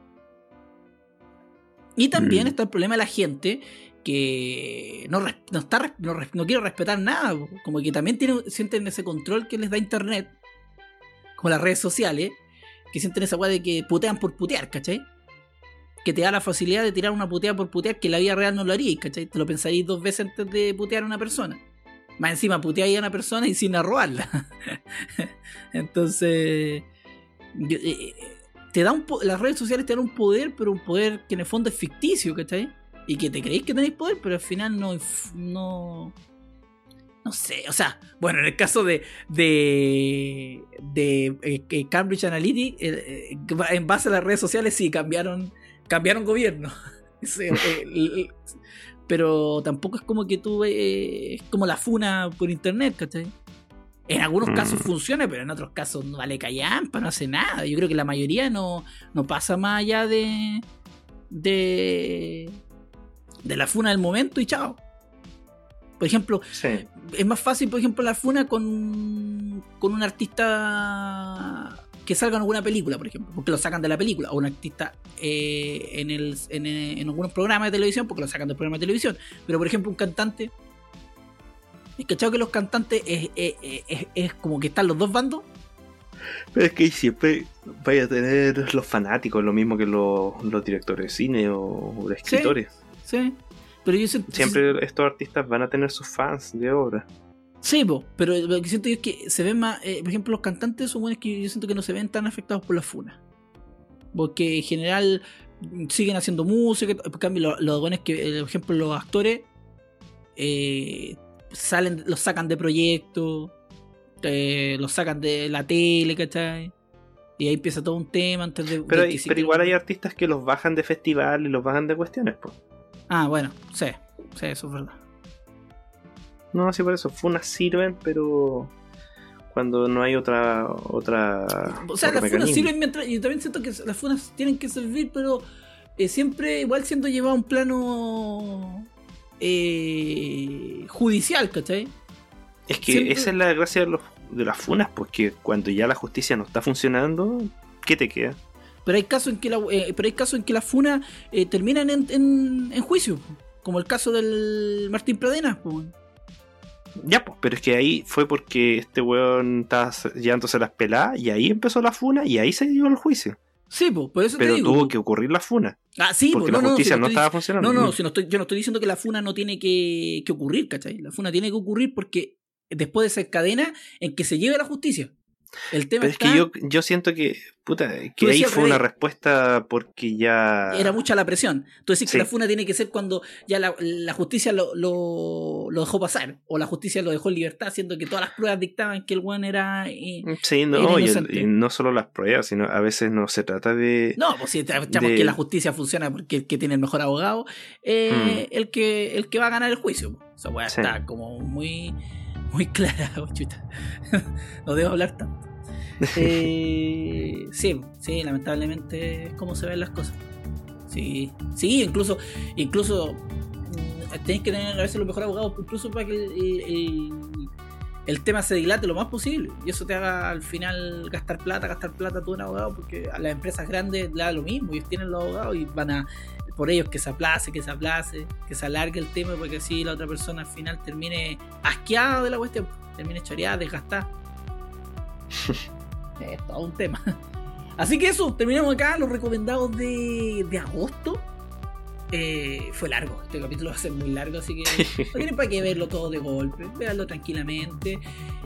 Speaker 1: Y también está el problema de la gente que no quiere respetar nada, como que también sienten ese control que les da internet, como las redes sociales, que sienten esa weá de que putean por putear, ¿cachai? Que te da la facilidad de tirar una puteada por putear que en la vida real no lo haríais, ¿cachai? Te lo pensaríais 2 veces antes de putear a una persona. Más encima puteáis a una persona y sin arrobarla. Entonces... las redes sociales te dan un poder, pero un poder que en el fondo es ficticio, ¿cachai? Y que te creéis que tenéis poder, pero al final no sé, o sea, bueno, en el caso de Cambridge Analytica, en base a las redes sociales sí, cambiaron gobierno. Pero tampoco es como que tú es como la funa por internet, ¿cachai? En algunos casos funciona, pero en otros casos no vale callampa, no hace nada. Yo creo que la mayoría no pasa más allá de la funa del momento y chao. Por ejemplo, es más fácil, por ejemplo, la funa con un artista que salga en alguna película, por ejemplo, porque lo sacan de la película, o un artista en algunos programas de televisión, porque lo sacan del programa de televisión. Pero, por ejemplo, un cantante... ¿Es cachado que los cantantes es como que están los dos bandos?
Speaker 2: Pero es que siempre vaya a tener los fanáticos, lo mismo que los directores de cine o los escritores.
Speaker 1: Sí. Pero yo
Speaker 2: siempre estos artistas van a tener sus fans de obra.
Speaker 1: Sí, pero lo que siento yo es que se ven más... por ejemplo, los cantantes son buenos que yo siento que no se ven tan afectados por la funa. Porque en general siguen haciendo música. Por cambio, los buenos que, por ejemplo, los actores... los sacan de proyectos, los sacan de la tele, ¿cachai? Y ahí empieza todo un tema antes de...
Speaker 2: Pero igual hay artistas que los bajan de festival y los bajan de cuestiones, pues.
Speaker 1: Ah, bueno, sí, eso es verdad.
Speaker 2: No, sí, por eso, funas sirven, pero cuando no hay otra
Speaker 1: o sea, las funas sirven mientras... Yo también siento que las funas tienen que servir, pero siempre igual siendo llevado a un plano... judicial, ¿cachai?
Speaker 2: Es que siempre... esa es la gracia de las funas, porque cuando ya la justicia no está funcionando, ¿qué te queda?
Speaker 1: Pero hay casos en que las funas terminan en juicio, como el caso del Martín Pradenas, pues.
Speaker 2: Ya, pues, pero es que ahí fue porque este weón estaba llevándose las peladas y ahí empezó la funa y ahí se dio el juicio.
Speaker 1: Sí, pues, por eso
Speaker 2: pero
Speaker 1: te digo.
Speaker 2: Tuvo que ocurrir la funa.
Speaker 1: Ah, sí,
Speaker 2: porque la justicia no estaba funcionando.
Speaker 1: No, yo no estoy diciendo que la funa no tiene que ocurrir, ¿cachai? La funa tiene que ocurrir porque después desencadena en que se lleve a la justicia. El tema
Speaker 2: pero es que yo siento que que ahí fue una respuesta porque ya
Speaker 1: era mucha la presión. Tú decís que la funa tiene que ser cuando ya la justicia lo dejó pasar, o la justicia lo dejó en libertad, siendo que todas las pruebas dictaban que el weón era
Speaker 2: no, y no solo las pruebas, sino a veces no se trata de...
Speaker 1: No, pues si echamos que la justicia funciona porque el que tiene el mejor abogado el que va a ganar el juicio. Esa weá está como muy clara, chuta. No debo hablar tanto. Sí, lamentablemente es como se ven las cosas. Sí, incluso tenéis que tener a veces los mejores abogados, incluso para que el tema se dilate lo más posible y eso te haga al final gastar plata tú en abogado, porque a las empresas grandes le da lo mismo, ellos tienen los abogados y van a por ellos que se aplace, que se alargue el tema, porque así la otra persona al final termine asqueada de la cuestión, termine choreada, desgastada. Es todo un tema. Así que eso, terminamos acá los recomendados de agosto. Fue largo, este capítulo va a ser muy largo, así que no tienen para qué verlo todo de golpe, véanlo tranquilamente.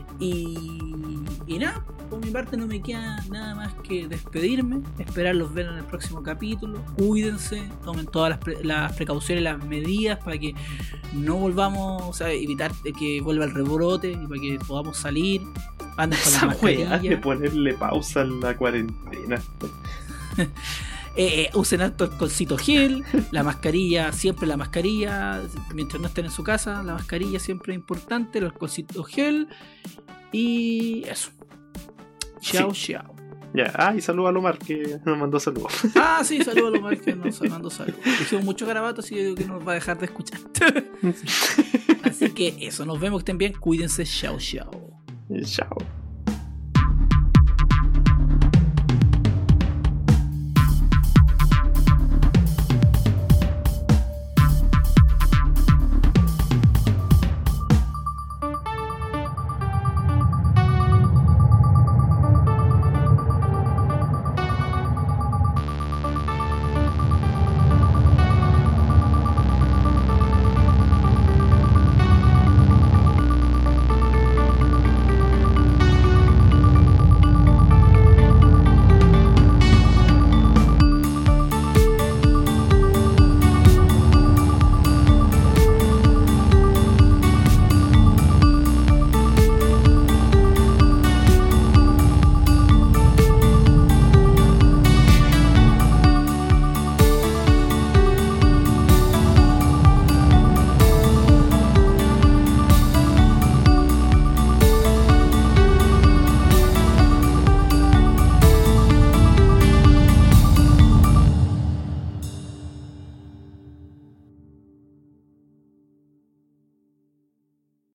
Speaker 1: Y nada, por mi parte no me queda nada más que despedirme, esperarlos ver en el próximo capítulo. Cuídense, tomen todas las precauciones, las medidas para que no volvamos, o sea, evitar que vuelva el rebrote y para que podamos salir. Anden con la
Speaker 3: Esa weá de
Speaker 1: mascarilla.
Speaker 3: ponerle pausa en la cuarentena.
Speaker 1: Usen harto alcoholcito gel, la mascarilla, siempre la mascarilla, mientras no estén en su casa, la mascarilla siempre es importante, el alcoholcito gel y eso. Chao, chao.
Speaker 3: Ya, y saluda a Lomar que nos mandó saludos.
Speaker 1: Ah, sí, saludos a los más que nos mandó saludos. Dijimos mucho garabato, así que digo que nos va a dejar de escuchar. Así que eso, nos vemos, que estén bien, cuídense, chao, chao.
Speaker 3: Chao.